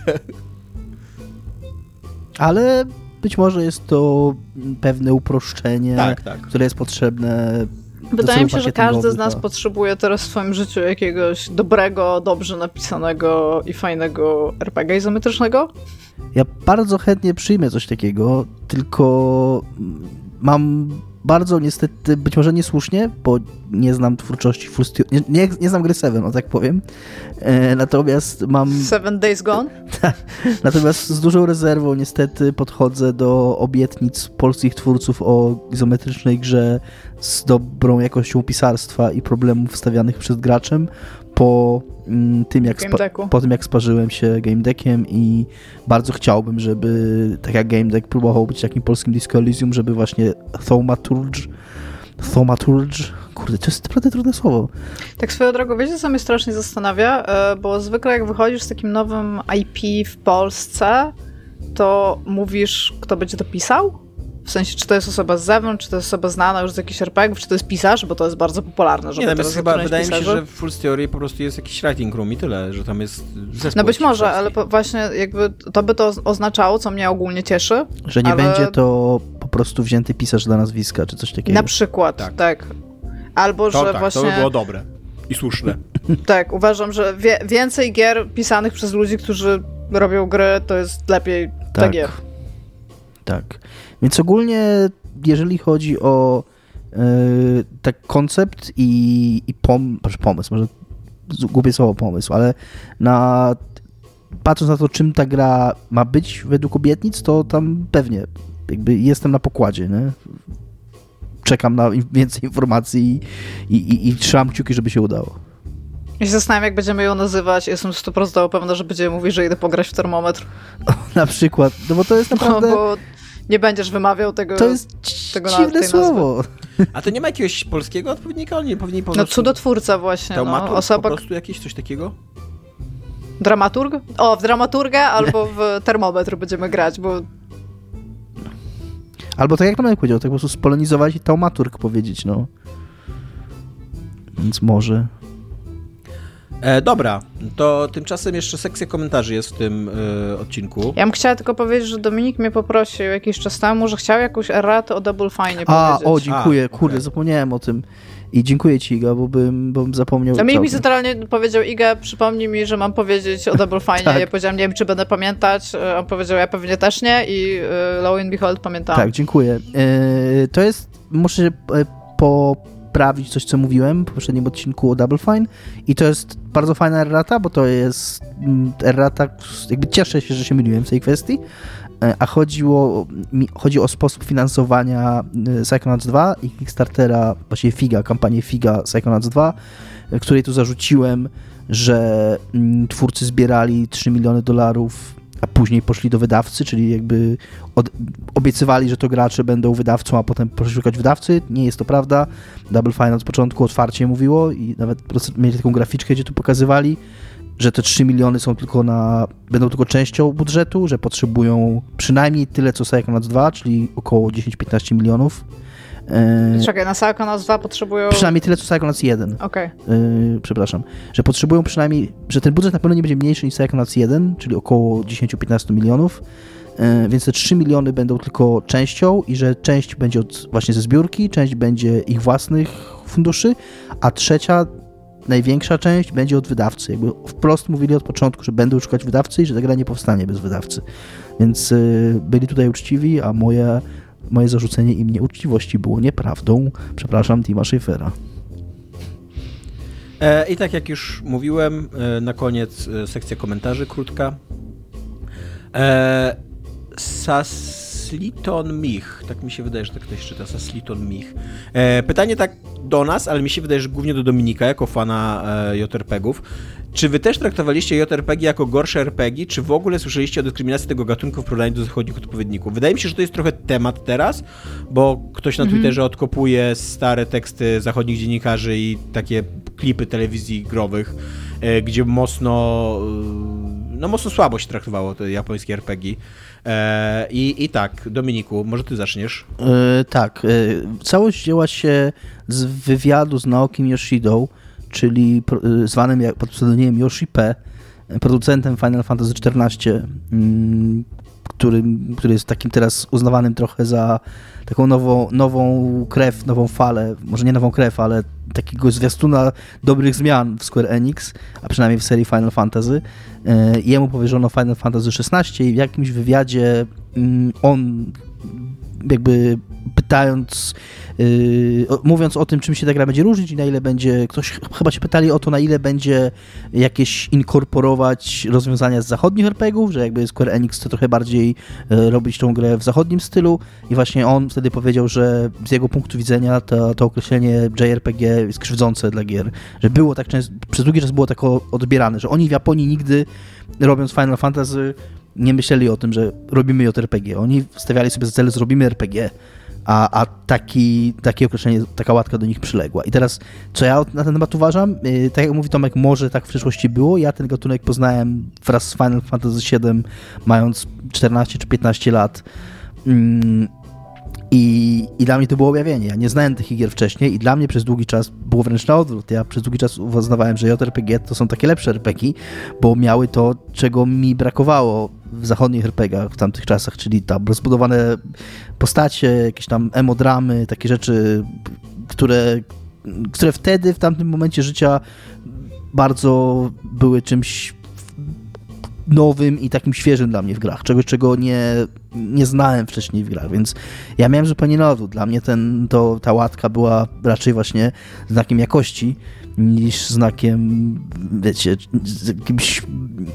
Ale być może jest to pewne uproszczenie, które jest potrzebne. Wydaje mi się, że każdy z nas potrzebuje teraz w swoim życiu jakiegoś dobrego, dobrze napisanego i fajnego RPG izometrycznego. Ja bardzo chętnie przyjmę coś takiego, tylko mam bardzo niestety, być może niesłusznie, bo nie znam twórczości nie znam gry Seven, o tak powiem. Natomiast mam... 7 Days Gone? Natomiast z dużą rezerwą niestety podchodzę do obietnic polskich twórców o izometrycznej grze z dobrą jakością pisarstwa i problemów stawianych przed graczem po tym, jak sparzyłem się Game Deckiem i bardzo chciałbym, żeby tak jak Game Deck próbował być takim polskim Disco Elysium, żeby właśnie Thaumaturge, kurde, to jest naprawdę trudne słowo. Tak swoją drogą, wiecie, co mnie strasznie zastanawia? Bo zwykle jak wychodzisz z takim nowym IP w Polsce, to mówisz, kto będzie to pisał? W sensie, czy to jest osoba z zewnątrz, czy to jest osoba znana już z jakichś RPG-ów, czy to jest pisarz, bo to jest bardzo popularne, żeby teraz wydaje mi się, że w Full Theory po prostu jest jakiś writing room i tyle, że tam jest zespół. No być może, ale właśnie jakby to by to oznaczało, co mnie ogólnie cieszy. Że nie będzie to po prostu wzięty pisarz dla nazwiska, czy coś takiego. Na przykład, tak. Albo, to, że właśnie... To by było dobre i słuszne. Tak, uważam, że więcej gier pisanych przez ludzi, którzy robią gry, to jest lepiej dla gier. Tak. Więc ogólnie, jeżeli chodzi o tak koncept i pomysł, może głupie słowo pomysł, ale patrząc na to, czym ta gra ma być według obietnic, to tam pewnie jakby jestem na pokładzie, nie? czekam na więcej informacji i trzymam kciuki, żeby się udało. Ja się zastanawiam, jak będziemy ją nazywać. Jestem 100% pewna, że będziemy mówić, że idę pograć w termometr. Na przykład, no bo to jest naprawdę... No, bo nie będziesz wymawiał tego. To jest dziwne słowo. A to nie ma jakiegoś polskiego odpowiednika? On nie powinien No cudotwórca właśnie. Taumaturg, osoba... po prostu jakieś coś takiego? Dramaturg? O, w dramaturgę albo w termometr będziemy grać, bo... Albo tak jak Tomek powiedział, tak po prostu spolonizować i taumaturg powiedzieć, no. Więc może... Dobra, to tymczasem jeszcze sekcja komentarzy jest w tym odcinku. Ja bym chciała tylko powiedzieć, że Dominik mnie poprosił jakiś czas temu, że chciał jakąś erratę o Double Fine powiedzieć. O, dziękuję, kurde, zapomniałem o tym. I dziękuję ci, Iga, bo bym zapomniał. Dominik mi centralnie powiedział, Iga, przypomnij mi, że mam powiedzieć o Double Fine. Tak. Ja powiedziałam, nie wiem, czy będę pamiętać. On powiedział, ja pewnie też nie i lo and behold pamiętałam. Tak, dziękuję. To jest, muszę poprawić coś, co mówiłem w poprzednim odcinku o Double Fine i to jest bardzo fajna errata, bo to jest errata, jakby cieszę się, że się myliłem w tej kwestii, a chodzi o sposób finansowania Psychonauts 2 i Kickstartera, właściwie FIGA, kampanię FIGA Psychonauts 2, w której tu zarzuciłem, że twórcy zbierali $3 miliony, a później poszli do wydawcy, czyli jakby obiecywali, że to gracze będą wydawcą, a potem poszli szukać wydawcy. Nie jest to prawda. Double Fine od początku otwarcie mówiło i nawet mieli taką graficzkę, gdzie tu pokazywali, że te 3 miliony są będą tylko częścią budżetu, że potrzebują przynajmniej tyle, co Psychonauts 2, czyli około 10-15 milionów. Czekaj, na Psychonauts 2 potrzebują... Przynajmniej tyle, co Psychonauts 1. Okej. Przepraszam. Że potrzebują przynajmniej... Że ten budżet na pewno nie będzie mniejszy niż Psychonauts 1, czyli około 10-15 milionów. Więc te 3 miliony będą tylko częścią i że część będzie właśnie ze zbiórki, część będzie ich własnych funduszy, a trzecia, największa część będzie od wydawcy. Jakby wprost mówili od początku, że będą szukać wydawcy i że ta gra nie powstanie bez wydawcy. Więc byli tutaj uczciwi, a moje zarzucenie im nieuczciwości było nieprawdą. Przepraszam Tima Schafera. I tak jak już mówiłem, na koniec sekcja komentarzy krótka. Sasliton Mich, tak mi się wydaje, że tak ktoś czyta, Sasliton Mich. Pytanie tak do nas, ale mi się wydaje, że głównie do Dominika, jako fana JRPG-ów. Czy wy też traktowaliście JRPG jako gorsze RPG, czy w ogóle słyszeliście o dyskryminacji tego gatunku w porównaniu do zachodnich odpowiedników? Wydaje mi się, że to jest trochę temat teraz, bo ktoś na Twitterze odkopuje stare teksty zachodnich dziennikarzy i takie klipy telewizji growych, gdzie mocno słabo się traktowało te japońskie RPG. I tak, Dominiku, może ty zaczniesz? Tak. Całość wzięła się z wywiadu z Naokim Yoshidą, czyli zwanym pod pseudonimem Yoshi P, producentem Final Fantasy XIV, który jest takim teraz uznawanym trochę za taką nową krew, nową falę, może nie nową krew, ale takiego zwiastuna dobrych zmian w Square Enix, a przynajmniej w serii Final Fantasy. Jemu powierzono Final Fantasy XVI i w jakimś wywiadzie on jakby pytając, mówiąc o tym, czym się ta gra będzie różnić i na ile będzie, chyba się pytali o to, na ile będzie jakieś inkorporować rozwiązania z zachodnich RPGów, że jakby Square Enix chce trochę bardziej robić tą grę w zachodnim stylu i właśnie on wtedy powiedział, że z jego punktu widzenia to określenie JRPG jest krzywdzące dla gier, że było tak często, przez długi czas było tak odbierane, że oni w Japonii nigdy, robiąc Final Fantasy, nie myśleli o tym, że robimy JRPG. Oni stawiali sobie za cel, zrobimy RPG, a takie określenie, taka łatka do nich przyległa. I teraz, co ja na ten temat uważam? Tak jak mówi Tomek, może tak w przyszłości było. Ja ten gatunek poznałem wraz z Final Fantasy VII, mając 14 czy 15 lat. I dla mnie to było objawienie. Ja nie znałem tych gier wcześniej i dla mnie przez długi czas było wręcz na odwrót. Ja przez długi czas uznawałem, że JRPG to są takie lepsze RPG, bo miały to, czego mi brakowało w zachodnich RPGach w tamtych czasach, czyli tam rozbudowane postacie, jakieś tam emodramy, takie rzeczy, które wtedy, w tamtym momencie życia bardzo były czymś nowym i takim świeżym dla mnie w grach. Czegoś, czego nie znałem wcześniej w grach, więc ja miałem zupełnie na odwrót. Dla mnie ta łatka była raczej właśnie znakiem jakości niż znakiem, wiecie, jakimś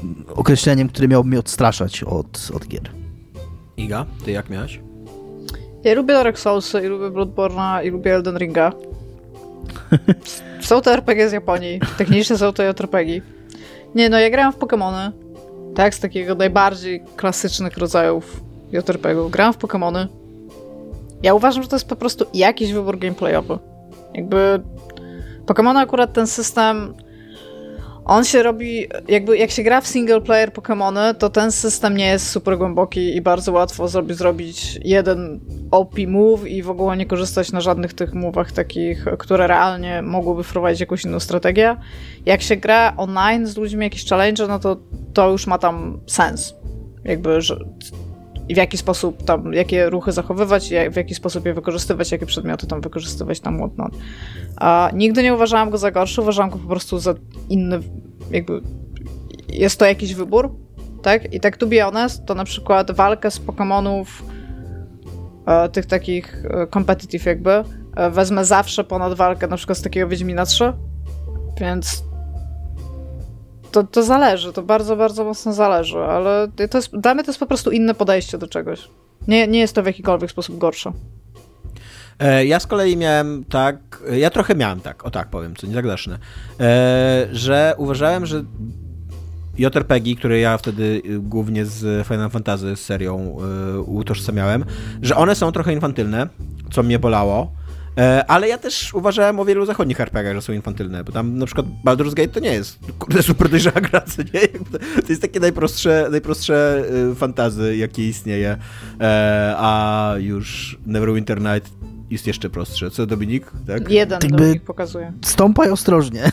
określeniem, które miałoby mnie odstraszać od gier. Iga, ty jak miałeś? Ja lubię Dark Soulsy i lubię Bloodborne'a i lubię Elden Ringa. Są to RPG z Japonii. Technicznie są to JRPG. Nie, no ja grałam w Pokemony. Tak, z takiego najbardziej klasycznych rodzajów JRPG-ów. Grałam w Pokemony. Ja uważam, że to jest po prostu jakiś wybór gameplayowy. Jakby Pokemony akurat ten system, on się robi, jakby jak się gra w single player Pokemony, to ten system nie jest super głęboki i bardzo łatwo zrobić jeden OP move i w ogóle nie korzystać na żadnych tych move'ach takich, które realnie mogłyby wprowadzić jakąś inną strategię. Jak się gra online z ludźmi, jakieś challenge, no to już ma tam sens. Jakby, że i w jaki sposób tam, jakie ruchy zachowywać, w jaki sposób je wykorzystywać, jakie przedmioty tam wykorzystywać, tam whatnot. A nigdy nie uważałam go za gorszy, uważałam go po prostu za inny, jakby jest to jakiś wybór, tak? I tak to be honest, to na przykład walkę z Pokemonów tych takich competitive jakby wezmę zawsze ponad walkę na przykład z takiego Wiedźmina 3, więc to zależy, to bardzo, bardzo mocno zależy, ale dla mnie to jest po prostu inne podejście do czegoś. Nie jest to w jakikolwiek sposób gorsze. Ja z kolei miałem tak, ja trochę miałem tak, o tak powiem, co nie tak zacznę, że uważałem, że JRPG, które ja wtedy głównie z Final Fantasy z serią utożsamiałem, że one są trochę infantylne, co mnie bolało. Ale ja też uważałem o wielu zachodnich RPGach, że są infantylne, bo tam na przykład Baldur's Gate to nie jest super dojrzała gra, co nie? To jest takie najprostsze fantasy, jakie istnieje, a już Neverwinter Night jest jeszcze prostsze. Co, Dominik? Tak? Jeden Dominik pokazuje. Stąpaj ostrożnie.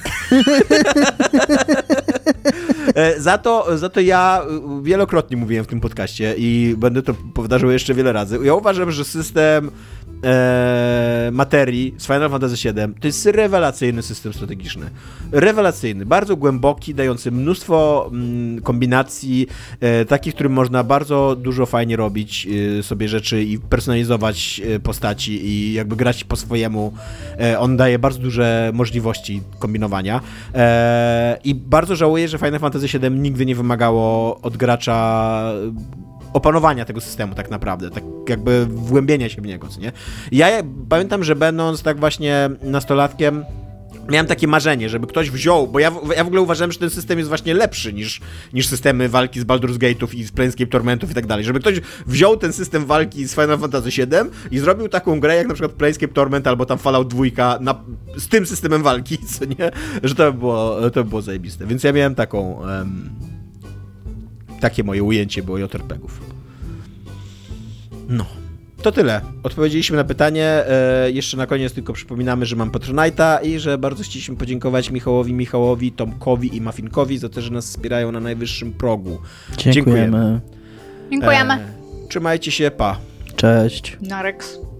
Za to ja wielokrotnie mówiłem w tym podcaście i będę to powtarzał jeszcze wiele razy. Ja uważam, że system materii z Final Fantasy VII to jest rewelacyjny system strategiczny. Rewelacyjny, bardzo głęboki, dający mnóstwo kombinacji, takich, którym można bardzo dużo fajnie robić sobie rzeczy i personalizować postaci i jakby grać po swojemu. On daje bardzo duże możliwości kombinowania. I bardzo żałuję, że Final Fantasy VII nigdy nie wymagało od gracza opanowania tego systemu tak naprawdę, tak jakby wgłębienia się w niego, co nie? Ja pamiętam, że będąc tak właśnie nastolatkiem, miałem takie marzenie, żeby ktoś wziął, bo ja w ogóle uważałem, że ten system jest właśnie lepszy niż systemy walki z Baldur's Gate'ów i z Planescape Tormentów i tak dalej. Żeby ktoś wziął ten system walki z Final Fantasy VII i zrobił taką grę jak na przykład Planescape Torment albo tam Fallout 2 z tym systemem walki, co nie? Że to by było zajebiste. Więc ja miałem takie moje ujęcie było JRPG-ów. No. To tyle. Odpowiedzieliśmy na pytanie. Jeszcze na koniec tylko przypominamy, że mam Patronite'a i że bardzo chcieliśmy podziękować Michałowi, Tomkowi i Muffinkowi za to, że nas wspierają na najwyższym progu. Dziękujemy. Dziękujemy. Trzymajcie się, pa. Cześć. Narex.